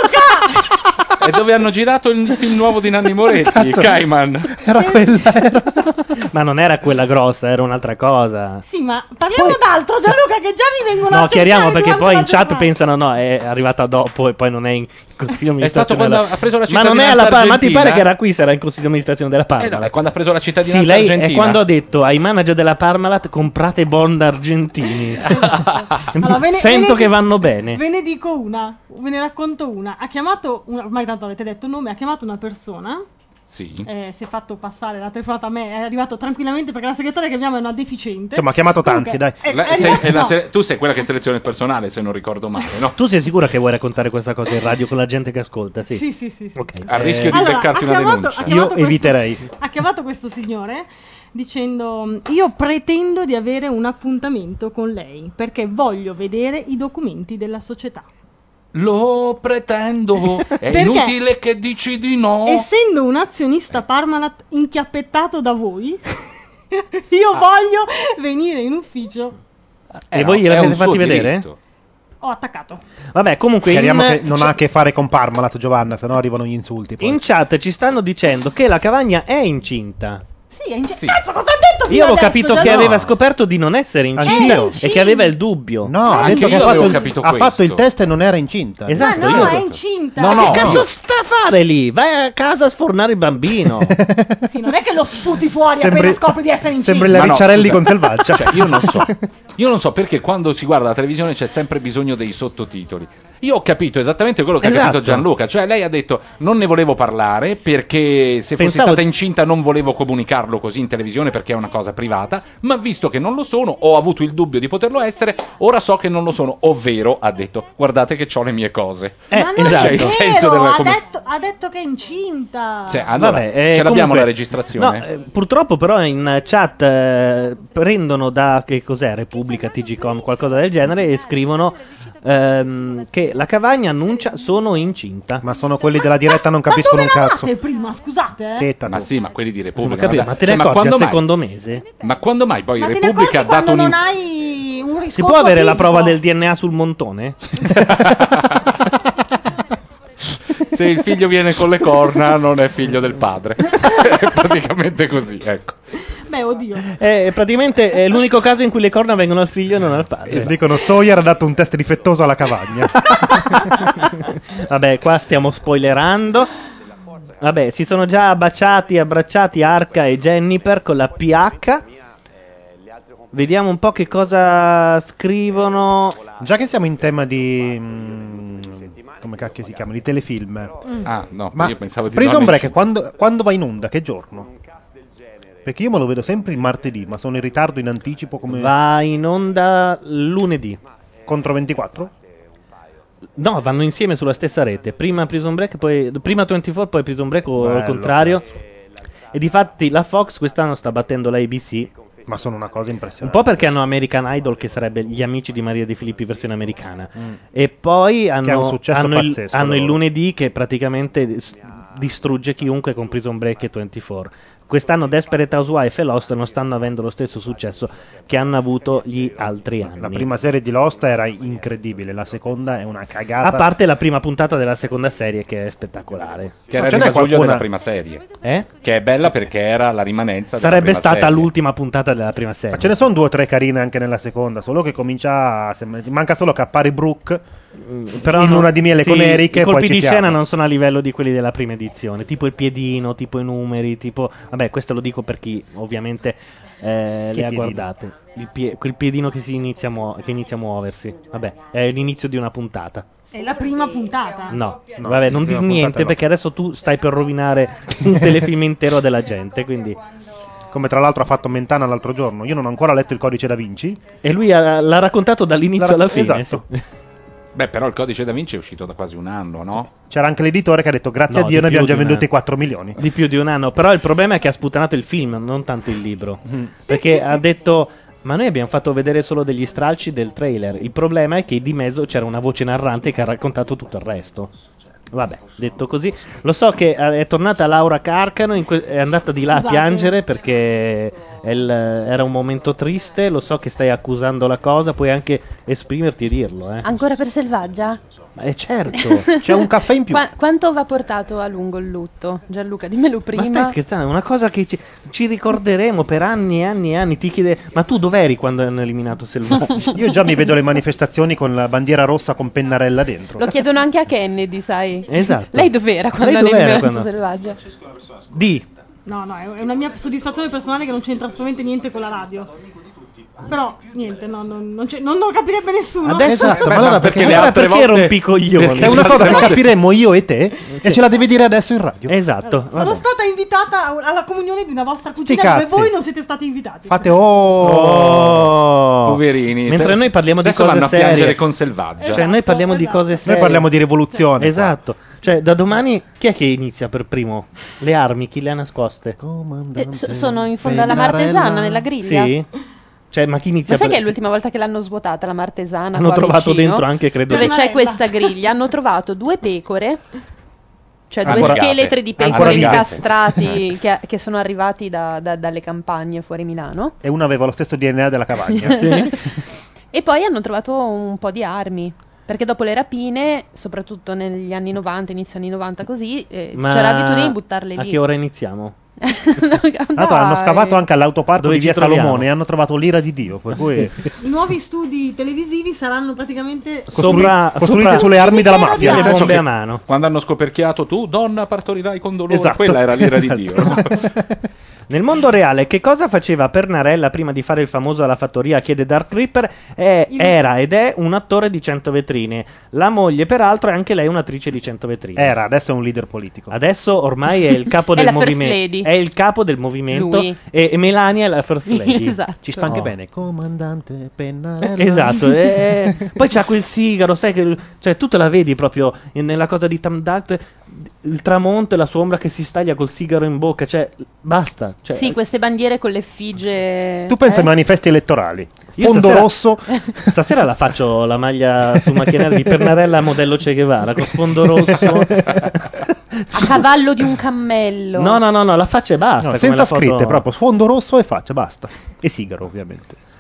È dove hanno girato il film nuovo di Nanni Moretti, Cazzo. Cayman. Era quella. Ma non era quella grossa, era un'altra cosa. Sì, ma parliamo d'altro, Gianluca, che già mi vengono No, a chiariamo cercare perché durante poi la in chat giornata. pensano no, è arrivata dopo e poi non è in consiglio È stato amministrazione. quando ha preso la Ma non è cittadinanza alla ma ti argentina? pare che era qui se era in consiglio amministrazione della Parmalat? no, è quando ha preso la cittadinanza Sì, lei argentina. è quando ha detto ai manager della Parmalat comprate bond argentini. Allora, Sento che vanno bene. Ve ne dico una, ve ne racconto una. Ha chiamato, ormai tanto avete detto il nome, ha chiamato una persona. Sì. Si è fatto passare la telefonata a me, è arrivato tranquillamente perché la segretaria che abbiamo è una deficiente. Cioè, ma ha chiamato Tanzi, dai. Tu sei quella che seleziona il personale, se non ricordo male, no? Tu sei sicura che vuoi raccontare questa cosa in radio con la gente che ascolta? Sì. Sì. Ok. A rischio di Allora, beccarti ha una chiamato- denuncia. ha chiamato Io questo- eviterei. Ha chiamato questo signore dicendo: io pretendo di avere un appuntamento con lei perché voglio vedere i documenti della società. Lo pretendo, è Perché? inutile che dici di no. Essendo un azionista Parmalat inchiappettato da voi, io voglio venire in ufficio. E voi gliel'avete fatti vedere? Ho attaccato. Vabbè, comunque Chiariamo che non ha a che fare con Parmalat, Giovanna, sennò arrivano gli insulti. Poi. in chat ci stanno dicendo che la Cavagna è incinta. Sì, è cazzo, cosa ha detto fino Io avevo adesso, capito che Gianluca? aveva scoperto di non essere incinta Anch'io. e che aveva il dubbio. No, ha Anche detto che io ha avevo fatto, capito ha questo. fatto il test e non era incinta. Esatto, Ma io- no, è incinta. No, no, Che cazzo sta a fare lì? Vai a casa a sfornare il bambino. Sì, non è che lo sputi fuori Sembri- appena scopri di essere incinta. Sembri la Ma no, Ricciarelli scusa. con Selvaggia. Cioè, io non so perché quando si guarda la televisione c'è sempre bisogno dei sottotitoli. Io ho capito esattamente quello che ha Esatto. capito Gianluca, cioè lei ha detto non ne volevo parlare perché se fossi Pensavo- stata incinta non volevo comunicarlo così in televisione perché è una cosa privata, ma visto che non lo sono, ho avuto il dubbio di poterlo essere, ora so che non lo sono, ovvero ha detto guardate che ho le mie cose. Ma non Cioè, è il senso vero, della ha detto che è incinta. Cioè, allora, Vabbè, ce l'abbiamo comunque- la registrazione? No, purtroppo però in chat prendono da che cos'è Repubblica, TGcom, qualcosa del genere e scrivono che la Cavagna annuncia sono incinta. Ma sono quelli della diretta, non capiscono un cazzo. Prima, scusate. Zitta, Ma tu. sì, ma quelli di Sono Repubblica. capito, ma te ne cioè, accorgi al mai? secondo mese? Ma quando mai poi Ma te ne Repubblica ha accorgi dato quando un non hai un riscontro Si può avere la fisico? prova del DNA sul montone? Se il figlio viene con le corna non è figlio del padre. È praticamente così, ecco. Beh, oddio. Praticamente è l'unico caso in cui le corna vengono al figlio e non al padre. Esatto. Dicono Sawyer ha dato un test difettoso alla cavagna. Vabbè, qua stiamo spoilerando. Vabbè, si sono già abbracciati Arca e Jennifer con la PH. Vediamo un po' che cosa scrivono. Già che siamo in tema di come cacchio si chiama? Di telefilm. Ah, no, Ma io pensavo di Prison Donne Break in quando va in onda? Che giorno? Perché io me lo vedo sempre il martedì, ma sono in ritardo in anticipo come... Va in onda lunedì. Contro 24? No, vanno insieme sulla stessa rete. Prima Prison Break, prima 24, poi Prison Break o al Bello, contrario. cazzo. E difatti la Fox quest'anno sta battendo la ABC. Ma sono una cosa Un impressionante. po' perché hanno American Idol, che sarebbe Gli Amici di Maria De Filippi versione americana. E poi Che ha un hanno, successo pazzesco hanno il loro. lunedì che praticamente distrugge chiunque con Prison Break e 24. Quest'anno Desperate Housewife e Lost non stanno avendo lo stesso successo che hanno avuto gli altri anni. La prima serie di Lost era incredibile, la seconda è una cagata. A parte la prima puntata della seconda serie, che è spettacolare. Che era il rimasuglio della prima serie. Che è bella perché era la rimanenza della sarebbe prima stata serie. l'ultima puntata della prima serie. Ma ce ne sono 2 o 3 carine anche nella seconda, solo che comincia a manca solo che appare Brooke Però in no, luna di miele sì, con Eric i e poi colpi ci di siamo. scena non sono a livello di quelli della prima edizione, tipo il piedino, tipo i numeri, tipo vabbè, questo lo dico per chi ovviamente le ha piedino? guardate. Quel piedino che si inizia che inizia a muoversi. Vabbè, è l'inizio di una puntata. È la prima puntata. No, vabbè, non dir niente perché adesso tu stai per rovinare un telefilm intero della gente, quindi come tra l'altro ha fatto Mentana l'altro giorno. Io non ho ancora letto il Codice da Vinci. E lui l'ha raccontato dall'inizio alla fine. Esatto. Sì. Beh, però il Codice da Vinci è uscito da quasi un anno, no? C'era anche l'editore che ha detto grazie No, a Dio di ne abbiamo più già di un venduti anno. 4 milioni. Di più di un anno. Però il problema è che ha sputanato il film, non tanto il libro. Perché ha detto: ma noi abbiamo fatto vedere solo degli stralci del trailer. Il problema è che di mezzo c'era una voce narrante che ha raccontato tutto il resto. Vabbè, detto così, lo so che è tornata Laura Carcano, è andata di là a piangere perché era un momento triste. Lo so che stai accusando la cosa, puoi anche esprimerti e dirlo. Ancora per Selvaggia? Certo, c'è un caffè in più. Quanto va portato a lungo il lutto? Gianluca, dimmelo prima. Ma stai scherzando, è una cosa che ci ricorderemo per anni e anni e anni. Ti chiede, ma tu dov'eri quando hanno eliminato Selvaggia? Io già mi vedo le manifestazioni con la bandiera rossa con Pennarella dentro. Lo chiedono anche a Kennedy, sai? Esatto. Lei dov'era quando Lei hanno dov'era eliminato quando- Selvaggia? No, è una mia soddisfazione personale che non c'entra assolutamente niente con la radio. Però, niente, non lo capirebbe nessuno. Esatto, ma allora perché, le altre volte- rompi i coglioni? È una cosa che capiremmo io e te e ce la devi dire adesso in radio. Esatto. Sono stata invitata alla comunione di una vostra Sti cugina dove cazzi. voi non siete stati invitati. Fate Poverini. Mentre noi parliamo di Adesso cose vanno a serie. piangere con Selvaggia. Cioè, noi parliamo di cose serie. Noi parliamo di rivoluzione. Esatto. Cioè, da domani chi è che inizia per primo? Le armi, chi le ha nascoste? Sono in fondo alla Martesana, nella griglia. Sì. Cioè, ma chi inizia Ma sai per... che è l'ultima volta che l'hanno svuotata la Martesana? Hanno qua trovato vicino, dentro anche, credo, dove c'è Marella. questa griglia. Hanno trovato 2 pecore, cioè 2 Ancora- scheletri di ancora pecore vivate. incastrati che sono arrivati dalle campagne fuori Milano. E uno aveva lo stesso DNA della cavagna. E poi hanno trovato un po' di armi. Perché dopo le rapine, soprattutto negli anni 90, inizio anni 90 così, Ma c'era l'abitudine di buttarle a lì. che ora iniziamo? Tanto hanno scavato anche all'autoparco Dove di via ci troviamo? Salomone e hanno trovato l'ira di Dio. Per cui I nuovi studi televisivi saranno praticamente costruiti sulle armi della mafia. Nel senso bombe che a mano. Quando hanno scoperchiato tu, donna, partorirai con dolore. Esatto. Quella era l'ira di Dio. Nel mondo reale, che cosa faceva Pernarella prima di fare il famoso alla fattoria? Chiede Dark Reaper. Era ed è un attore di 100 vetrine. La moglie, peraltro, è anche lei un'attrice di 100 vetrine. Era, adesso è un leader politico. Adesso ormai è il capo È del la first movimento. lady. È il capo del movimento. Lui. E Melania è la first lady. Esatto. Ci sta anche Oh. bene. Comandante Pennarella. Esatto, poi c'ha quel sigaro, sai che cioè, tu te la vedi proprio nella cosa di Tam Dutt, il tramonto e la sua ombra che si staglia col sigaro in bocca, cioè basta. Cioè, Sì, queste bandiere con l'effigie. Tu pensa ai manifesti elettorali. Io Fondo stasera- rosso. Stasera la faccio la maglia su macchina di Pernarella modello Che Guevara con sfondo rosso. A cavallo di un cammello. No, la faccia e basta. No, come senza la foto- scritte, proprio sfondo rosso e faccia, basta. E sigaro, ovviamente.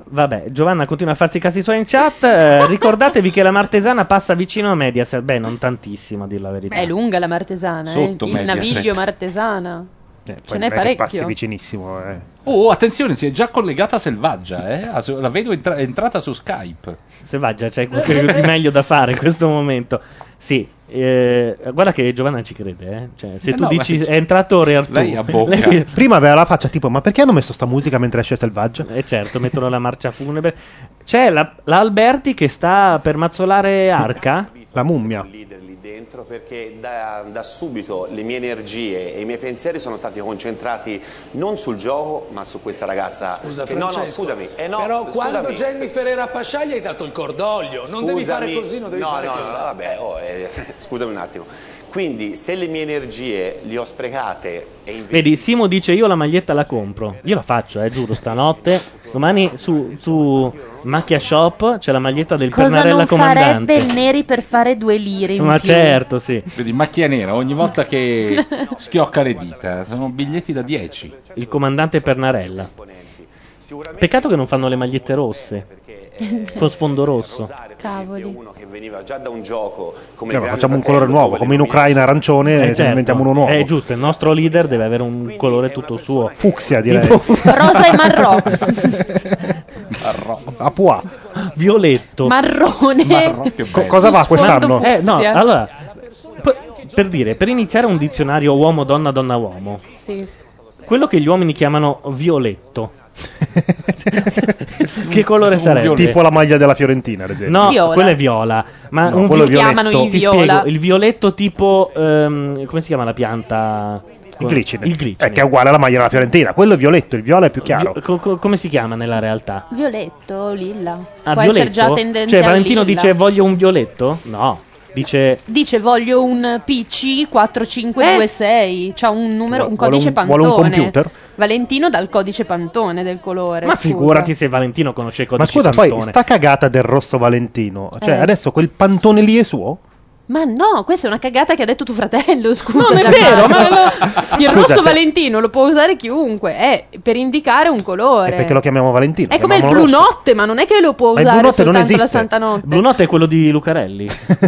Vabbè, Giovanna continua a farsi i casi suoi in chat. Ricordatevi che la Martesana passa vicino a Mediaset. Beh, non tantissimo, a dir la verità. È lunga la Martesana, Sotto il Mediaset. naviglio Martesana. Poi Ce n'è non è che parecchio. passi vicinissimo. Oh, attenzione, si è già collegata Selvaggia, la vedo è entrata su Skype. Selvaggia, c'è qualcosa di meglio da fare in questo momento. Sì, guarda che Giovanna ci crede, Cioè, se tu no, dici ma- è entrato Re Artù, Lei a bocca. Prima aveva la faccia tipo, ma perché hanno messo sta musica mentre esce Selvaggia? Certo, mettono la marcia funebre. C'è la Alberti che sta per mazzolare Arca. La mummia. Dentro perché da subito le mie energie e i miei pensieri sono stati concentrati non sul gioco ma su questa ragazza. Scusa che, no, Francesco, scusami. però quando scusami. Jennifer era a Pascià gli hai dato il cordoglio, non devi fare così, non devi fare così. No, vabbè, scusami un attimo. Quindi se le mie energie le ho sprecate e investite. Vedi, Simo dice io la maglietta la compro. Io la faccio, giuro, stanotte. Domani su Macchia Shop c'è la maglietta del Cosa Pernarella non comandante. farebbe il Neri per fare 2 lire in Ma più? certo, sì. Vedi, macchia nera ogni volta che schiocca le dita. Sono biglietti da 10. Il comandante Pernarella. Peccato che non fanno le magliette rosse. Con sfondo rosso. Cavoli. Uno che veniva già da un gioco come Allora, Grande facciamo un Fratello, colore nuovo, dove come in le Ucraina arancione, certo. ne inventiamo uno nuovo. È giusto, il nostro leader deve avere un colore tutto suo. Fucsia, direi. Rosa e marrò. Apua. Violetto. Marrone. Cosa va quest'anno? No, allora, per dire, per iniziare un dizionario uomo-donna, donna-uomo, Sì. quello che gli uomini chiamano violetto, che colore sarebbe? Tipo la maglia della Fiorentina, ad esempio. No, Viola. quello è viola. Ma No, un quello è violetto, chiamano i ti viola. spiego, il violetto tipo come si chiama la pianta? Il glicine. Il glicine. Che è uguale alla maglia della Fiorentina. Quello è violetto, il viola è più chiaro. Come si chiama nella realtà? Violetto, lilla. Ah, Può violetto? essere già tendente Cioè al Valentino lilla. dice voglio un violetto? No, dice Dice voglio un PC 4526, c'ha un numero, un codice vuole Pantone. un computer? Valentino dal codice Pantone del colore. ma scusa. figurati se Valentino conosce il Ma codice scusa, poi Pantone. sta cagata del rosso Valentino. Cioè, Eh. adesso quel pantone lì è suo? Ma no, questa è una cagata che ha detto tuo fratello, scusa. Non è Gianmarco. vero, ma il Scusa, rosso se- Valentino lo può usare chiunque, è per indicare un colore. È perché lo chiamiamo Valentino. È come il chiamiamolo blu rosso. notte, ma non è che lo può Ma il usare blu notte non soltanto la esiste. Santa Notte. Blu Notte è quello di Lucarelli.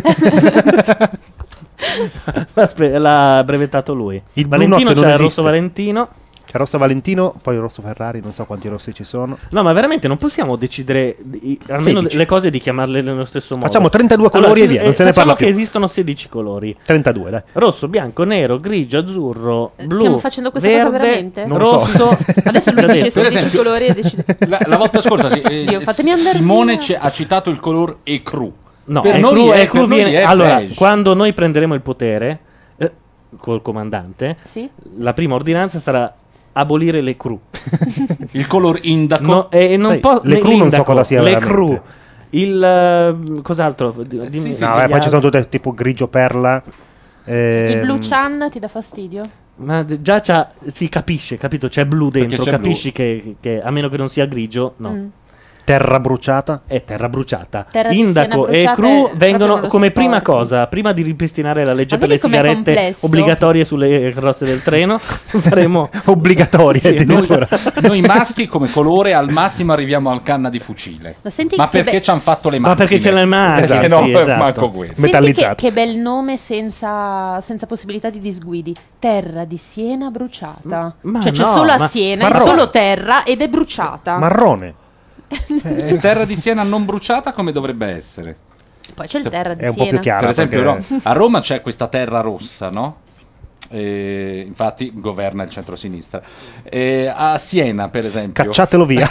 L'ha brevettato lui. Il blu Valentino notte non c'è il esiste. rosso Valentino. C'è rosso Valentino, poi il rosso Ferrari, non so quanti rossi ci sono. No, ma veramente non possiamo decidere almeno 16. le cose di chiamarle nello stesso modo. Facciamo 32 colori e via, non se ne facciamo parla più. che esistono 16 colori. 32, dai. Rosso, bianco, nero, grigio, azzurro, blu, Stiamo facendo questa cosa verde, veramente? Non lo so. rosso. Adesso lui Già dice detto. 16 colori e decide. La volta scorsa Dio, fatemi andare Simone via. ha citato il color ecru. No, per è noi cru, è, è cru per noi viene- è allora, beige. quando noi prenderemo il potere col comandante, Sì? la prima ordinanza sarà abolire le cru. Il color indaco. No, e non Sai, po- le cru non so l'indaco, cosa sia le veramente. cru. Cos'altro? Dimmi- No, poi ci sono tutte tipo grigio perla. Il Blue Chan ti dà fastidio? Ma già si capisce, capito? C'è blu dentro, c'è capisci che a meno che non sia grigio, no. Mm. Terra bruciata? È terra bruciata. Terra di Indaco Siena e bruciata cru proprio vengono non lo come prima sopporto. cosa, prima di ripristinare la legge Ma per le vedi com'è sigarette complesso? obbligatorie sulle carrozze del treno, faremo obbligatorie Sì, addirittura. Noi maschi come colore al massimo arriviamo al canna di fucile. Ma senti Ma che perché be- ci hanno fatto le Ma macchine? perché c'è le macchine, Perché sì, no, esatto. manco questo. Senti che bel nome senza possibilità di disguidi. Terra di Siena bruciata. Ma Cioè c'è no, solo a ma- Siena, è marrone. solo terra ed è bruciata. Marrone. Terra di Siena non bruciata come dovrebbe essere? Poi c'è il terra di È un po' Siena. più chiara. Per esempio perché- a Roma c'è questa terra rossa, no? Infatti governa il centro-sinistra. A Siena, per esempio. Cacciatelo via.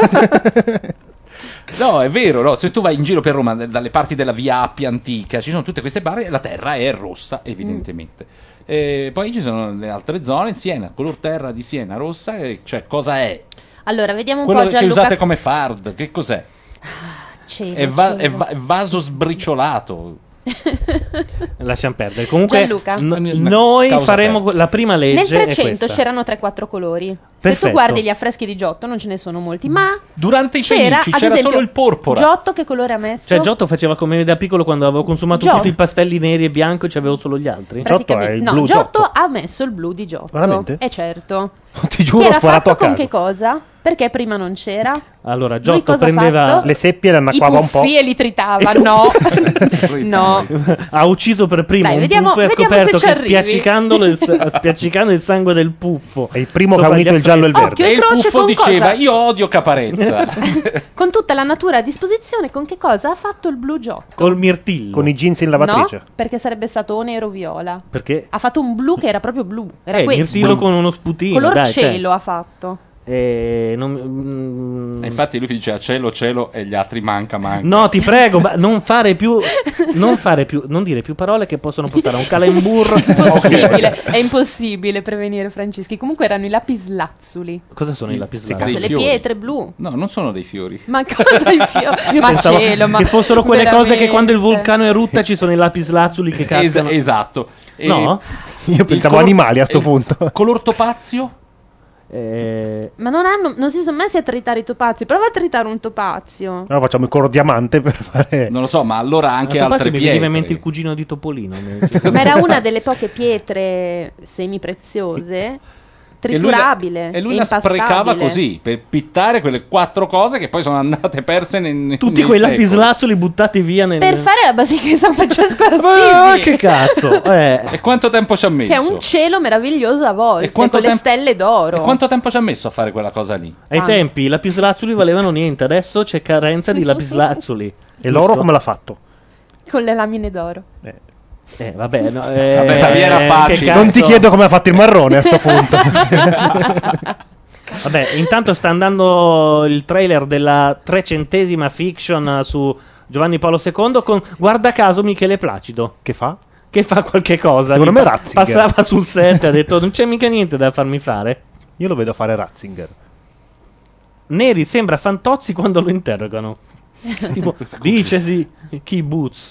No, è vero, no? Se tu vai in giro per Roma, dalle parti della via Appia antica, ci sono tutte queste barre e la terra è rossa, evidentemente. Poi ci sono le altre zone, Siena, color terra di Siena, rossa, cioè cosa è? Allora, vediamo un Quello po' che Gianluca. usate come fard, che cos'è? Cielo, È cielo. vaso sbriciolato. lasciamo perdere. Comunque, Gianluca. noi Causa faremo persa. la prima legge. Nel è 300 questa. c'erano 3-4 colori. Se Perfetto. tu guardi gli affreschi di Giotto non ce ne sono molti, ma Durante i c'era, Fenici ad c'era esempio, solo il porpora. Giotto che colore ha messo? Cioè, Giotto faceva come da piccolo quando avevo consumato Giotto. tutti i pastelli neri e bianco e c'avevo solo gli altri. Praticamente- no, Giotto ha messo il blu di Giotto. Veramente? È certo. Ti Che giuro, ho era sparato a fatto con caso. che cosa? Perché prima non c'era? Allora, Lui Giotto cosa ha prendeva fatto? le seppie e le I annacquava un po'. puffi e li tritava. No. No. Ha ucciso per primo Dai, un vediamo- puffo e ha vediamo scoperto se che ci arrivi. spiaccicando il sangue del puffo. È il primo che ha unito il giallo e il verde. Occhio E e il croce puffo con diceva: cosa? io odio Caparezza. Con tutta la natura a disposizione, con che cosa ha fatto il blu Giotto? Col mirtillo. Con i jeans in lavatrice. No, perché sarebbe stato o nero o viola. Perché? Ha fatto un blu che era proprio blu. Era Il questo. mirtillo con uno sputino. Color dai, cioè. cielo ha fatto. E infatti lui diceva cielo, cielo e gli altri manca. No, ti prego, non dire più parole che possono portare a un calemburro. Impossibile, è impossibile prevenire Franceschi. Comunque erano i lapislazzuli. Cosa sono i lapislazzuli? Le pietre blu. No, non sono dei fiori. Ma cosa i fiori? Io Ma pensavo cielo, ma che fossero quelle cose che veramente. quando il vulcano erutta ci sono i lapislazzuli che cascano. Esatto. No? Io pensavo animali a sto punto. Color topazio? Ma non si sono messi a tritare i topazi. Prova a tritare un topazio. No, facciamo il color diamante per fare. Non lo so, ma allora anche Ma altre mi veniva in pietre. mente il cugino di Topolino. Ma era una delle poche pietre semipreziose, triturabile. E lui la sprecava così per pittare quelle 4 cose che poi sono andate perse Tutti quei lapislazzuli buttati via nel. Per fare la Basilica di San Francesco Ah, Assisi. che cazzo! E quanto tempo ci ha messo? Che è un cielo meraviglioso a volte, con le stelle d'oro. E quanto tempo ci ha messo a fare quella cosa lì? Ai tempi i lapislazzuli valevano niente, adesso c'è carenza di lapislazzuli. E l'oro come l'ha fatto? Con le lamine d'oro. Vabbè, no, Vabbè, la via era che facile. cazzo. Non ti chiedo come ha fatto il marrone a sto punto. Vabbè, intanto sta andando il trailer della 300ª fiction su Giovanni Paolo II con, guarda caso, Michele Placido. Che fa? Che fa qualche cosa. Secondo me Ratzinger. Passava sul set e ha detto non c'è mica niente da farmi fare. Io lo vedo fare Ratzinger. Neri sembra Fantozzi quando lo interrogano. Tipo, dicesi kibbutz.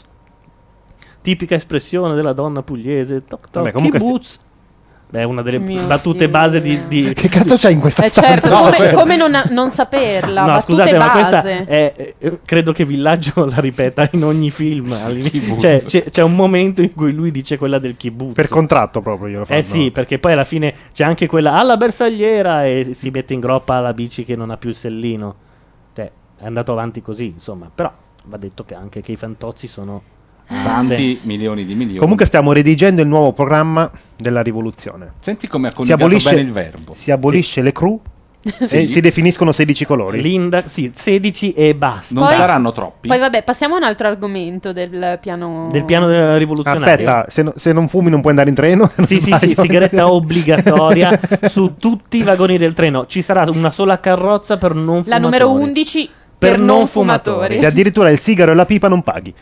Tipica espressione della donna pugliese. Toc, toc, Vabbè, comunque kibbutz. Beh, è una delle Mio battute Dio. base di... Che cazzo c'hai in questa stanza? Certo, come non saperla? No, battute scusate, ma base. questa è credo che Villaggio la ripeta in ogni film. all'inizio. Cioè, c'è un momento in cui lui dice quella del kibbutz. Per contratto proprio glielo fanno. Sì, perché poi alla fine c'è anche quella alla bersagliera e si mette in groppa la bici che non ha più il sellino. Cioè, è andato avanti così, insomma. Però va detto che anche che i Fantozzi sono Tanti milioni di milioni. Comunque stiamo redigendo il nuovo programma della rivoluzione. Senti come ha coniugato bene il verbo. Si abolisce le cru Sì. e si definiscono 16 colori. Sì, 16 e basta. Non Poi- saranno troppi. Poi vabbè, passiamo a un altro argomento del piano. Del piano rivoluzionario. Aspetta, se non fumi non puoi andare in treno? Se non Sì, sbaglio. sigaretta obbligatoria su tutti i vagoni del treno. Ci sarà una sola carrozza per non La fumatori. numero 11 per non fumatori. Se addirittura il sigaro e la pipa non paghi.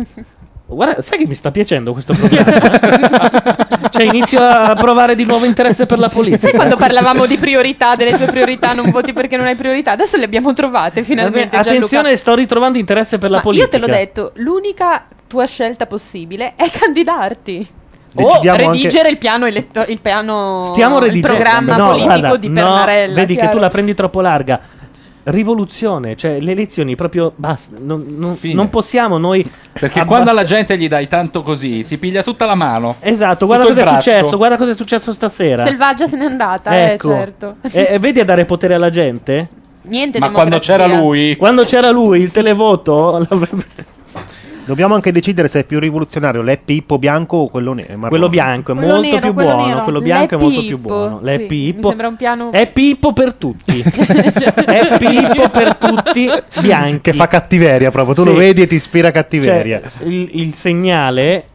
Guarda, sai che mi sta piacendo questo programma? Cioè, inizio a provare di nuovo interesse per la politica. Sai quando parlavamo di priorità, delle tue priorità, non voti perché non hai priorità? Adesso le abbiamo trovate finalmente. Attenzione, Gianluca. sto ritrovando interesse per la Ma politica. io te l'ho detto, l'unica tua scelta possibile è candidarti. O Decidiamo redigere anche- il piano il piano Stiamo il redigendo. programma No, politico guarda, di no, Pernarella. vedi che chiaro? tu la prendi troppo larga. Rivoluzione, cioè le elezioni proprio basta. Non possiamo noi. Perché quando alla gente gli dai tanto così, si piglia tutta la mano. Esatto, guarda tutto cosa il è successo. braccio. Guarda cosa è successo stasera. Selvaggia se n'è andata, Ecco. certo. E vedi a dare potere alla gente? Niente Ma quando democrazia. c'era lui. Quando c'era lui, il televoto l'avrebbe- Dobbiamo anche decidere se è più rivoluzionario l'Happy Hippo bianco o quello marrone. Quello bianco è Quello molto nero, più quello buono. nero. Quello bianco è molto più L'Happy buono. Hippo, L'Happy sì, Hippo. mi sembra un piano. Happy Hippo per tutti. Happy Hippo per tutti bianchi. Che fa cattiveria proprio. Tu Sì. lo vedi e ti ispira cattiveria. Cioè, il segnale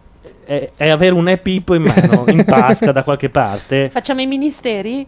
è avere un Happy Hippo in mano, in tasca da qualche parte. Facciamo i ministeri?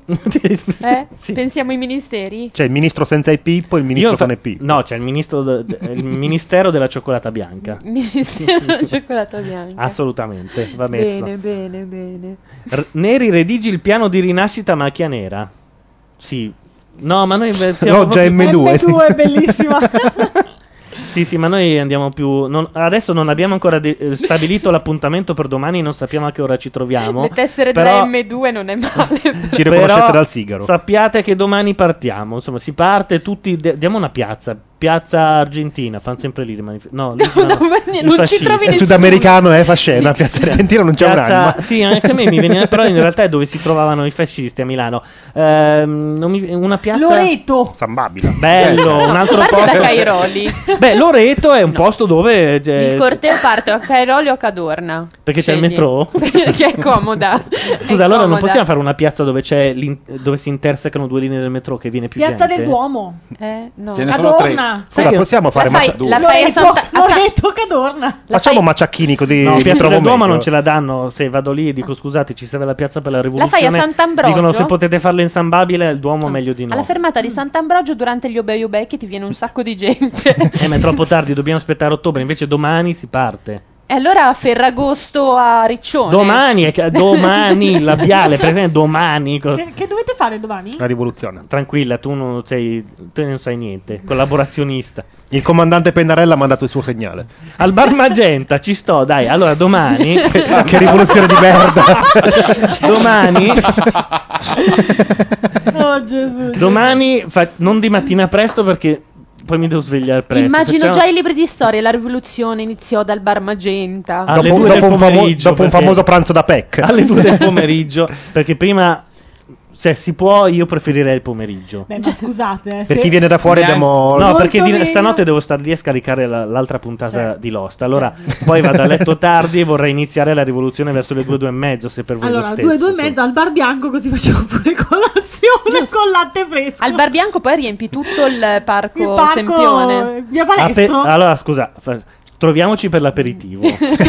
Sì. Pensiamo ai ministeri? Cioè il ministro senza Happy Hippo e il ministro Io con Happy Hippo. No, c'è il il ministero della cioccolata bianca. Ministero della cioccolata bianca. Assolutamente, va messo. Bene. Neri, redigi il piano di rinascita macchia nera. Sì. No, ma noi No, già M2. M2 è bellissima. Sì, ma noi andiamo più. Adesso non abbiamo ancora stabilito l'appuntamento per domani, non sappiamo a che ora ci troviamo. Le tessere però, della M2 non è male. Ci riconoscete dal sigaro. Sappiate che domani partiamo. Insomma, si parte tutti. Diamo una piazza. Piazza Argentina, fanno sempre lì. No, lì non ci trovi nessuno. È sudamericano, fa scena. Piazza Argentina non c'è un'anima. Sì, anche a me mi veniva, però in realtà è dove si trovavano i fascisti a Milano. Una piazza. Loreto. San Babila. Bello, un altro parte posto. da Cairoli. Beh, Loreto è un posto dove. Il corteo parte a Cairoli o a Cadorna. Perché c'è il metro? Perché è comoda. Scusa, allora non possiamo fare una piazza dove dove si intersecano due linee del metro che viene più Piazza gente? del Duomo. No. Ce ne sono tre. Cosa possiamo fare? La fai a Santa Loreto Cadorna. Facciamo Macciacchini così. No, Piazza del Duomo non ce la danno. Se vado lì e dico scusate, ci serve la piazza per la rivoluzione. La fai a Sant'Ambrogio? Dicono se potete farlo in San Babile, il Duomo meglio di no. Alla fermata di Sant'Ambrogio durante gli Obei-Obei che ti viene un sacco di gente. Ma è troppo tardi, dobbiamo aspettare ottobre. Invece domani si parte. E allora a Ferragosto a Riccione. Domani, labiale, per esempio, domani. Che dovete fare domani? La rivoluzione. Tranquilla, tu non sai niente. Collaborazionista. Il comandante Pennarella ha mandato il suo segnale. Al Bar Magenta ci sto, dai. Allora domani. Che rivoluzione di merda. Domani. Oh Gesù. Domani, non di mattina presto perché. Poi mi devo svegliare presto. Immagino già i libri di storia. La rivoluzione iniziò dal Bar Magenta. Alle 2 del pomeriggio. Dopo un famoso pranzo da PEC. Alle 2 del pomeriggio. Perché prima, se si può, io preferirei il pomeriggio. Beh, ma scusate. Per chi viene da fuori abbiamo. No, perché stanotte devo stare lì a scaricare l'altra puntata di Lost. Allora, poi vado a letto tardi e vorrei iniziare la rivoluzione verso le 2:30, se per voi allora, lo stesso. 2:30 al Bar Bianco, così facciamo pure colazione con latte fresco. Al Bar Bianco poi riempi tutto il parco Sempione. Via Palestro. Allora, scusa. Troviamoci per l'aperitivo.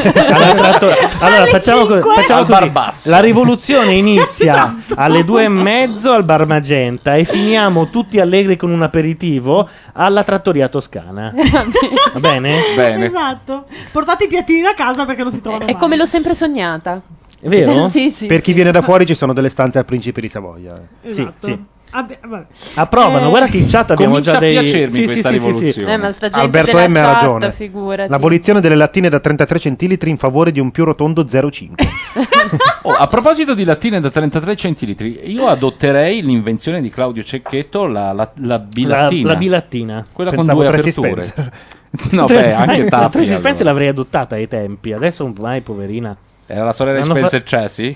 Allora facciamo così. La rivoluzione inizia alle 2:30 al Bar Magenta e finiamo tutti allegri con un aperitivo alla Trattoria Toscana. Va bene? Bene. Esatto. Portate i piattini da casa perché non si trovano È come l'ho sempre sognata. È vero? Sì. Per chi viene da fuori ci sono delle stanze al Principe di Savoia. Esatto. Sì. Approvano, guarda che in chat abbiamo Comincia già dei. a piacermi questa rivoluzione. Ma sta gente Alberto della M ha chat, ragione. figurati. L'abolizione delle lattine da 33 centilitri in favore di un più rotondo 0,5. A proposito di lattine da 33 centilitri, io adotterei l'invenzione di Claudio Cecchetto, la bilattina. La bilattina. Quella Pensavo con due Tracy aperture. No, beh, anche Taffi. Tracy Spencer allora. l'avrei adottata ai tempi, adesso mai, poverina. Era la sorella di Spencer Tracy?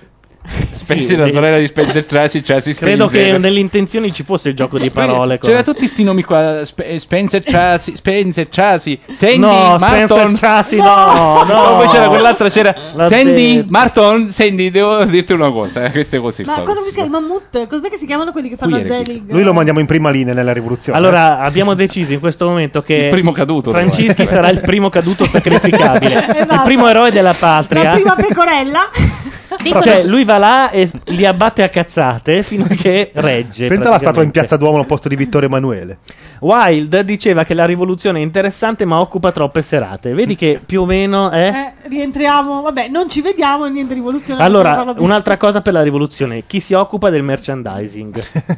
Sì, la sorella di Spencer Tracy, credo che nelle intenzioni ci fosse il gioco di parole. C'era tutti sti nomi qua. Spencer Tracy, Sandy, no, Martin. Tracy, no. Poi c'era quell'altra, c'era La Sandy, de- Martin, Sandy, devo dirti una cosa, queste così. Ma cosa si chiama? I mammut? Cos'è che si chiamano quelli che fanno Zelig? Lui lo mandiamo in prima linea nella rivoluzione. Allora, abbiamo deciso in questo momento che il primo caduto Francischi sarà il primo caduto sacrificabile, il primo eroe della patria. La prima pecorella. Cioè, lui va là e li abbatte a cazzate fino a che regge. Pensa alla statua in Piazza Duomo al posto di Vittorio Emanuele. Wilde diceva che la rivoluzione è interessante ma occupa troppe serate. Vedi che più o meno è... Rientriamo, vabbè, non ci vediamo, niente rivoluzione. Allora, un'altra cosa per la rivoluzione. Chi si occupa del merchandising?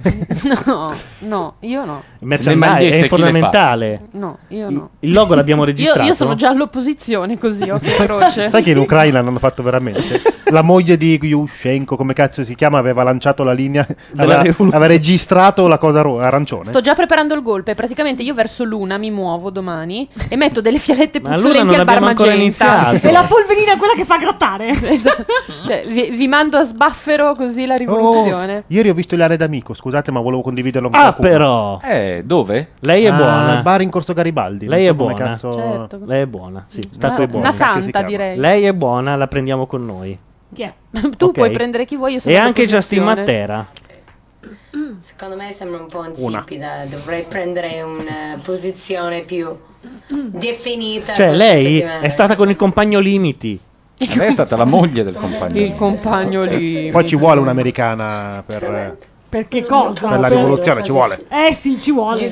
No, io no. Il merchandising è fondamentale. No, io no. Il logo l'abbiamo registrato. Io sono già all'opposizione, così, occhio e croce. Sai che in Ucraina l'hanno fatto veramente? La moglie di Yushchenko, come cazzo si chiama, aveva lanciato la linea, aveva registrato la cosa arancione. Sto già preparando il golpe. Praticamente io verso l'una mi muovo domani e metto delle fialette Ma puzzolenti al Bar Magenta. E la polverina è quella che fa grattare. Esatto. Cioè, vi mando a sbaffero così la rivoluzione. Ieri ho visto Ilaria D'Amico, scusate, ma volevo condividerlo con qualcuno. Però. Dove? Lei è buona. Al bar in Corso Garibaldi. Lei non è so come buona. cazzo... Certo. Lei è buona, sì. Sta coi buoni. Una santa, direi. Lei è buona, la prendiamo con noi. Chi è? Tu Ok. puoi prendere chi vuoi, io sono E anche Justin all'opposizione. Mattera. Secondo me sembra un po' insipida, dovrei prendere una posizione più definita. Cioè, questa lei settimana. è stata con il compagno Limiti. Lei è stata la moglie del compagno. Il compagno lì. Poi ci vuole un'americana per Perché cosa? la rivoluzione, ci vuole. Sì, ci vuole.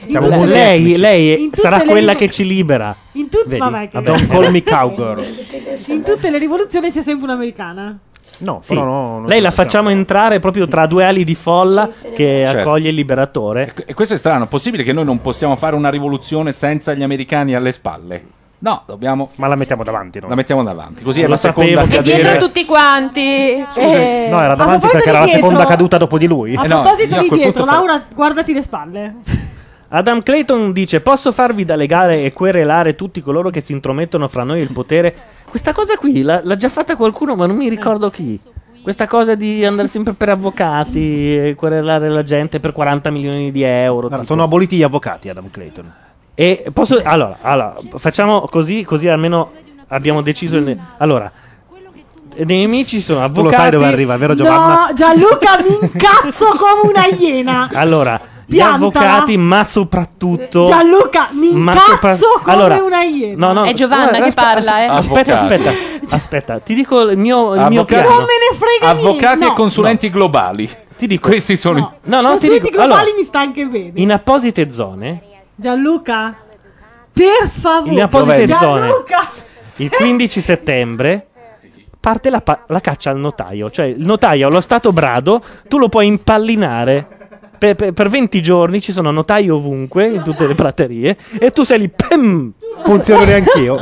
Lei sarà tutte quella le che ci libera. In tutte, Vedi? vabbè, che Don't call me cowgirl. in tutte le rivoluzioni c'è sempre un'americana. No, Sì. però non Lei la so, facciamo entrare proprio tra due ali di folla che Certo. accoglie il liberatore. E questo è strano, possibile che noi non possiamo fare una rivoluzione senza gli americani alle spalle? No, dobbiamo... Ma la mettiamo davanti, no? La mettiamo davanti, così è Lo la seconda sapevo che E dietro cadere. tutti quanti. No, era davanti proposito perché era di la seconda dietro- caduta dopo di lui. A no, proposito io a di quel dietro, punto farei- Laura, guardati le spalle. Adam Clayton dice: posso farvi da legare e querelare tutti coloro che si intromettono fra noi e il potere? Questa cosa qui l'ha già fatta qualcuno, ma non mi ricordo chi. Questa cosa di andare sempre per avvocati e querelare la gente per 40 milioni di euro. Guarda, tipo. sono aboliti gli avvocati, Adam Clayton. E posso. Allora, facciamo così almeno abbiamo deciso. Allora, nei nemici sono avvocati. Tu lo sai dove arriva, vero Giovanna? No, Gianluca, mi incazzo come una iena. Allora, gli Piantala. avvocati, ma soprattutto. Gianluca, mi ma incazzo come allora, una iena. No, È Giovanna che parla, eh. Aspetta, ti dico il mio Avvocati. piano. Non me ne frega niente. Avvocati No. e consulenti globali. Ti dico. Questi sono i- No, ti Consulenti dico. globali Allora, mi sta anche bene. in apposite zone. Gianluca, per favore. In apposite zone. Gianluca. Il 15 settembre parte la caccia al notaio. Cioè, il notaio allo stato brado, tu lo puoi impallinare. Per 20 giorni ci sono notai ovunque, in tutte le praterie, e tu sei lì. Pem! Funziono neanch'io.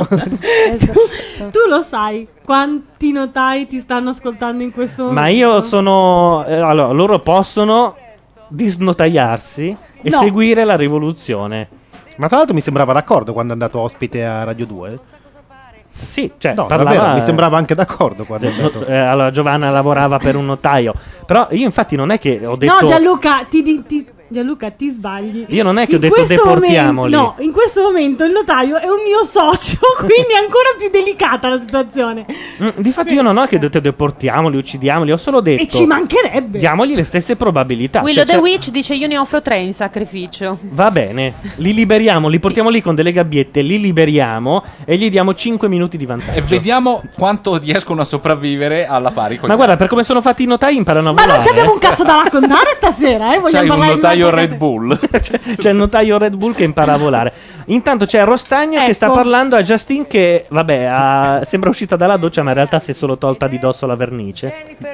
Tu lo sai quanti notai ti stanno ascoltando in questo momento? Ma io sono. Allora, loro possono disnotaiarsi e No. seguire la rivoluzione. Ma tra l'altro mi sembrava d'accordo quando è andato ospite a Radio 2. Sì, cioè, No, parlava, davvero, mi sembrava anche d'accordo quando è andato. Allora, Giovanna lavorava per un notaio. Però io, infatti, non è che ho detto. No, Gianluca, ti sbagli. Io non è che ho In detto questo deportiamoli. momento- no, in questo momento il notaio è un mio socio, quindi è ancora più delicata la situazione. Difatti, io non ho che detto deportiamoli, uccidiamoli. Ho solo detto. E ci mancherebbe. Diamogli le stesse probabilità. Willow Cioè, the Witch dice: io ne offro 3 in sacrificio. Va bene, li liberiamo, li portiamo lì con delle gabbiette, li liberiamo e gli diamo 5 minuti di vantaggio. E vediamo quanto riescono a sopravvivere alla pari con Ma gli guarda, per come sono fatti i notai imparano a Ma volare. non ci abbiamo un cazzo da raccontare stasera, C'hai vogliamo un parlare di notaio un'altra Red cosa? Bull. C'è il notaio Red Bull che impara a volare. Intanto c'è Rostagno che sta parlando a Justin che, vabbè, sembra uscita dalla doccia ma in realtà si è solo tolta di dosso la vernice.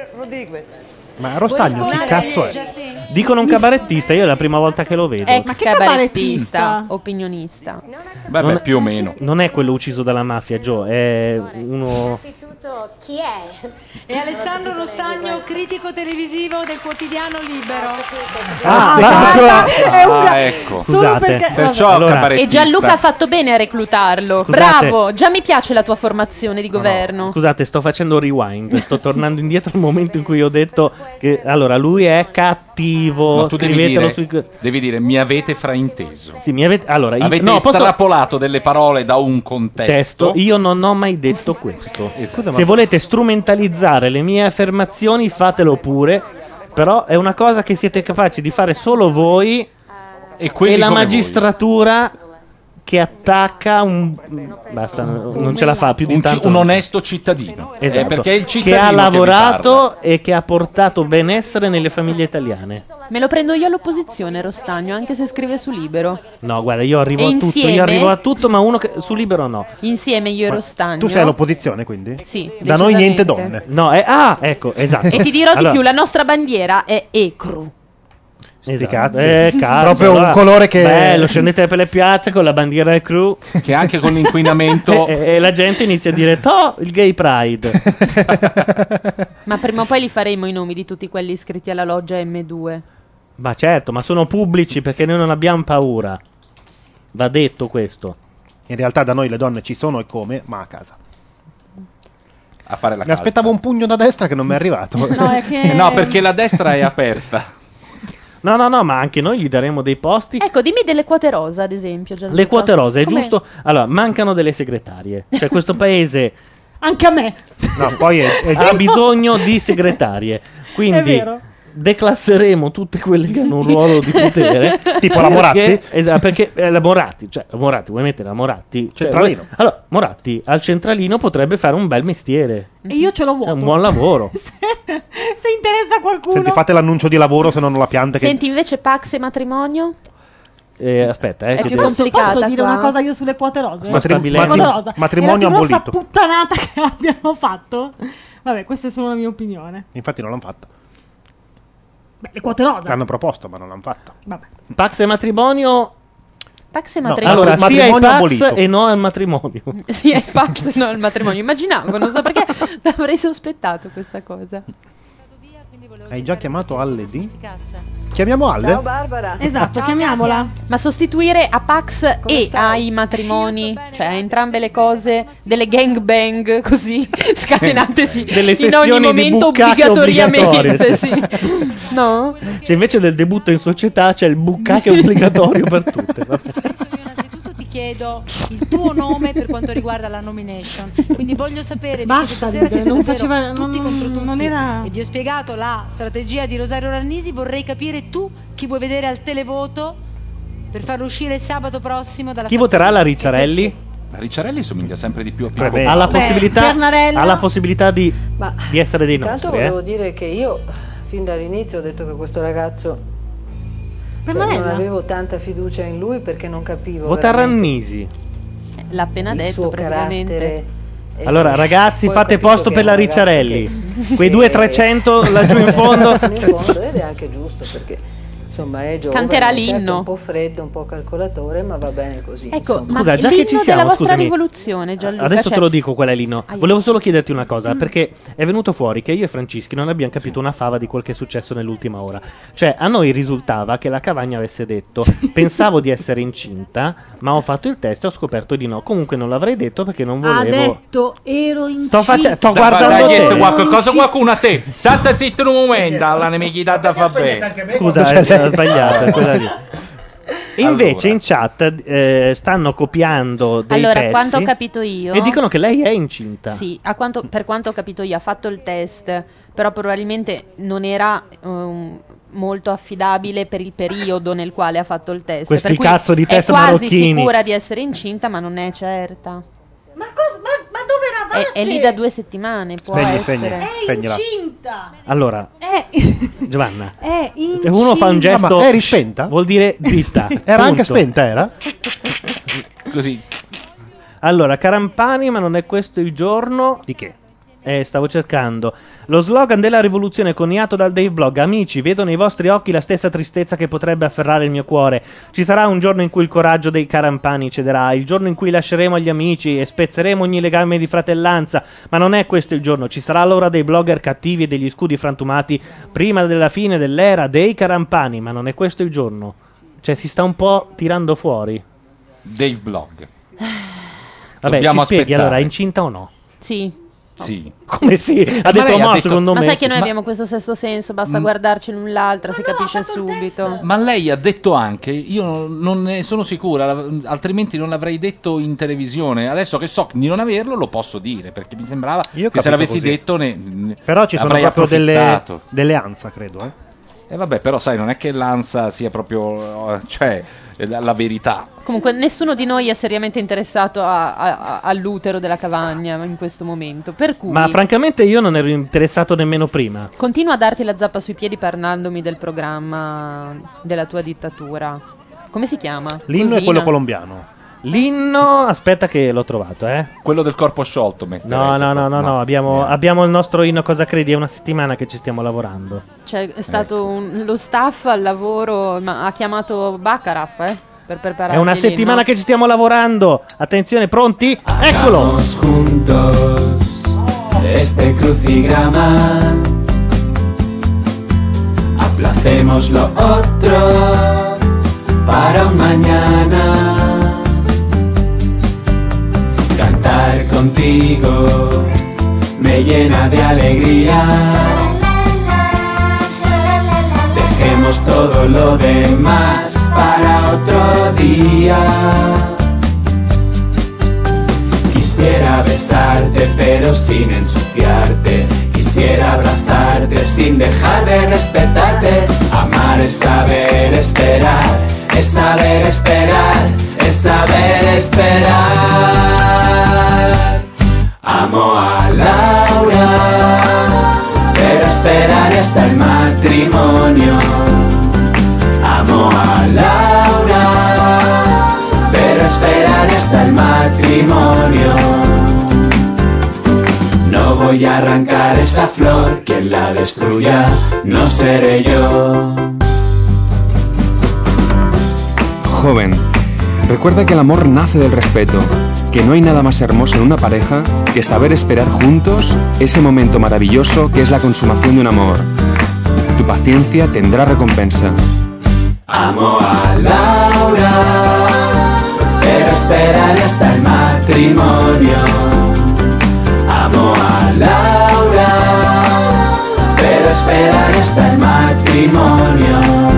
Ma Rostagno chi cazzo è? Dicono un cabarettista, io è la prima volta che lo vedo. Ex cabarettista, opinionista. Vabbè, più o meno. Non è quello ucciso dalla mafia, Joe, è uno... Chi è? È Alessandro Rostagno, critico televisivo del quotidiano Libero. Ecco. Scusate. Perciò Allora- cabarettista. E Gianluca ha fatto bene a reclutarlo. Scusate. Bravo, già mi piace la tua formazione di governo. Scusate, sto facendo rewind, sto tornando indietro al momento in cui ho detto che allora lui è cattivo. No, tu devi Scrivetelo dire, devi dire mi avete frainteso. Sì, mi avete allora Avete no, posso estrapolato delle parole da un contesto. testo, io non ho mai detto questo. Esatto. Se volete strumentalizzare le mie affermazioni, fatelo pure. Però è una cosa che siete capaci di fare solo voi quelli e la come magistratura che attacca un basta, non ce la fa più di tanto. un onesto cittadino. Esatto. Perché è il che cittadino ha che vi lavorato e che ha portato benessere nelle famiglie italiane. Me lo prendo io all'opposizione, Rostagno, anche se scrive su Libero. No, guarda, io arrivo E a tutto, insieme? io arrivo a tutto, ma uno che su Libero no. Insieme io e Rostagno. Tu sei all'opposizione quindi? Sì, Da noi niente decisamente. donne. No, ecco, esatto. E ti dirò Allora, di più, la nostra bandiera è ecru. Sti esatto. cazzi. Cazzo, Proprio un allora, colore che... bello, scendete per le piazze con la bandiera del crew. Che anche con l'inquinamento... e la gente inizia a dire "Toh, il gay pride". Ma prima o poi li faremo i nomi di tutti quelli iscritti alla loggia M2. Ma certo, ma sono pubblici perché noi non abbiamo paura. Va detto questo. In realtà da noi le donne ci sono e come, ma a casa. A fare la Mi aspettavo un pugno da destra che non mi è arrivato. No, è che... No, perché la destra è aperta. No, ma anche noi gli daremo dei posti. Ecco, dimmi delle quote rosa, ad esempio. Gianluca. Le quote rose, è Com'è? giusto? Allora, mancano delle segretarie. Cioè, questo paese Anche a me. No, poi ha bisogno di segretarie. È Quindi vero. declasseremo tutte quelle che hanno un ruolo di potere. Tipo la Moratti? Esatto, perché la Moratti, vuoi mettere la Moratti? Cioè, Centralino. allora, Moratti al centralino potrebbe fare un bel mestiere. E io ce l'ho vuoto. È un buon lavoro. Se interessa a qualcuno. Senti, fate l'annuncio di lavoro se non la pianta che... Senti, invece Pax e matrimonio? Aspetta, È che più devo- complicata Posso dire qua? una cosa io sulle quote rose? Sto stabilendo- Quote rosa. matrimonio è la più grossa abolito. puttanata che abbiamo fatto. Vabbè, questa è solo la mia opinione. Infatti non l'hanno fatta. Beh, le quote rosa. L'hanno proposto, ma non l'hanno fatta. Vabbè. Pax e matrimonio. Pax e No, matrimonio. Allora, sia ai matrimonio Pax abolito. e no al matrimonio. Sì, ai Pax e no al matrimonio. Immaginavo, non so perché l'avrei sospettato questa cosa. Hai già chiamato Alle D? Chiamiamo Alle? Ciao Barbara. Esatto, Ciao, chiamiamola. Katia. Ma sostituire a Pax e stai? ai matrimoni, cioè a entrambe le cose, delle gangbang così scatenatesi Delle in sessioni ogni di momento bukkake obbligatoriamente, obbligatorie. sì. No? Cioè, invece del debutto in società c'è il bukkake obbligatorio per tutte. Innanzitutto ti chiedo il tuo nome per quanto riguarda la nomination. Quindi voglio sapere, visto che Basta, stasera siete non davvero faceva- tutti non- contro tutti non era- e vi ho spiegato la strategia di Rosario Rannisi, vorrei capire tu chi vuoi vedere al televoto per farlo uscire il sabato prossimo dalla Chi fattoria. voterà la Ricciarelli? La Ricciarelli somiglia sempre di più a Pippo Beh, Ha la Baudo. possibilità di essere dei Intanto nostri. volevo dire che io fin dall'inizio ho detto che questo ragazzo Per non Marella? avevo tanta fiducia in lui perché non capivo Vota veramente Rannisi. L'ha appena il detto suo praticamente. carattere. E Allora, ragazzi, poi ho fate capito posto che per è la un ragazzo Ricciarelli. che- Quei 200-300 laggiù in fondo. fino in fondo, ed è anche giusto perché insomma è giovane, Canterà certo, l'inno. un po' freddo, un po' calcolatore, ma va bene così. Ecco, insomma. ma Scusa, già che l'inno ci siamo, della vostra scusami. rivoluzione, Gianluca, Adesso cioè- te lo dico qual è l'inno. Aiuto. Volevo solo chiederti una cosa, perché è venuto fuori che io e Francischi non abbiamo capito una fava di quel che è successo nell'ultima ora. Cioè, a noi risultava che la Cavagna avesse detto: pensavo di essere incinta, ma ho fatto il test e ho scoperto di no. Comunque non l'avrei detto perché non Ha volevo. detto ero incinta. Sto guardando Dai, te. qualcuno a te. State zitto un momento, alla nemichità da fa bene. Scusa, è sbagliato, è quella lì. Invece in chat stanno copiando dei Allora, pezzi quanto ho capito io, e dicono che lei è incinta. sì, per quanto ho capito io, ha fatto il test, però probabilmente non era molto affidabile per il periodo nel quale ha fatto il test. Questi per cui cazzo di test è quasi marocchini. sicura di essere incinta, ma non è certa. Ma dove eravate? È lì da 2 settimane, può essere. È spegnila. incinta. Allora, È, Giovanna, è incinta. se uno fa un gesto, ma eri spenta? vuol dire vista. Era anche Punto. spenta, era? Così. Allora, Carampani, ma non è questo il giorno Di che? Stavo cercando lo slogan della rivoluzione coniato dal Dave Blog. Amici, vedo nei vostri occhi la stessa tristezza che potrebbe afferrare il mio cuore. Ci sarà un giorno in cui il coraggio dei Carampani cederà, il giorno in cui lasceremo gli amici e spezzeremo ogni legame di fratellanza, ma non è questo il giorno. Ci sarà l'ora dei blogger cattivi e degli scudi frantumati prima della fine dell'era dei Carampani, ma non è questo il giorno. Cioè, si sta un po' tirando fuori. Dave Blog. Vabbè, Dobbiamo ci spieghi aspettare. allora, è incinta o no? Sì. Sì. Come sì? Ha Ma detto lei ha no, detto- secondo Ma me sai che sì. noi abbiamo questo sesto senso, basta guardarci l'un l'altra, si capisce subito. Ma lei ha detto anche, io non ne sono sicura, altrimenti non l'avrei detto in televisione. Adesso che so di non averlo, lo posso dire, perché mi sembrava Io ho che se capito l'avessi così. detto ne Però ci sono avrei proprio approfittato. delle ANSA, credo, E vabbè, però sai, non è che l'ANSA sia proprio, cioè, la verità. Comunque nessuno di noi è seriamente interessato all'utero della Cavagna in questo momento, per cui Ma francamente io non ero interessato nemmeno prima. continuo a darti la zappa sui piedi parlandomi del programma della tua dittatura. Come si chiama? L'inno è Cosina? quello colombiano. L'inno, aspetta che l'ho trovato, Quello del corpo sciolto, No, abbiamo il nostro inno Cosa credi, è una settimana che ci stiamo lavorando. Cioè, è stato lo staff al lavoro, ma ha chiamato Baccarat, per preparare È una settimana che ci stiamo lavorando. Attenzione, pronti? Eccolo! Hagamos juntos este crucigrama. Aplacemos lo otro para un mañana. Cantar contigo me llena de alegría. Dejemos todo lo demás para otro día. Quisiera besarte pero sin ensuciarte. Quisiera abrazarte sin dejar de respetarte. Amar es saber esperar, es saber esperar, es saber esperar. Amo a Laura, pero esperaré hasta el matrimonio. Amo a Laura, pero esperaré hasta el matrimonio. No voy voy a arrancar esa flor, quien la destruya no seré yo. Joven, recuerda que el amor nace del respeto, que no hay nada más hermoso en una pareja que saber esperar juntos ese momento maravilloso que es la consumación de un amor. Tu paciencia tendrá recompensa. Amo a Laura, pero esperaré hasta el matrimonio. Amo a Laura, pero esperaré hasta el matrimonio.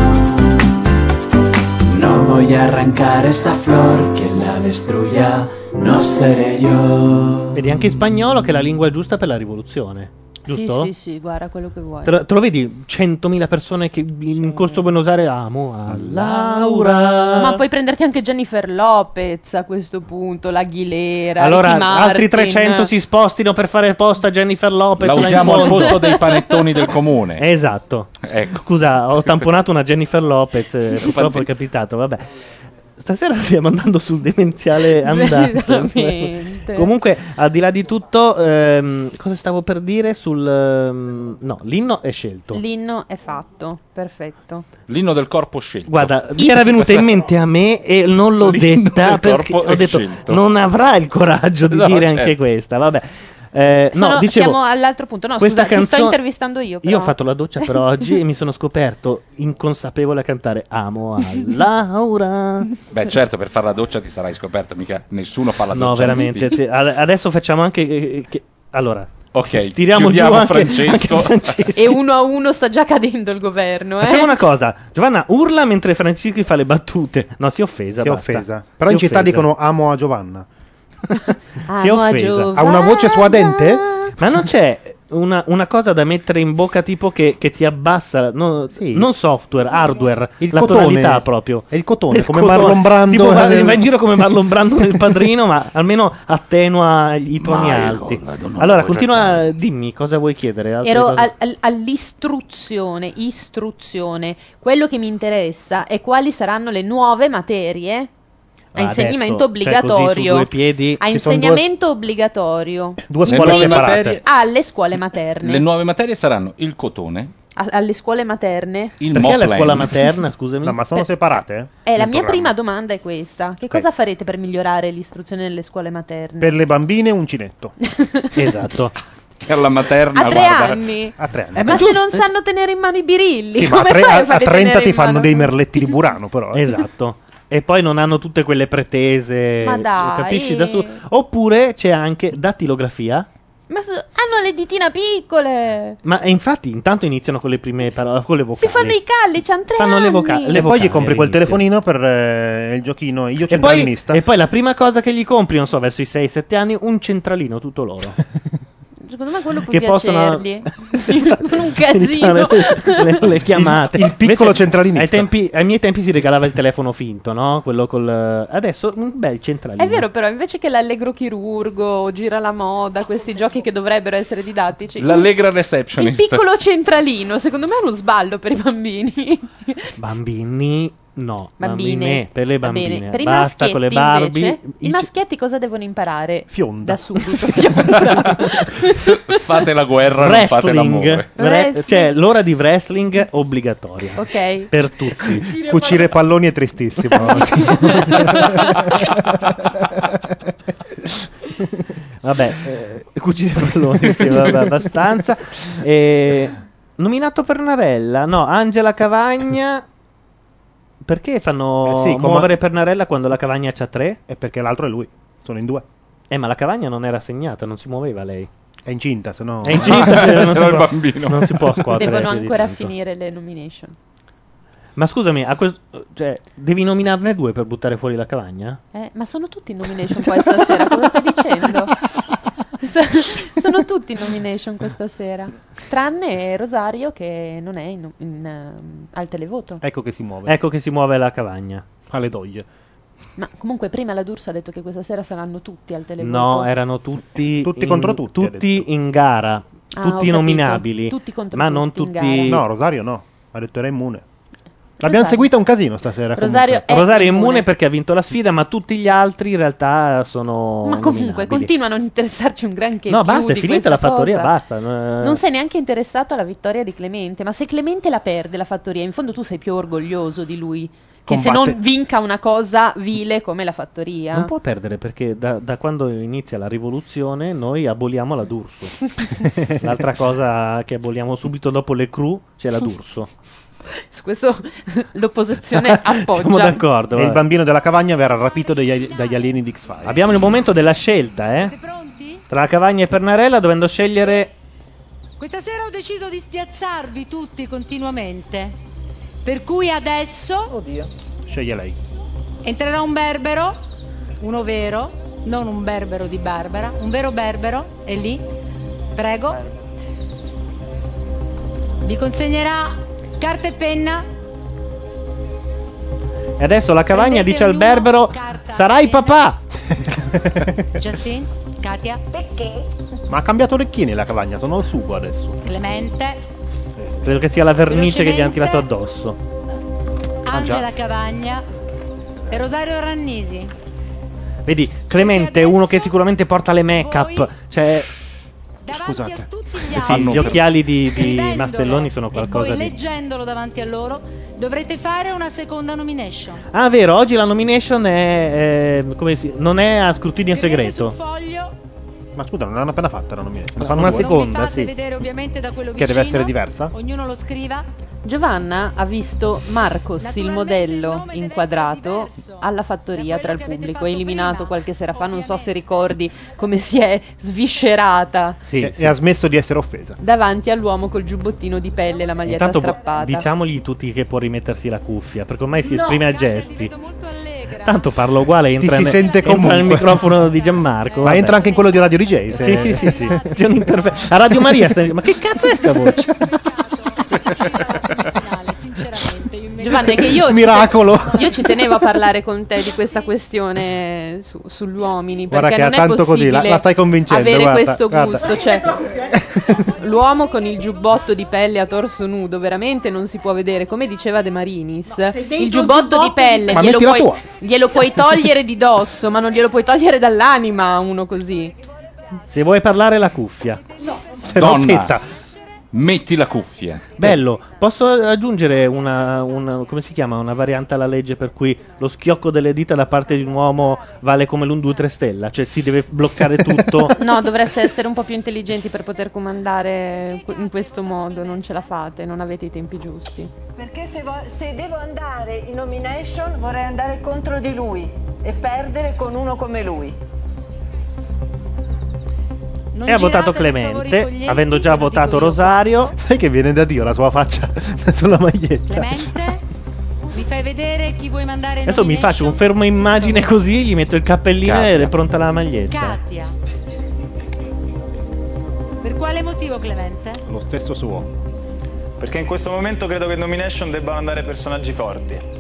No voy a arrancar esa flor, quien la destruya no seré yo. Vedi anche in spagnolo che la lingua è giusta per la rivoluzione. Giusto? Sì, guarda quello che vuoi. Te lo vedi? 100.000 persone che in corso Buenos Aires amo a Laura. Ma puoi prenderti anche Jennifer Lopez a questo punto, l'Aguilera, allora Ricky Martin. altri 300 si spostino per fare posta a Jennifer Lopez. La usiamo al posto dei panettoni del comune. Esatto. Ecco. Scusa, ho tamponato una Jennifer Lopez, purtroppo è capitato, vabbè. Stasera stiamo andando sul demenziale andante. Comunque, al di là di tutto, cosa stavo per dire sul... no, l'inno è scelto. L'inno è fatto, perfetto. L'inno del corpo scelto. Guarda, mi era venuta in mente a me e non l'ho detta perché ho detto scelto. non avrà il coraggio di dire certo. anche questa, vabbè. No, dicevo, siamo all'altro punto. No, questa scusa, ti sto intervistando io. Però. Io ho fatto la doccia per oggi e mi sono scoperto inconsapevole a cantare Amo a Laura. Beh, certo, per fare la doccia ti sarai scoperto, mica nessuno fa la doccia. No, veramente. Adesso facciamo anche. Allora. Ok, tiriamo giù anche Francesco. E 1-1 sta già cadendo il governo. Facciamo una cosa: Giovanna urla mentre Franceschi fa le battute. No, si è offesa. Si è offesa. Però in città dicono amo a Giovanna. Si è offesa. Ha una voce suadente? Ma non c'è una cosa da mettere in bocca tipo che ti abbassa, non software, hardware, il la cotone, tonalità proprio. È il cotone, come cotone. Marlon Brando. Tipo, va in giro come Marlon Brando nel Padrino, ma almeno attenua i toni alti. Allora, continua, dimmi cosa vuoi chiedere. Ero all'istruzione, Quello che mi interessa è quali saranno le nuove materie a insegnamento obbligatorio. A insegnamento obbligatorio. Due scuole separate. Alle scuole materne. Le nuove materie saranno il cotone. Alle scuole materne. Perché la scuola materna, scusami? No, ma sono separate? La mia prima domanda è questa. Che cosa farete per migliorare l'istruzione nelle scuole materne? Per le bambine uncinetto. Esatto. Per la materna a 3 anni. A 3 anni. Ma se non sanno tenere in mano i birilli, sì, come ma fai a a farli 30 tenere ti in fanno mano? dei merletti di Burano, però. Esatto. E poi non hanno tutte quelle pretese, Ma dai. capisci da su. Oppure c'è anche dattilografia. Ma hanno le ditine piccole. Ma infatti intanto iniziano con le prime parole, con le vocali. Si fanno i calli, c'hanno 3 fanno anni. le vocali. E poi gli compri quel all'inizio. telefonino per il giochino Io E centralinista. poi la prima cosa che gli compri, non so, verso i 6-7 anni, un centralino tutto loro. Secondo me quello può Che possono- piacergli. Con un casino. le chiamate. Il piccolo Invece, centralinista. ai miei tempi si regalava il telefono finto, no? Quello adesso un bel centralino. È vero, però, invece che l'allegro chirurgo o gira la moda, questi giochi che dovrebbero essere didattici. L'allegra Il receptionist. piccolo centralino, secondo me è uno sballo per i bambini. Bambini, no. Bambine. Per le Va bene. bambine. Per i Basta con le maschietti, Barbie. invece, i maschietti cosa devono imparare? Fionda. Da subito. Fionda. Fate la guerra, non fate l'amore. Wrestling. Cioè l'ora di wrestling obbligatoria. Ok. Per tutti. Cucire palloni è tristissimo. Vabbè, cucire palloni, sì, vabbè, abbastanza. Nominato Pernarella? No, Angela Cavagna. Perché fanno sì, muovere Pernarella quando la Cavagna c'ha 3? È perché l'altro è lui. Sono in 2. Ma la Cavagna non era segnata, non si muoveva lei. È incinta, se no... È incinta, non, Se si no il può, bambino. non si può scuotere. Devono più di ancora tanto. finire le nomination. Ma scusami, cioè, devi nominarne 2 per buttare fuori la Cavagna? Ma sono tutti in nomination poi stasera, cosa stai dicendo? Sono tutti in nomination questa sera, tranne Rosario che non è al televoto. Ecco che si muove. Ecco che si muove la Cavagna. Alle doglie. Ma comunque prima la D'Urso ha detto che questa sera saranno tutti al televoto. No, erano tutti contro tutti, ha tutti in gara, Ah, ho tutti capito. nominabili, Tutti contro ma tutti non in tutti. No, Rosario no. Ha detto era immune. L'abbiamo seguita un casino stasera. Rosario comunque. è Rosario è immune. immune perché ha vinto la sfida, ma tutti gli altri in realtà sono. Ma comunque nominabili. continua a non interessarci un granché No, più basta, è di finita questa la fattoria, cosa. basta. Non sei neanche interessato alla vittoria di Clemente, ma se Clemente la perde la fattoria, in fondo tu sei più orgoglioso di lui che se Combatte- non vinca una cosa vile come la fattoria. Non può perdere perché da quando inizia la rivoluzione noi aboliamo la D'Urso. L'altra cosa che aboliamo subito dopo le cru c'è la D'Urso. Su questo l'opposizione appoggia. Siamo d'accordo. E il vabbè. bambino della cavagna verrà rapito dagli alieni di X-Files. Abbiamo il momento della scelta, tra la cavagna e Pernarella, dovendo scegliere. Questa sera ho deciso di spiazzarvi tutti continuamente. Per cui adesso Sceglie lei. entrerà un berbero, uno vero, non un berbero di Barbara, un vero berbero, è lì, prego. Vi consegnerà carta e penna. E adesso la cavagna Prendete dice al ognuno berbero: carta sarai e- papà. Justin, Katia, perché? Ma ha cambiato orecchini la cavagna, sono al sugo adesso. Clemente, Credo che sia la vernice che gli hanno Velocemente. tirato addosso. Angela Cavagna e Rosario Rannisi. Vedi, Clemente è uno che sicuramente porta le make-up. Cioè, Scusate. sì, gli occhiali di scrivendolo Mastelloni sono e qualcosa poi di. leggendolo davanti a loro dovrete fare una seconda nomination. Ah, vero, oggi la nomination è. Non è a scrutinio segreto. Foglio Ma scusa, non l'hanno appena fatta la nomination. Ne Una fanno due. seconda, fate sì. vedere ovviamente da quello Che vicino. deve essere diversa? Ognuno lo scriva. Giovanna ha visto Marcos, il modello, inquadrato alla fattoria tra il pubblico. È eliminato qualche sera fa, non so se ricordi come si è sviscerata E ha smesso di essere offesa. davanti all'uomo col giubbottino di pelle e la maglietta Intanto strappata. diciamogli tutti che può rimettersi la cuffia, perché ormai si No. esprime a gesti. Tanto parla uguale, entra, si sente entra nel comunque. microfono di Gianmarco. Ma vabbè. entra anche in quello di Radio DJ. Sì, sì, sì, sì. C'è un a Radio Maria ma che cazzo è sta voce? Sinceramente, io Giovanni, è che io Miracolo. io ci tenevo a parlare con te di questa questione sugli uomini, Guarda perché che non ha è tanto così, possibile la stai convincendo, avere guarda, questo guarda. gusto, cioè l'uomo con il giubbotto di pelle a torso nudo veramente non si può vedere, come diceva De Marinis. dentro Il giubbotto di pelle Ma metti la tua. glielo puoi togliere di dosso, ma non glielo puoi togliere dall'anima a uno così. Se vuoi parlare la cuffia. Se no, zitta. Metti la cuffia. Bello, posso aggiungere una come si chiama? Una variante alla legge per cui lo schiocco delle dita da parte di un uomo vale come l'1-2-3 stella, cioè si deve bloccare tutto. No, dovreste essere un po' più intelligenti per poter comandare in questo modo, non ce la fate, non avete i tempi giusti. Perché se devo andare in nomination vorrei andare contro di lui e perdere con uno come lui. E ha votato Clemente, avendo già votato Rosario. Sai che viene da Dio la tua faccia sulla maglietta. Clemente, mi fai vedere chi vuoi mandare in Adesso mi nomination? faccio un fermo immagine così, gli metto il cappellino Katia. ed è pronta la maglietta. Katia. Per quale motivo, Clemente? Lo stesso suo. Perché in questo momento credo che in nomination debbano andare personaggi forti.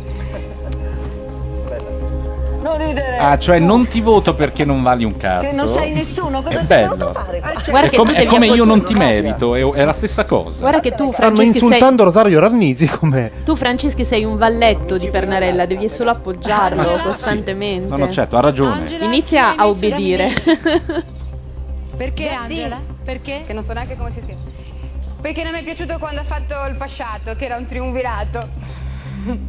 Non ridere. Ah, cioè non ti voto perché non vali un cazzo. Che non sei nessuno, cosa È sei venuto a bello. fare qua? Guarda È che come, tu è devi come io appos- non ti merito, è la stessa cosa. Guarda che tu, Stanno Franceschi, insultando Rosario Rannisi come. tu, Franceschi, sei un valletto di Pernarella, devi solo appoggiarlo costantemente. No, no, certo, ha ragione. Inizia a obbedire. Perché Angela? Perché? Che non so neanche come si scrive. Perché non mi è piaciuto quando ha fatto il pasciato, che era un triumvirato.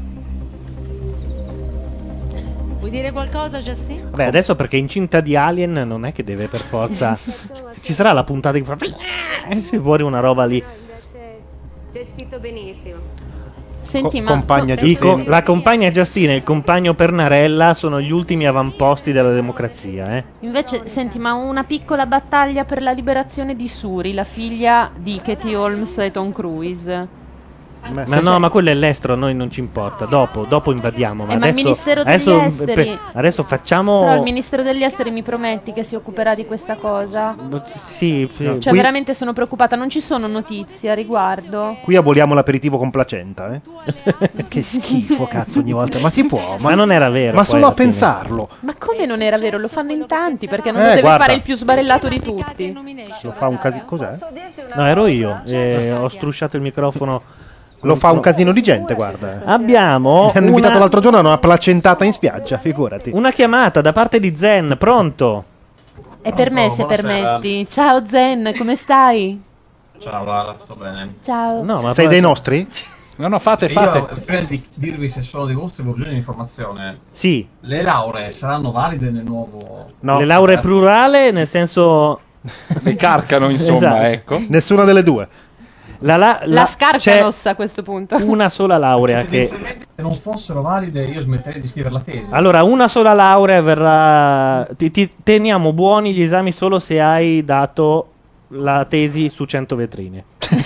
Vuoi dire qualcosa, Justin? Vabbè, adesso perché è incinta di Alien non è che deve per forza. Ci sarà la puntata che fa. E fuori una roba lì. C'è scritto benissimo. Senti, ma compagna di La compagna Giustina e il compagno Pernarella sono gli ultimi avamposti della democrazia, invece, senti, ma una piccola battaglia per la liberazione di Suri, la figlia di Katie Holmes e Tom Cruise. Ma no, ma quello è l'estero, a noi non ci importa. Dopo invadiamo. Ma ma il adesso, Ministero degli Esteri. adesso facciamo. Però il Ministero degli Esteri mi prometti che si occuperà di questa cosa? Sì, sì. Cioè, veramente sono preoccupata, non ci sono notizie a riguardo. Qui aboliamo l'aperitivo con placenta, eh? Che schifo, cazzo, ogni volta. Ma si può? Ma non era vero. Ma poi, solo a alla fine. pensarlo. Ma come non era vero? Lo fanno in tanti perché non lo deve guarda. fare il più sbarellato di tutti. Lo fa un casino. Cos'è? No, ero io. Ho strusciato il microfono Lo fa un casino di gente, guarda. Abbiamo Mi hanno invitato l'altro giorno a una placentata in spiaggia, figurati. una chiamata da parte di Zen, pronto? È per me, se permetti. Ciao Zen, come stai? Ciao Lara, tutto bene? Ciao. No, ma Sei dei nostri? No, fate. Io, prima di dirvi se sono dei vostri, avevo bisogno di informazione. Sì. Le lauree saranno valide nel nuovo... No. Le lauree plurale, nel senso... Le carcano, insomma, Esatto. ecco. Nessuna delle due. La scarcanos a questo punto. Una sola laurea che... Tendenzialmente, se non fossero valide, io smetterei di scrivere la tesi. Allora, una sola laurea verrà... Ti teniamo buoni gli esami solo se hai dato la tesi su 100 vetrine.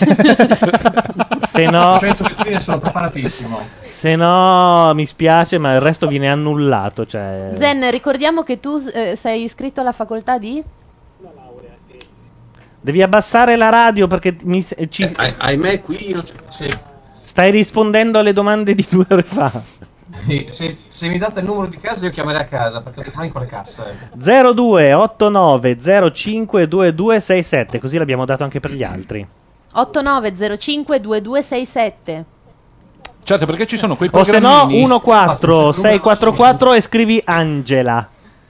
Se no... 100 vetrine sono preparatissimo. Se no, mi spiace, ma il resto viene annullato. Cioè... Zen, ricordiamo che tu sei iscritto alla facoltà di? Devi abbassare la radio perché ahimè qui non c'è... stai rispondendo alle domande di 2 ore fa. Se mi date il numero di casa io chiamerei a casa perché ho manco le casse. 0289052267, così l'abbiamo dato anche per gli altri. 89052267. Certo, perché ci sono quei O se programmini... no 14644 e scrivi Angela.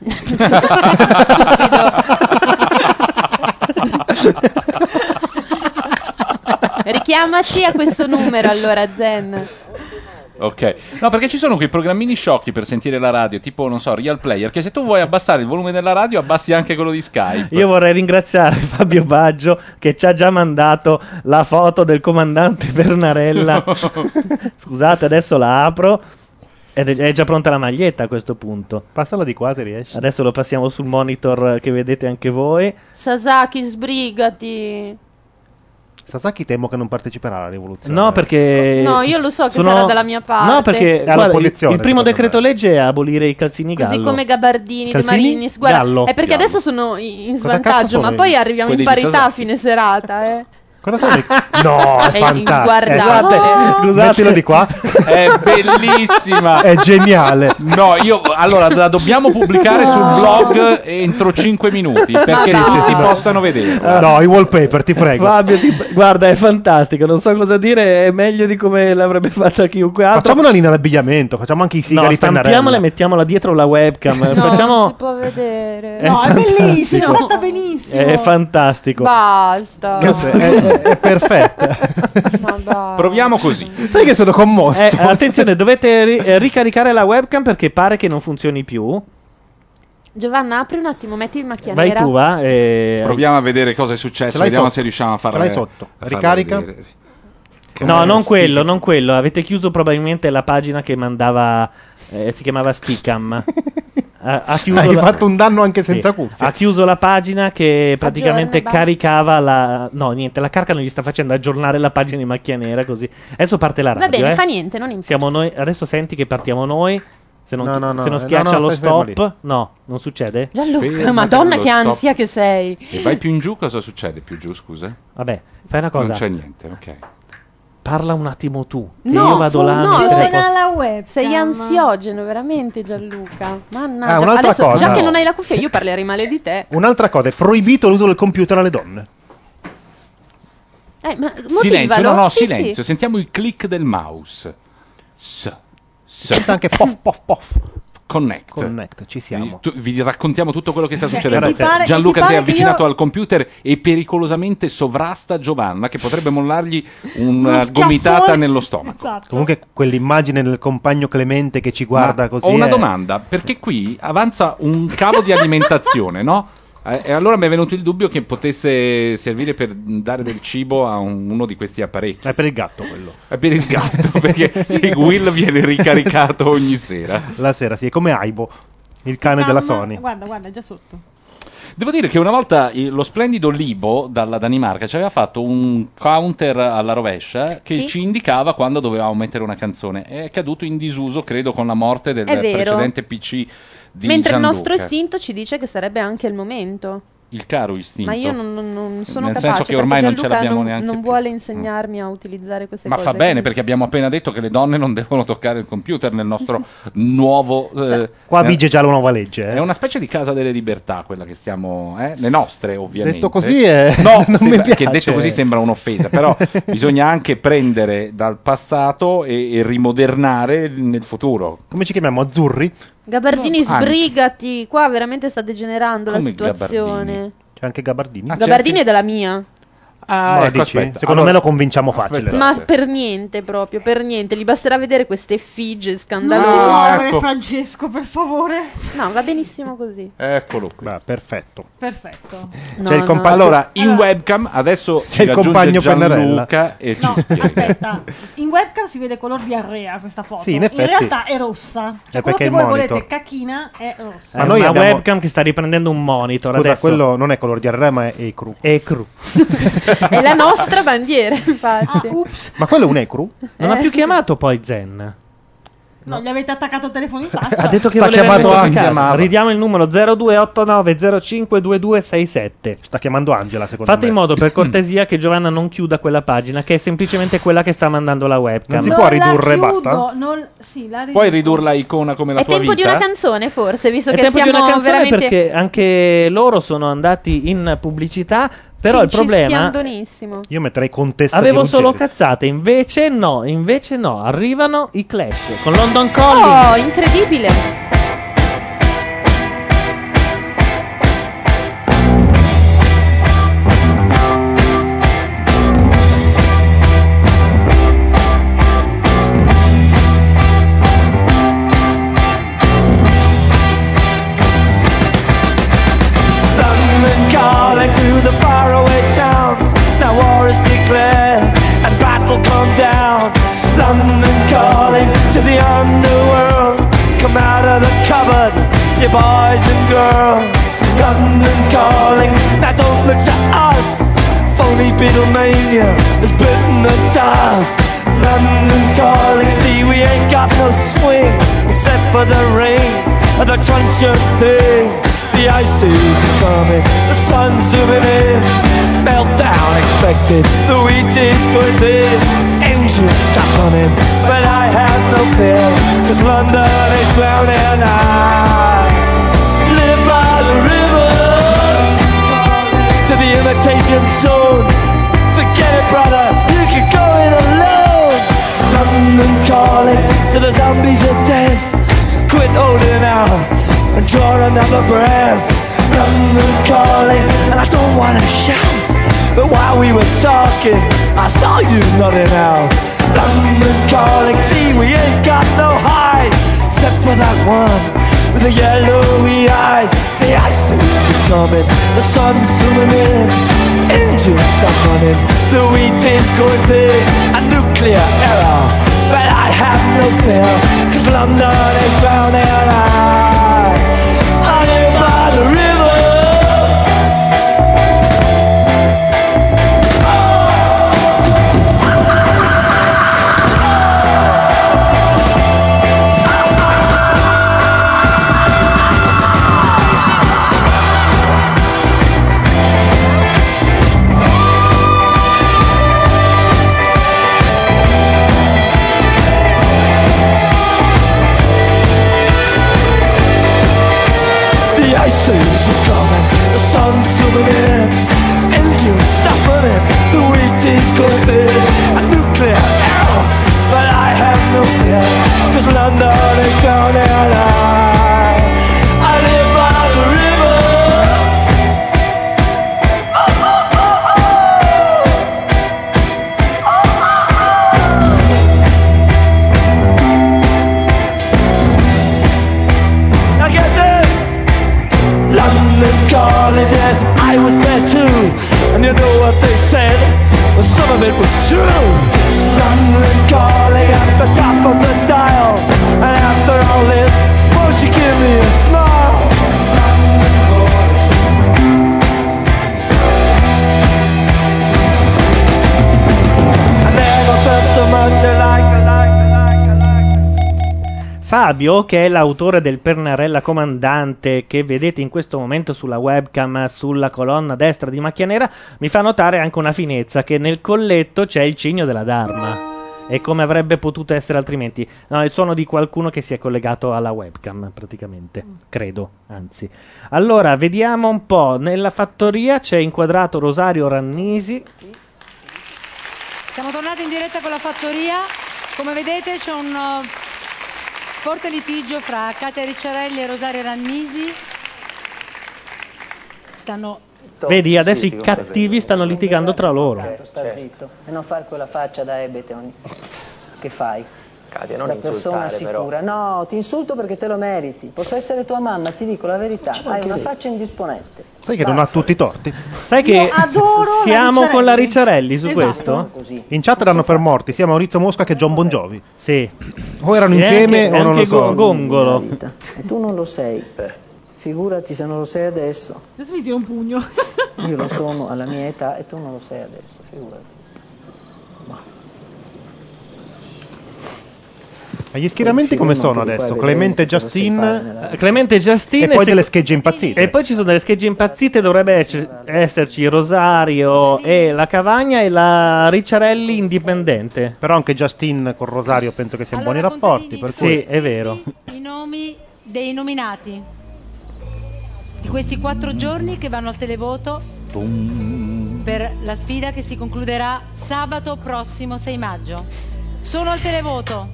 Richiamaci a questo numero allora, Zen. Ok, no, perché ci sono quei programmini sciocchi per sentire la radio, tipo, non so, Real Player, che se tu vuoi abbassare il volume della radio, abbassi anche quello di Skype. Io vorrei ringraziare Fabio Baggio che ci ha già mandato la foto del comandante Pernarella. Scusate, adesso la apro. Ed è già pronta la maglietta a questo punto. Passala di qua se riesci. Adesso lo passiamo sul monitor che vedete anche voi. Sasaki, sbrigati. Sasaki temo che non parteciperà alla rivoluzione. No, perché... No, io lo so che sarà dalla mia parte. No, perché guarda, il primo decreto legge è abolire i calzini gallo. Così come Gabardini, Calzini? De Marinis. Guarda, Gallo. è perché Gallo. adesso sono in Cosa svantaggio, cazzo sono ma io? poi arriviamo Quelli in di parità a Sasaki. fine serata, Cosa sono? No, è È fantastico. inguardabile. Mettilo di qua. È bellissima. È geniale. No, allora la dobbiamo pubblicare sul blog entro 5 minuti perché ti possano vedere. No, i wallpaper, ti prego. Fabio, guarda, è fantastico. Non so cosa dire, è meglio di come l'avrebbe fatta chiunque altro. Facciamo una linea d'abbigliamento, facciamo anche i sigari No, stampiamola e pennarelli. mettiamola dietro la webcam. Non Facciamo... si può vedere. No, È bellissimo, fantastico. fatta benissimo. È fantastico. Basta. È perfetta. Proviamo così. Sai che sono commosso. Attenzione, dovete ricaricare la webcam perché pare che non funzioni più. Giovanna, apri un attimo, metti in macchia Vai nera. tu, va. Proviamo a vedere cosa è Ce successo. l'hai Vediamo sotto. se riusciamo a farla. Ce l'hai sotto. Ricarica. No, non quello, non quello. Avete chiuso probabilmente la pagina che mandava. Si chiamava Sticam. Ha chiuso Hai fatto un danno anche senza cuffie. Ha chiuso la pagina che praticamente Aggiorna, basta. caricava la. No, niente, la carica non gli sta facendo aggiornare la pagina di macchia nera così. Adesso parte la radio. Va bene, fa niente, non importa. Siamo noi. Adesso senti che partiamo noi. Se non, No, se non schiaccia no, lo stai fermo stop, no, non succede. Gianluca, Fermati madonna allo che stop. ansia che sei. E vai più in giù, cosa succede più giù, scusa? Vabbè, fai una cosa. Non c'è niente, ok. Parla un attimo tu. Che No, io vado là. no, mentre sei- posso- la web. Sei ansiogeno, veramente Gianluca. Mannaggia. Ah, un'altra Adesso, cosa. già che non hai la cuffia, io parlerei male di te. Un'altra cosa, è proibito l'uso del computer alle donne. Ma Silenzio, motivalo. no, Sì, silenzio. sì. Sentiamo il click del mouse. Senta anche pof pof pof. Connect. Ci siamo. Vi raccontiamo tutto quello che sta succedendo. ti pare- Gianluca ti si è pare che avvicinato io- al computer e pericolosamente sovrasta Giovanna, che potrebbe mollargli Uno una schiaffone. gomitata nello stomaco. Comunque quell'immagine del compagno Clemente che ci guarda Ma così ho una è- domanda, perché qui avanza un cavo di alimentazione, no? E allora mi è venuto il dubbio che potesse servire per dare del cibo a uno di questi apparecchi. È per il gatto quello. È per il gatto, perché sì, Will viene ricaricato ogni sera. La sera, sì, è come Aibo, il cane della Sony. Guarda, è già sotto. Devo dire che una volta lo splendido Libo dalla Danimarca ci aveva fatto un counter alla rovescia che Sì. ci indicava quando dovevamo mettere una canzone. È caduto in disuso, credo, con la morte del È vero. precedente PC di Mentre il Gianluca. nostro istinto ci dice che sarebbe anche il momento. Il caro istinto. Ma io non sono Nel capace, senso che ormai perché non ce Gianluca l'abbiamo neanche non più. vuole insegnarmi a utilizzare queste Ma cose. fa bene, quindi- perché abbiamo appena detto che le donne non devono toccare il computer nel nostro nuovo... Qua vige già la nuova legge. È una specie di casa delle libertà quella che stiamo... le nostre, ovviamente. Detto così No, non mi che piace. detto così sembra un'offesa, però bisogna anche prendere dal passato e rimodernare nel futuro. Come ci chiamiamo? Azzurri? Gabardini, No, anche. sbrigati, qua veramente sta degenerando la Come situazione. C'è anche Gabardini. Gabardini è della mia. Ma ecco, dici? aspetta. Secondo me lo convinciamo facile. Ma per niente proprio, per niente. Gli basterà vedere queste effigie Non ti scandalose. muovere, ecco. Francesco, per favore. No, va benissimo così. Eccolo qui. Perfetto. Perfetto. C'è il compagno. Allora, in webcam adesso C'è il ci compagno raggiunge Pennarella. Gianluca e No, ci spiega. aspetta. In webcam si vede color diarrea questa foto. Sì, in effetti. realtà è rossa. Cioè, quello perché che il voi monitor. volete cacchina è rossa. Ma noi una abbiamo- webcam che sta riprendendo un monitor Scusa, adesso. quello non è color diarrea, ma è ecru. Ecru. È la nostra bandiera, infatti. Ma quello è un ecru? Non ha più sì, chiamato poi Zen. No, gli avete attaccato il telefono in faccia. Ha detto che Sta voleva chiamando il Angela. casa. Ridiamo il numero 0289052267. Sta chiamando Angela, secondo Fate me. in modo per cortesia che Giovanna non chiuda quella pagina, che è semplicemente quella che sta mandando la webcam. Non si Non può la ridurre, chiudo, basta? sì, la riduco. Puoi ridurla a icona come la È tua tempo di vita? una canzone, forse, visto È che tempo di siamo una canzone veramente perché anche loro sono andati in pubblicità, però il problema schiandonissimo. Io metterei contessa avevo di solo Ruggeri. cazzate, invece no, arrivano i Clash con London Calling. Oh, incredibile. London calling to the faraway towns. Now war is declared and battle come down. London calling to the underworld. Come out of the cupboard, you boys and girls. London calling, now don't look to us. Phony Beatlemania has bitten the dust. London calling, see we ain't got no swing except for the rain and the truncheon thing. The ice age is coming, the sun's zooming in. Meltdown expected, the wheat is going thin. Engines stop running, but I have no fear, cause London is drowning. I live by the river, to the imitation zone. Forget it, brother, you can go it alone. London calling to the zombies of death. Quit holding out and draw another breath. London calling, and I don't wanna shout, but while we were talking, I saw you nodding out. London calling, see we ain't got no hide, except for that one with the yellowy eyes. The ice age is coming, the sun's zooming in. Engines stop running, the wheat is going big. A nuclear error, but I have no fear, cause London is drowning. I live by the river. The ice age is coming, the sun's zooming in. Engines stop running, the wheat is going thin. A nuclear error, but I have no fear, cause London is drowning. I live by the river. Now get this! London calling, yes, I was there too. And you know what they said? Well, some of it was true. London calling at the top of the dial. And after all this, Fabio, che è l'autore del Pernarella Comandante che vedete in questo momento sulla webcam sulla colonna destra di Macchia Nera, mi fa notare anche una finezza, che nel colletto c'è il cigno della Dharma. E come avrebbe potuto essere altrimenti? No, è il suono di qualcuno che si è collegato alla webcam, praticamente. Credo, anzi. Allora, vediamo un po'. Nella fattoria c'è inquadrato Rosario Rannisi. Siamo tornati in diretta con la fattoria. Come vedete c'è un forte litigio fra Katia Ricciarelli e Rosario Rannisi. Vedi, adesso i cattivi stanno litigando tra loro. Sta zitto e non fare quella faccia da ebete che fai. Katia, non da persona insultare, sicura. però. No, ti insulto perché te lo meriti. Posso essere tua mamma, ti dico la verità. Hai una faccia indisponente. Sai che non ha tutti i torti? Sai che siamo con la Ricciarelli su questo? In chat danno per morti sia Maurizio Mosca che John Bon Jovi. Sì. O erano insieme o non lo so. Gongolo. E tu non lo sei. Figurati se non lo sei adesso. Adesso mi tiro un pugno. Io lo sono alla mia età e tu non lo sei adesso, figurati. Ma gli schieramenti come sono adesso? Clemente Justin e poi delle schegge impazzite. E poi ci sono delle schegge impazzite. Dovrebbe esserci Rosario e la Cavagna e la Ricciarelli indipendente. Però anche Justin con Rosario penso che sia in buoni rapporti, per sì, cui... è vero. I nomi dei nominati di questi 4 giorni che vanno al televoto per la sfida che si concluderà sabato prossimo 6 maggio. Sono al televoto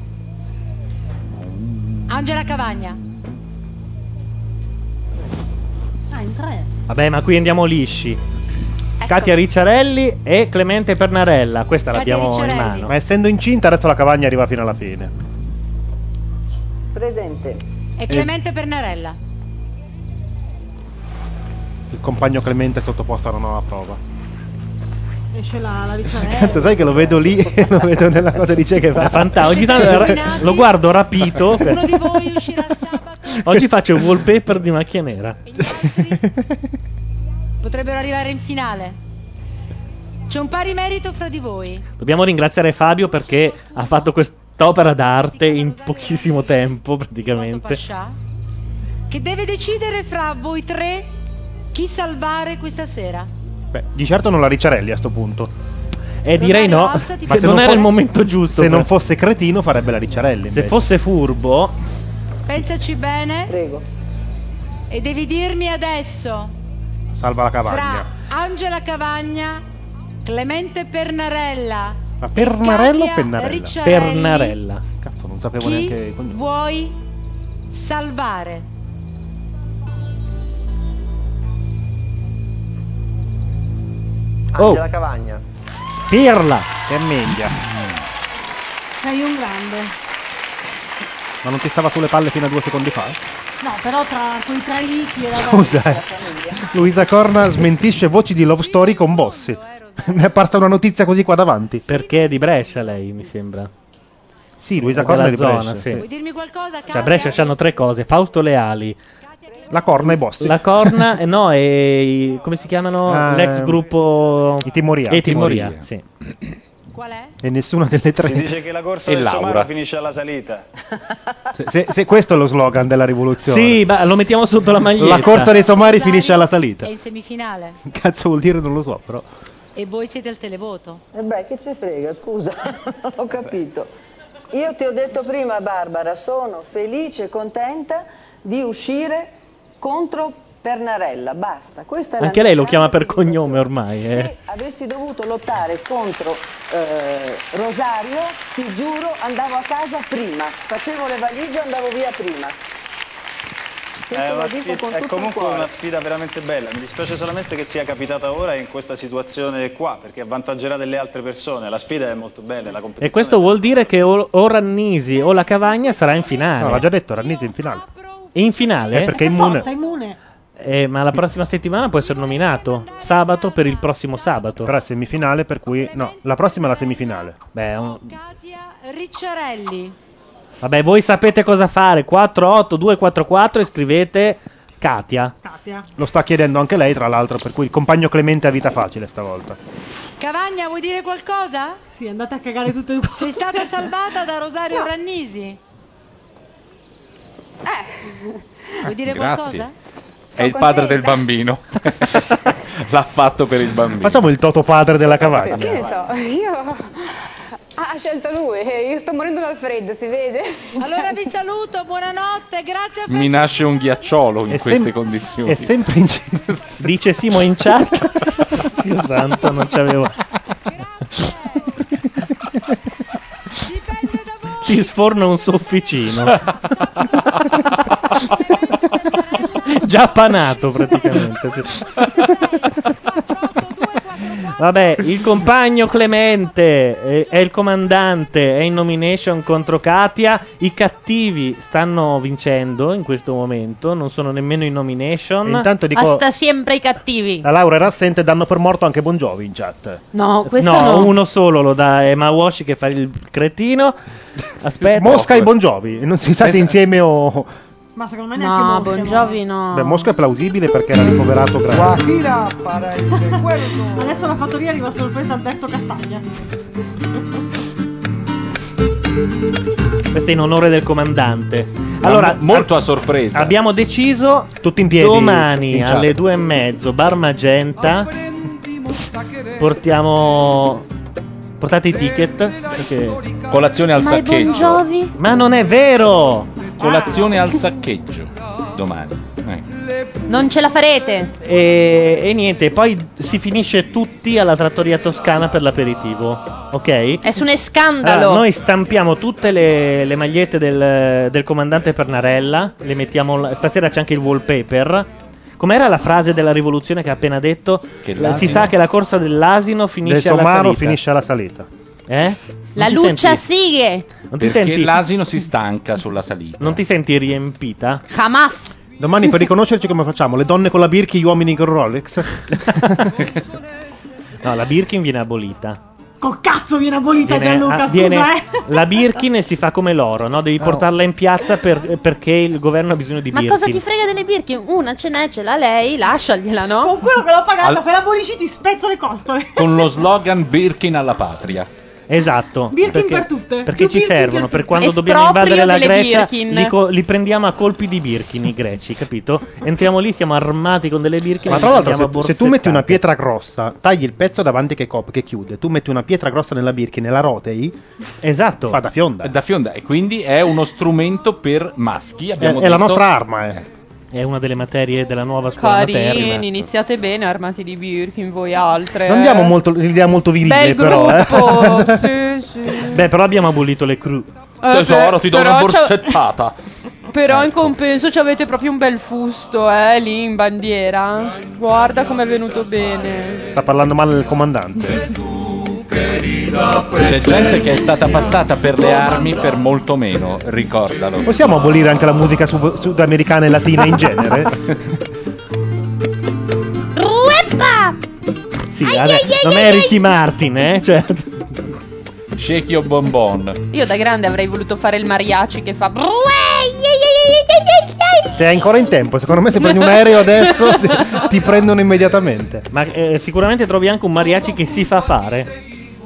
Angela Cavagna. In 3. Vabbè, ma qui andiamo lisci. Katia Ricciarelli e Clemente Pernarella. Questa l'abbiamo in mano. Ma essendo incinta adesso la Cavagna arriva fino alla fine. Presente. E Clemente Pernarella. Il compagno Clemente è sottoposto a una nuova prova. Esce la Ricciarelli. Cazzo, sai che lo vedo lì e lo vedo nella cosa di Che fa. Fantastico. Ogni tanto lo guardo rapito. Uno di voi uscirà sabato. Oggi faccio il wallpaper di Macchia Nera. E gli altri potrebbero arrivare in finale. C'è un pari merito fra di voi. Dobbiamo ringraziare Fabio perché ha fatto quest'opera d'arte in pochissimo tempo, praticamente. Pascià, che deve decidere fra voi 3 chi salvare questa sera. Beh, di certo non la Ricciarelli a sto punto. Direi no, ma se non era il momento giusto. Se non fosse cretino farebbe la Ricciarelli. Se fosse furbo. Pensaci bene. Prego. E devi dirmi adesso. Salva la Cavagna. Fra Angela Cavagna, Clemente Pernarella. Ma Pernarella o Katia Pennarella? Ricciarelli, Pernarella. Cazzo, non sapevo chi neanche. vuoi salvare? Angela Cavagna. Pirla. Che meglio. Sei un grande. Ma non ti stava sulle palle fino a 2 secondi fa? No, però tra quei 3 lì chi era Scusa, Luisa Corna smentisce voci di Love Story con Bossi. Mi è apparsa una notizia così qua davanti. Perché è di Brescia lei, mi sembra. Sì, Luisa Corna è di zona, Brescia. sì. Vuoi dirmi qualcosa? A Brescia c'hanno 3 cose: Fausto Leali, la Corna e Bossi. La Corna, no, e come si chiamano? L'ex gruppo I Timoria. E Timoria, sì. Qual è? E nessuna delle 3. Si dice che la corsa del Somaro finisce alla salita. Se questo è lo slogan della rivoluzione. Sì, ma lo mettiamo sotto la maglietta. La corsa dei somari finisce alla salita. È in semifinale. Cazzo vuol dire non lo so, però. E voi siete al televoto. E beh, che ci frega, scusa, non ho capito. Io ti ho detto prima, Barbara, sono felice e contenta di uscire contro Pernarella, basta. Questa è Anche la lei mia lo chiama grande per cognome ormai. Se avessi dovuto lottare contro Rosario, ti giuro, andavo a casa prima, facevo le valigie e andavo via prima. È comunque una sfida veramente bella. Mi dispiace solamente che sia capitata ora in questa situazione qua, perché avvantaggerà delle altre persone. La sfida è molto bella, la competizione. E questo vuol dire che o Rannisi o la Cavagna sarà in finale. No, l'ha già detto, Rannisi in finale. In finale? Perché è immune. Forza, immune. Ma la prossima settimana può essere nominato sabato per il prossimo sabato. Però è semifinale, per cui no, la prossima è la semifinale. Katia Ricciarelli. Vabbè, voi sapete cosa fare. 48244 e scrivete Katia. Lo sta chiedendo anche lei, tra l'altro, per cui il compagno Clemente ha vita facile stavolta. Cavagna, vuoi dire qualcosa? Sì, andate a cagare tutte e due. Sei stata salvata da Rosario Rannisi. Vuoi dire Grazie. qualcosa? È il padre del bambino. L'ha fatto per il bambino. Facciamo il toto padre della cavagna. Che ne so, ha scelto lui, io sto morendo dal freddo, si vede? Allora vi saluto, buonanotte, grazie a Mi nasce un ghiacciolo in queste condizioni. È sempre in Dice Simo in chat. Dio santo, non c'avevo. Ti sforna un sofficino. Già panato praticamente. Sì. Vabbè, il compagno Clemente è il comandante, è in nomination contro Katia. I cattivi stanno vincendo in questo momento, non sono nemmeno in nomination. Intanto dico, Basta sempre i cattivi. la Laura era assente, danno per morto anche Bon Jovi in chat. No, questo no, no. uno solo lo dà Emma Washi che fa il cretino. Aspetta. Mosca e Bon Jovi, non si sa se insieme o... Ma secondo me neanche No, Mosca, Bon Jovi no. Beh, Mosca è plausibile perché era ricoverato grave. Adesso la fattoria arriva a sorpresa Alberto Castagna. Questo è in onore del comandante. Allora, molto a sorpresa. Abbiamo deciso tutti in piedi domani in chat. alle 2:30 Bar Magenta. Portate i ticket perché... Colazione al Ma è Bon saccheggio. Jovi? Ma non è vero! Colazione al saccheggio domani. Non ce la farete. E niente, poi si finisce tutti alla trattoria toscana per l'aperitivo. Ok? È su un scandalo. Allora, noi stampiamo tutte le magliette del comandante Pernarella. Le mettiamo. Stasera c'è anche il wallpaper. Com'era la frase della rivoluzione che ha appena detto? Si sa che la corsa dell'asino finisce alla Somaro salita. finisce alla salita. La Non ti Luccia senti? Sighe. Non ti Perché senti? l'asino si stanca sulla salita. Non ti senti riempita? Hamas. Domani per riconoscerci come facciamo? Le donne con la Birkin, gli uomini con Rolex? No, la Birkin viene abolita. Col cazzo viene abolita Gianluca, viene scusa la Birkin e si fa come l'oro, no? Devi portarla in piazza perché il governo ha bisogno di Ma Birkin. cosa ti frega delle Birkin? Una ce l'ha lei, lasciagliela, no? Con quello che l'ho pagata, Al- se la abolisci ti spezzo le costole. Con lo slogan Birkin alla patria. Esatto. Birkin per tutte. Perché Più ci Birkin servono per per quando tutte. dobbiamo Esproprio invadere la delle Grecia. Birkin. Li priamo a colpi di Birkin i greci, capito? Entriamo lì, siamo armati con delle Birkin. Ma e tra l'altro, andiamo a se tu metti una borsettate. pietra grossa, tagli il pezzo davanti che chiude, tu metti una pietra grossa nella Birkin e la rotei, esatto, fa da fionda. Da fionda. E quindi è uno strumento per maschi. Abbiamo È la detto. nostra arma. È una delle materie della nuova scuola materna. Carini, iniziate bene armati di Birkin, voi altre. Non diamo molto, l'idea molto virile, Bel però. gruppo, sì, sì. Beh, però abbiamo abolito le crew. Tesoro, ti do una però c'è- borsettata. Però in compenso ci avete proprio un bel fusto, lì in bandiera. Guarda com'è venuto bene. Sta parlando male del comandante. C'è gente che è stata passata per le armi per molto meno, ricordalo. Possiamo abolire anche la musica sudamericana e latina in genere? Ueppa! Sì, non è Ricky Martin, Cioè... Shake your bonbon. Io da grande avrei voluto fare il mariachi che fa. Se è ancora in tempo, secondo me se prendi un aereo adesso ti prendono immediatamente. Ma sicuramente trovi anche un mariachi che si fa fare.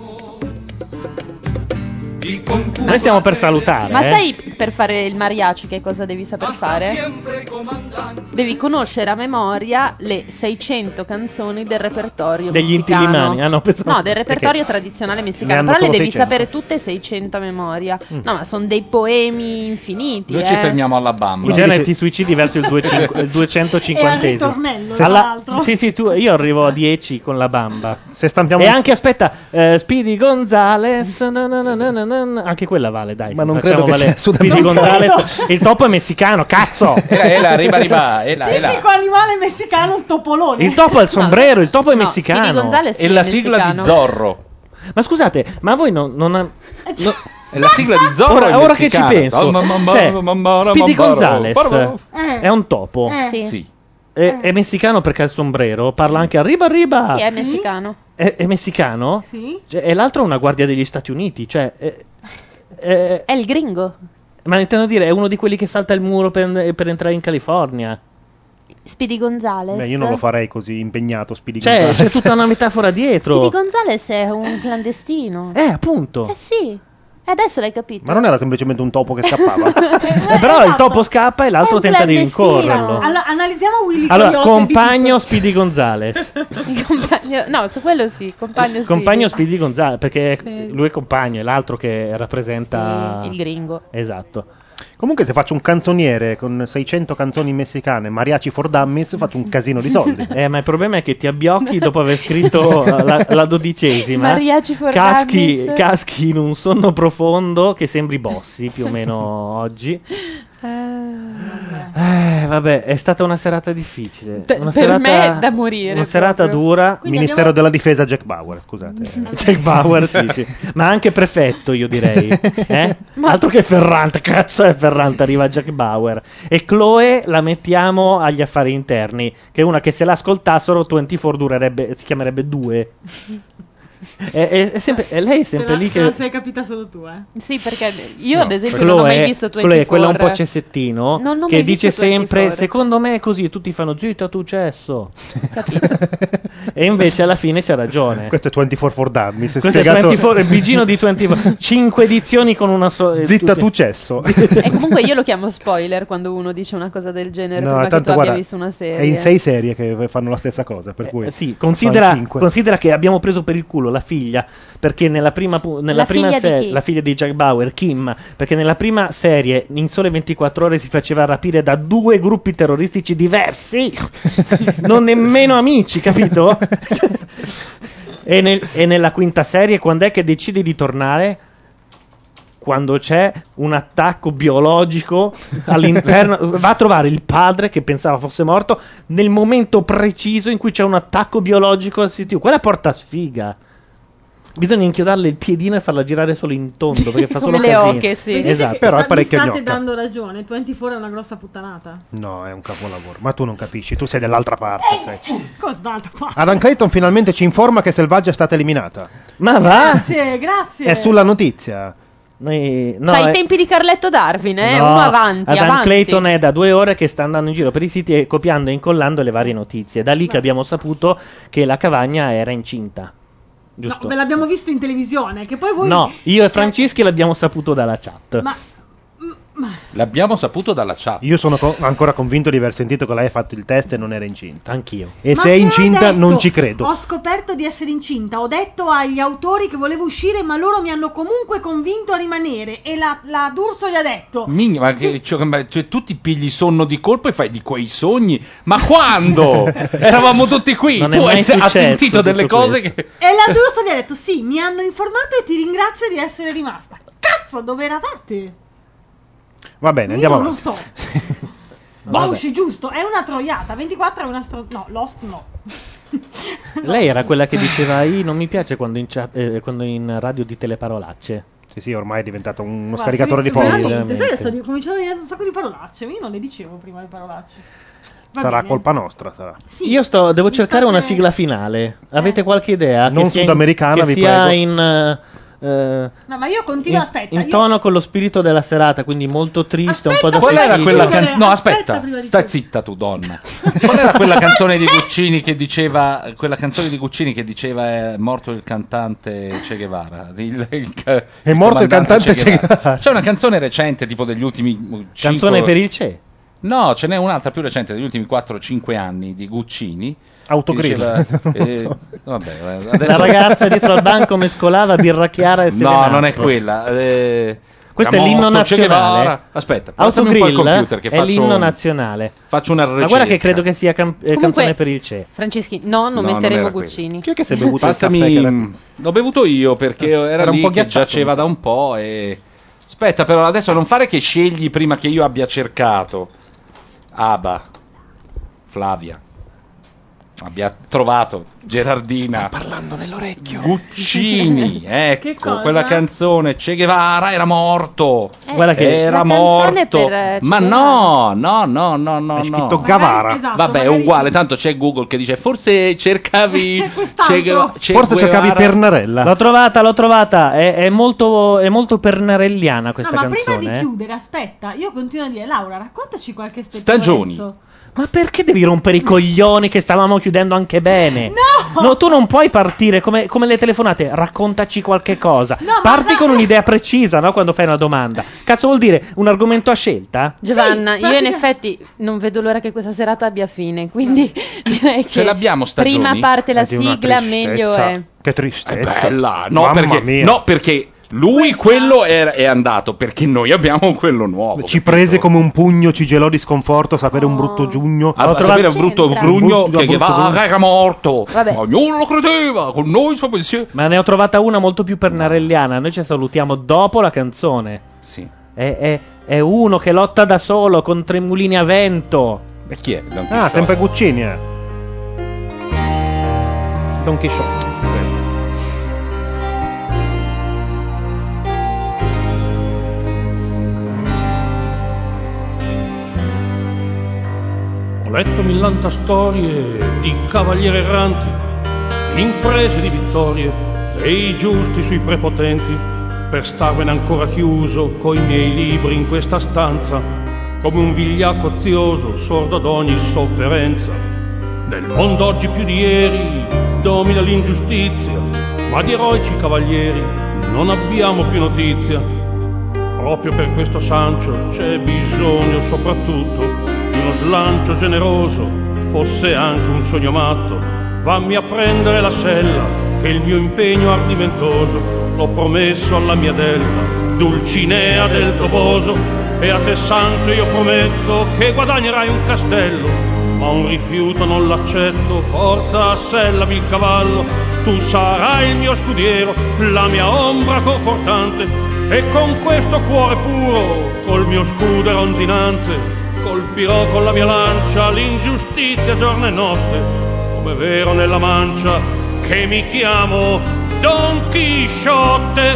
Noi stiamo per salutare. Ma sai per fare il mariachi che cosa devi saper fare? Devi conoscere a memoria le 600 canzoni del repertorio Degli messicano. Inti Limani? pensavo- No, del repertorio perché tradizionale ne messicano. hanno Però le solo devi 600. sapere tutte 600 a memoria. No, ma sono dei poemi infiniti. Noi ci fermiamo alla bamba. In genere ti suicidi verso il 250esimo. E al ritornello, tra l'altro. Sì, io arrivo a 10 con la bamba. Se stampiamo E anche, aspetta, Speedy Gonzales. Anche quella vale, dai. Ma non facciamo credo che valere. sia Speedy sudamericano. Gonzales. Il topo è messicano, cazzo. riba. Tipico animale messicano, il topolone. Il topo è il sombrero, il topo è No, messicano. Speedy Gonzales E sì, la è sigla messicano. di Zorro. Ma scusate, ma voi non È la sigla di Zorro. è ora che ci messicana. penso, cioè, Speedy Gonzales è un topo. Sì. È messicano perché ha il sombrero, parla anche arriba. Sì, è messicano. È messicano? Sì. Cioè, e l'altro è una guardia degli Stati Uniti, cioè È il gringo. ma intendo dire, è uno di quelli che salta il muro per entrare in California. Speedy Gonzales. Beh, io non lo farei così impegnato, Speedy Cioè, Gonzales. c'è tutta una metafora dietro. Speedy Gonzales è un clandestino. Appunto. Sì. E adesso l'hai capito. Ma non era semplicemente un topo che scappava? Però il topo scappa e l'altro tenta di rincorrerlo. Allora, analizziamo Willy Allora, Coyote, compagno Speedy Gonzales. No, su quello sì, compagno Compagno Speedy Gonzales, perché Sì. lui è compagno, è l'altro che rappresenta Sì, il gringo. Esatto. Comunque se faccio un canzoniere con 600 canzoni messicane, Mariachi for Dummies, faccio un casino di soldi. Ma il problema è che ti abbiocchi dopo aver scritto la 12ª. Mariachi for Dummies. Caschi in un sonno profondo che sembri Bossi più o meno oggi. Vabbè, è stata una serata difficile. Una Per me da morire. Una serata proprio. dura. Ministero della Difesa Jack Bauer, scusate. Jack Bauer, sì. Ma anche prefetto, io direi. Altro che Ferrante, cazzo è Ferrante, arriva Jack Bauer. E Chloe la mettiamo agli affari interni, che è una che se l'ascoltassero 24 si chiamerebbe 2. Lei è sempre lì che... La sei capita solo tu, Sì, perché io ad esempio non ho mai visto 24. Chloe è quella un po' cessettino Non ho che mai dice visto sempre 24. secondo me è così, e tutti fanno zitta tu cesso. E invece alla fine c'ha ragione. Questo è 24 for Dummies. Questo è 24, il bigino di 24. 5 edizioni con una sola. Zitta tu cesso. E comunque io lo chiamo spoiler quando uno dice una cosa del genere prima che tu tanto, abbia guarda, visto una serie. è in 6 serie che fanno la stessa cosa, per cui Sì, sono considera 5. che abbiamo preso per il culo la figlia, perché nella prima figlia di chi? la figlia di Jack Bauer, Kim, perché nella prima serie in sole 24 ore si faceva rapire da 2 gruppi terroristici diversi, non nemmeno amici, capito? E nella quinta serie quando è che decide di tornare? Quando c'è un attacco biologico all'interno, va a trovare il padre che pensava fosse morto nel momento preciso in cui c'è un attacco biologico al CTU. Quella porta sfiga. Bisogna inchiodarle il piedino e farla girare solo in tondo perché fa solo Come le casino. oche, sì. Esatto. Però è Mi parecchio state gnocca. dando ragione, 24 è una grossa puttanata. No, è un capolavoro. Ma tu non capisci, tu sei dall'altra parte. Sai. Cosa d'altra parte? Adam Clayton finalmente ci informa che Selvaggia è stata eliminata. Ma va? Grazie. È sulla notizia. No, Fai i tempi di Carletto Darwin, no, uno avanti, Adam avanti. Clayton è da 2 ore che sta andando in giro per i siti e copiando e incollando le varie notizie. Da lì che abbiamo saputo che la Cavagna era incinta. Giusto? No, ve l'abbiamo visto in televisione, che poi voi... No, io e Francischi l'abbiamo saputo dalla chat. Ma L'abbiamo saputo dalla chat. Io sono ancora convinto di aver sentito che lei ha fatto il test e non era incinta. Anch'io. E Ma se è te l'ho incinta detto, non ci credo. Ho scoperto di essere incinta. Ho detto agli autori che volevo uscire, ma loro mi hanno comunque convinto a rimanere. E la D'Urso gli ha detto: Migna, ma cioè, tu ti pigli sonno di colpo e fai di quei sogni. Ma quando? Eravamo tutti qui. Non è Tu mai hai successo sentito delle tutto cose questo. che. E la D'Urso gli ha detto: sì, mi hanno informato e ti ringrazio di essere rimasta. Cazzo, dove eravate? Va bene, Io andiamo non lo avanti. so. Vabbè. Bausch, giusto, è una troiata. 24 è una no, Lost no. Lei era quella che diceva: non mi piace quando quando in radio dite le parolacce. Sì, ormai è diventato uno Guarda, scaricatore di veramente, fogli. sai, sto cominciando a dire un sacco di parolacce. Io non le dicevo prima le parolacce. Va Sarà bene. colpa nostra, sarà. Sì, Io devo cercare una sigla finale. Avete qualche idea? Non che sia sudamericana, che vi sia prego. in no, ma io continuo, aspetta. in io- tono con lo spirito della serata, quindi molto triste, un po' da Qual era quella chiudere, canzone? No, aspetta aspetta, prima di sta tutto. zitta tu, donna. Qual era quella canzone di Guccini che diceva? Quella canzone di Guccini che diceva è morto il cantante Che Guevara. È morto il cantante Che Che Guevara. C'è una canzone recente, tipo degli ultimi 5 Canzone per il CE. No, ce n'è un'altra più recente degli ultimi 4-5 anni di Guccini. Autogrill. Diceva, vabbè, adesso... La ragazza dietro al banco mescolava birra chiara e No, serenato. non è quella. Questo è era l'inno morto Che nazionale. Guevara. Aspetta, passami un po' il Autogrill computer che è faccio l'inno nazionale. Faccio una Ma guarda ricerca. che credo che sia canzone per il CE. Franceschi, no, non No, non metteremo era Guccini. Chi è che si è bevuto Passami, il caffè? Che era- l'ho bevuto io perché era un lì po' che ghiacciato, giaceva mi sa. da un po' e... Aspetta, però adesso non fare che scegli prima che io abbia cercato. Aba, Flavia, abbia trovato Gerardina. Parlando nell'orecchio. Guccini, Che ecco, cosa? quella canzone Che Guevara era morto. Guarda che era la canzone morto. per Che Ma Guevara. no. È scritto Magari- Gavara. esatto, Vabbè, è magari- uguale, tanto c'è Google che dice forse cercavi Quest'altro. Forse cercavi Pernarella. L'ho trovata. È molto pernarelliana No, questa ma canzone. prima di chiudere, aspetta, io continuo a dire, Laura, raccontaci qualche spettacolo. Stagioni. Ma perché devi rompere i coglioni che stavamo chiudendo anche bene? No! No, tu non puoi partire come le telefonate. Raccontaci qualche cosa. No, Parti con un'idea precisa, no? Quando fai una domanda. Cazzo vuol dire? Un argomento a scelta? Giovanna, Sì, io in effetti non vedo l'ora che questa serata abbia fine, quindi direi che l'abbiamo stagioni? prima parte la È di una sigla, tristezza. meglio è. Che tristezza. È bella. No, Mamma perché, mia. no, perché lui quello è andato, perché noi abbiamo quello nuovo. Ci prese come un pugno, ci gelò di sconforto sapere un brutto giugno. Sapere un brutto grugno che era morto. Vabbè. Ognuno lo credeva, con noi suo pensiero. Ma ne ho trovata una molto più pernarelliana. Noi ci salutiamo dopo la canzone. Sì. È uno che lotta da solo con tre mulini a vento. E chi è? Sempre Guccini, Don Chisciotte. Ho letto millanta storie di cavalieri erranti, imprese di vittorie, dei giusti sui prepotenti, per starmene ancora chiuso coi miei libri in questa stanza, come un vigliacco ozioso, sordo ad ogni sofferenza. Nel mondo oggi più di ieri domina l'ingiustizia, ma di eroici cavalieri non abbiamo più notizia. Proprio per questo Sancio c'è bisogno soprattutto di uno slancio generoso, fosse anche un sogno matto. Vammi a prendere la sella, che il mio impegno ardimentoso l'ho promesso alla mia Della, Dulcinea del Toboso. E a te Sancio io prometto che guadagnerai un castello, ma un rifiuto non l'accetto, forza assellami il cavallo. Tu sarai il mio scudiero, la mia ombra confortante, e con questo cuore puro, col mio scudo ronzinante, colpirò con la mia lancia l'ingiustizia giorno e notte, come vero nella mancia che mi chiamo Don Chisciotte.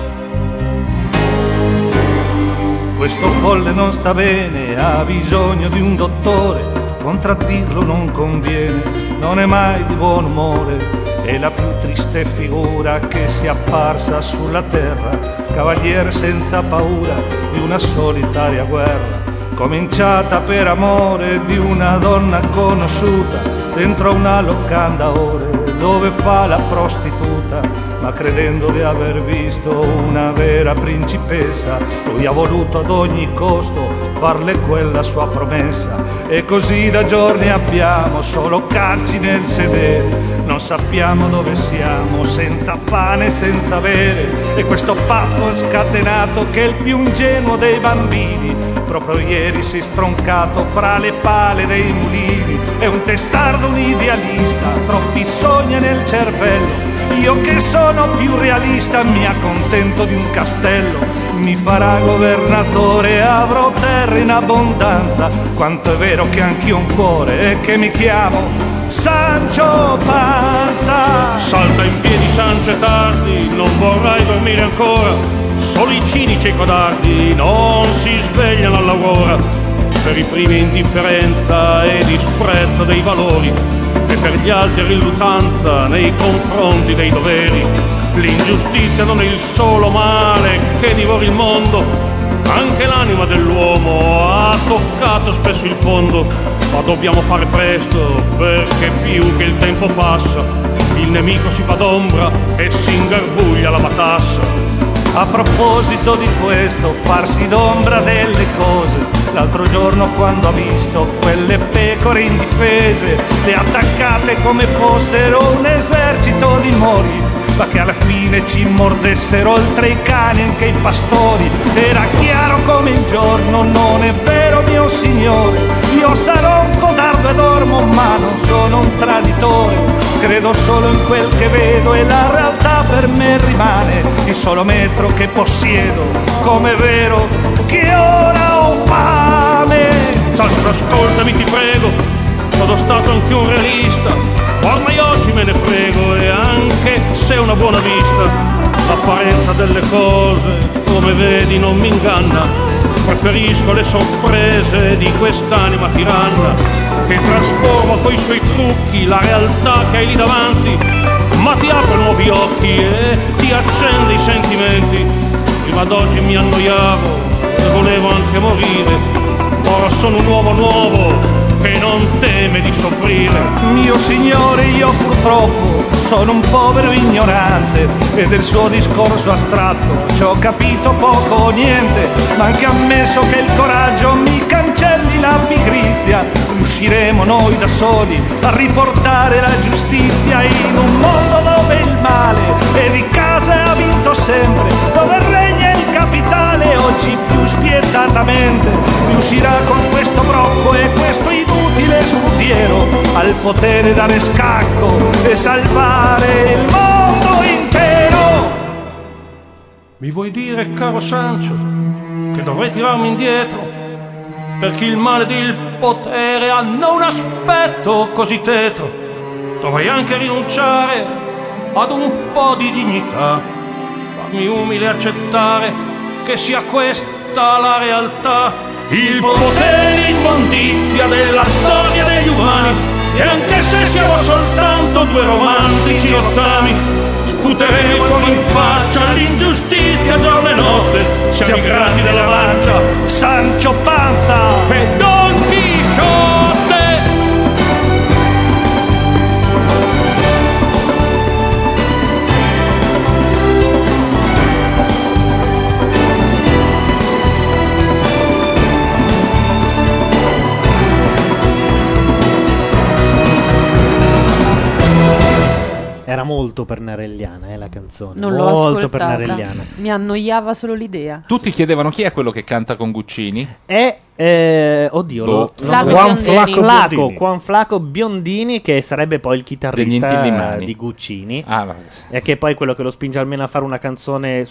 Questo folle non sta bene, ha bisogno di un dottore, contraddirlo non conviene, non è mai di buon umore, è la più triste figura che sia apparsa sulla terra, cavaliere senza paura di una solitaria guerra, cominciata per amore di una donna conosciuta dentro una locanda ore dove fa la prostituta, ma credendo di aver visto una vera principessa, lui ha voluto ad ogni costo farle quella sua promessa. E così da giorni abbiamo solo calci nel sedere, non sappiamo dove siamo, senza pane, senza bere. E questo pazzo è scatenato che è il più ingenuo dei bambini, proprio ieri si è stroncato fra le pale dei mulini. È un testardo, un idealista, troppi sogni nel cervello. Io che sono più realista mi accontento di un castello, mi farà governatore, avrò terra in abbondanza. Quanto è vero che anch'io ho un cuore e che mi chiamo Sancio Panza. Salta in piedi Sancio, è tardi, non vorrai dormire ancora, solo i cinici e i codardi non si svegliano all'aurora, per i primi indifferenza e disprezzo dei valori, e per gli altri riluttanza nei confronti dei doveri. L'ingiustizia non è il solo male che divora il mondo, anche l'anima dell'uomo ha toccato spesso il fondo, ma dobbiamo fare presto perché più che il tempo passa il nemico si fa d'ombra e si ingarbuglia la matassa. A proposito di questo, farsi d'ombra delle cose, l'altro giorno quando ha visto quelle pecore indifese, le attaccate come fossero un esercito di mori, ma che alla fine ci mordessero oltre i cani anche i pastori, era chiaro come il giorno, non è vero mio signore, io sarò un codardo e dormo ma non sono un traditore, credo solo in quel che vedo e la realtà per me rimane il solo metro che possiedo, come è vero che ora ho fame. Sancio, ascoltami ti prego, sono stato anche un realista, ormai oggi me ne frego, e anche se è una buona vista l'apparenza delle cose, come vedi, non mi inganna. Preferisco le sorprese di quest'anima tiranna, che trasforma coi suoi trucchi la realtà che hai lì davanti, ma ti apre nuovi occhi e ti accende i sentimenti. Prima d'oggi mi annoiavo e volevo anche morire, ora sono un uomo nuovo che non teme di soffrire. Mio signore, io purtroppo sono un povero ignorante e del suo discorso astratto ci ho capito poco o niente, ma anche ammesso che il coraggio mi cancelli la pigrizia, riusciremo noi da soli a riportare la giustizia in un mondo dove il male è di casa e ha vinto sempre, dove regna il capitale oggi più spietatamente, riuscirà con questo brocco e questo inutile scudiero al potere dare scacco e salvare il mondo intero. Mi vuoi dire, caro Sancho, che dovrei tirarmi indietro perché il male ed il potere hanno un aspetto così tetro? Dovrei anche rinunciare ad un po' di dignità, farmi umile e accettare che sia questa la realtà. Il potere e l'immondizia della storia degli umani, e anche se siamo soltanto due romantici ottami, sputeremo in faccia l'ingiustizia giorno e notte. Siamo i grandi della mancia, Sancho Panza e Don Chisciotte. Era molto pernarelliana la canzone. Non l'ho molto ascoltata. pernarelliana. Mi annoiava solo l'idea. Tutti chiedevano chi è quello che canta con Guccini? Oddio, Juan Flaco Biondini, che sarebbe poi il Degli chitarrista Intillimani. di Guccini, Ah, e che è poi quello che lo spinge almeno a fare una canzone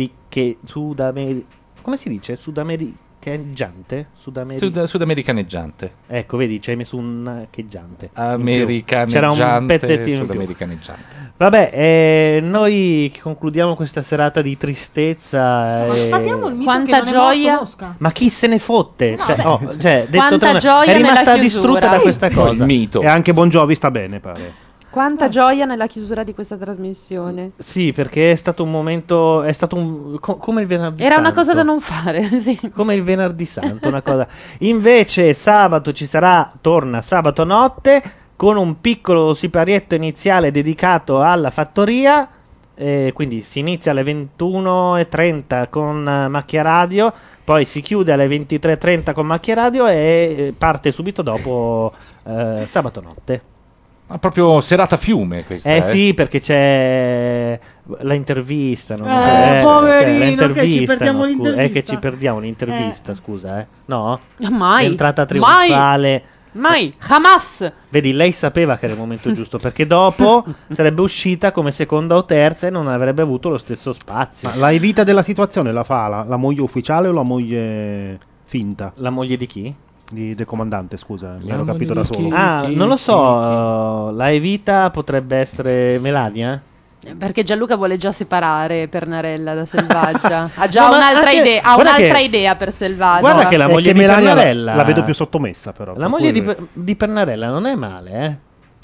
come si dice? Sudamericaneggiante? Sudamericaneggiante. Ecco, vedi, ci hai messo un cheggiante. Americaneggiante. C'era un pezzettino in più. Sudamericaneggiante. Vabbè, noi concludiamo questa serata di tristezza. Sfatiamo il mito Quanta che non è gioia. morto Mosca. Ma chi se ne fotte? Detto Quanta tra- gioia è rimasta nella distrutta chiusura. da questa cosa. Il mito. E anche Bon Jovi sta bene, pare. Quanta gioia nella chiusura di questa trasmissione. Sì, perché è stato un momento. È stato come il venerdì Era santo. una cosa da non fare, sì. Come il venerdì santo, una cosa. Invece sabato torna sabato notte con un piccolo siparietto iniziale dedicato alla fattoria. Quindi si inizia alle 21:30 con Macchia Radio, poi si chiude alle 23:30 con Macchia Radio e parte subito dopo sabato notte. Proprio serata fiume questa. Sì, perché c'è la intervista. Poverino, l'intervista, che ci perdiamo no, scusa. l'intervista. Che ci perdiamo l'intervista, scusa. No? Mai. L'entrata trionfale. Mai. Hamas. Vedi, lei sapeva che era il momento giusto, perché dopo sarebbe uscita come seconda o terza e non avrebbe avuto lo stesso spazio. Ma la evita della situazione la fa la moglie ufficiale o la moglie finta? La moglie di chi? Del comandante, scusa, mi ero capito da solo. Non lo so, la Evita potrebbe essere Melania? Perché Gianluca vuole già separare Pernarella da Selvaggia. Ha già No, ma un'altra anche- idea. Ha guarda un'altra che- idea per Selvaggia. Guarda che la moglie di Melania Pernarella la vedo più sottomessa, però. La per moglie cui- di Pernarella non è male,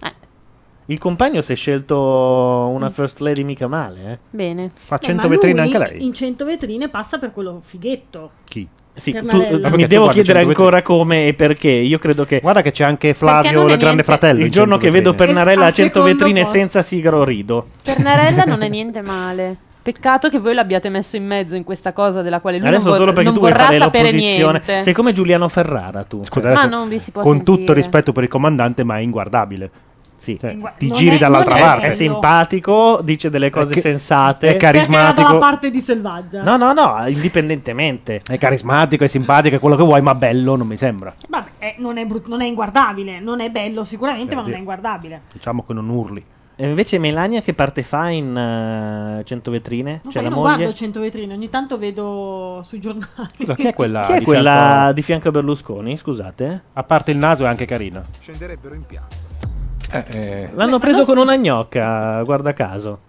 Il compagno si è scelto una first lady mica male, Bene. Fa Ma lui in 100 vetrine passa per quello fighetto. Chi? Sì, Pernarella. mi devo chiedere ancora come e perché. Io credo che. Guarda che c'è anche Perché non Flavio, è il grande niente- fratello. Il in giorno 100 che vedo vetrine. Pernarella a Al 100 secondo vetrine posto. senza sigaro rido. Pernarella non è niente male. Peccato che voi l'abbiate messo in mezzo in questa cosa della quale lui Adesso non, solo perché non tu vuoi vorrà fare sapere l'opposizione. niente. Sei come Giuliano Ferrara, tu. Scusa, Ma adesso, non vi si può con sentire. tutto rispetto per il comandante, ma è inguardabile. Sì. Ti giri dall'altra parte. È simpatico, dice delle cose che- sensate. è Perché era carismatico. dalla parte di Selvaggia. No, indipendentemente. È carismatico, è simpatico, è quello che vuoi, ma bello non mi sembra. Vabbè, non è inguardabile. Non è bello sicuramente, ma non è inguardabile. Diciamo che non urli. E invece Melania che parte fa in 100 vetrine? No, C'è io la non moglie? guardo 100 vetrine, ogni tanto vedo sui giornali. Scusa, chi è quella? Chi è quella di fianco a Berlusconi? Scusate. A parte il naso è anche carina. Scenderebbero in piazza. L'hanno preso con una gnocca, guarda caso.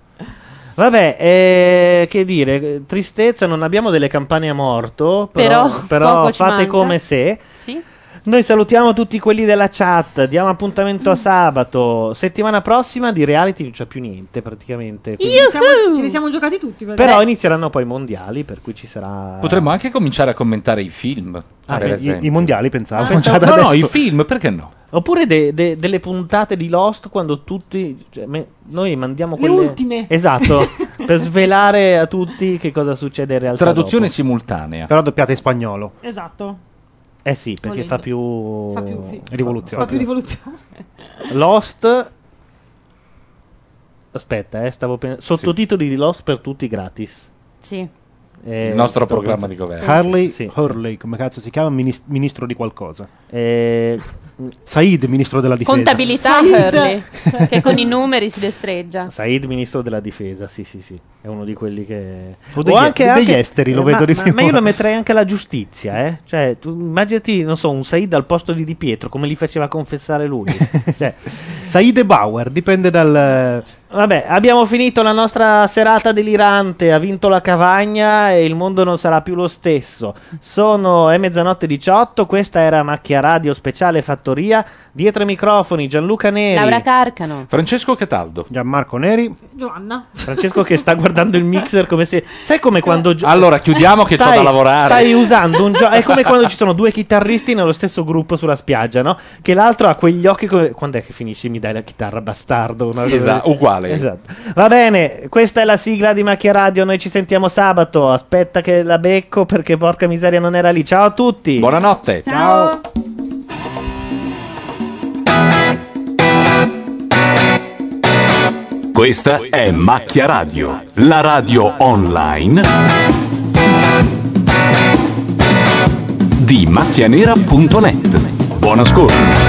Vabbè, che dire, tristezza, non abbiamo delle campane a morto, però Poco ci fate manca. come se. Sì. Noi salutiamo tutti quelli della chat, diamo appuntamento a sabato. Settimana prossima di reality non c'è più niente praticamente. Ce li siamo giocati tutti. Però inizieranno poi i mondiali, per cui ci sarà... Potremmo anche cominciare a commentare i film. Per esempio. I mondiali pensavo. No, i film, perché no? Oppure delle puntate di Lost quando tutti... noi mandiamo quelle... Le ultime. Esatto, per svelare a tutti che cosa succede in realtà. Traduzione dopo. simultanea. Però doppiata in spagnolo. Esatto. Eh sì, perché fa più... rivoluzione. Fa più rivoluzione. Lost... Aspetta, stavo pensando... Sottotitoli di Lost per tutti gratis. Sì. Il nostro programma di governo. Hurley, come cazzo si chiama? Ministro di qualcosa. Said, ministro della difesa. Contabilità Hurley, che con i numeri si destreggia. Said, ministro della difesa, sì. È uno di quelli che... O degli esteri, lo vedo di più. Ma io lo metterei anche alla giustizia, eh? Cioè, tu immaginati, non so, un Said al posto di Pietro, come li faceva confessare lui. Cioè, Said e Bauer, dipende dal... Vabbè, abbiamo finito la nostra serata delirante, ha vinto la Cavagna e il mondo non sarà più lo stesso. È mezzanotte 18, questa era Macchia Radio speciale Fattoria. Dietro i microfoni Gianluca Neri, Laura Carcano, Francesco Cataldo, Gianmarco Neri, Giovanna. Francesco che sta guardando il mixer come se... Sai come quando... Allora chiudiamo che c'ho da lavorare. Stai usando un gioco... È come quando ci sono due chitarristi nello stesso gruppo sulla spiaggia, no? Che l'altro ha quegli occhi come... Quando è che finisci? Mi dai la chitarra, bastardo. Esatto, uguale. Esatto. Va bene, questa è la sigla di Macchia Radio. Noi ci sentiamo sabato. Aspetta che la becco perché porca miseria non era lì. Ciao a tutti. Buonanotte. Ciao. Questa è Macchia Radio, la radio online di macchianera.net. Buon ascolto.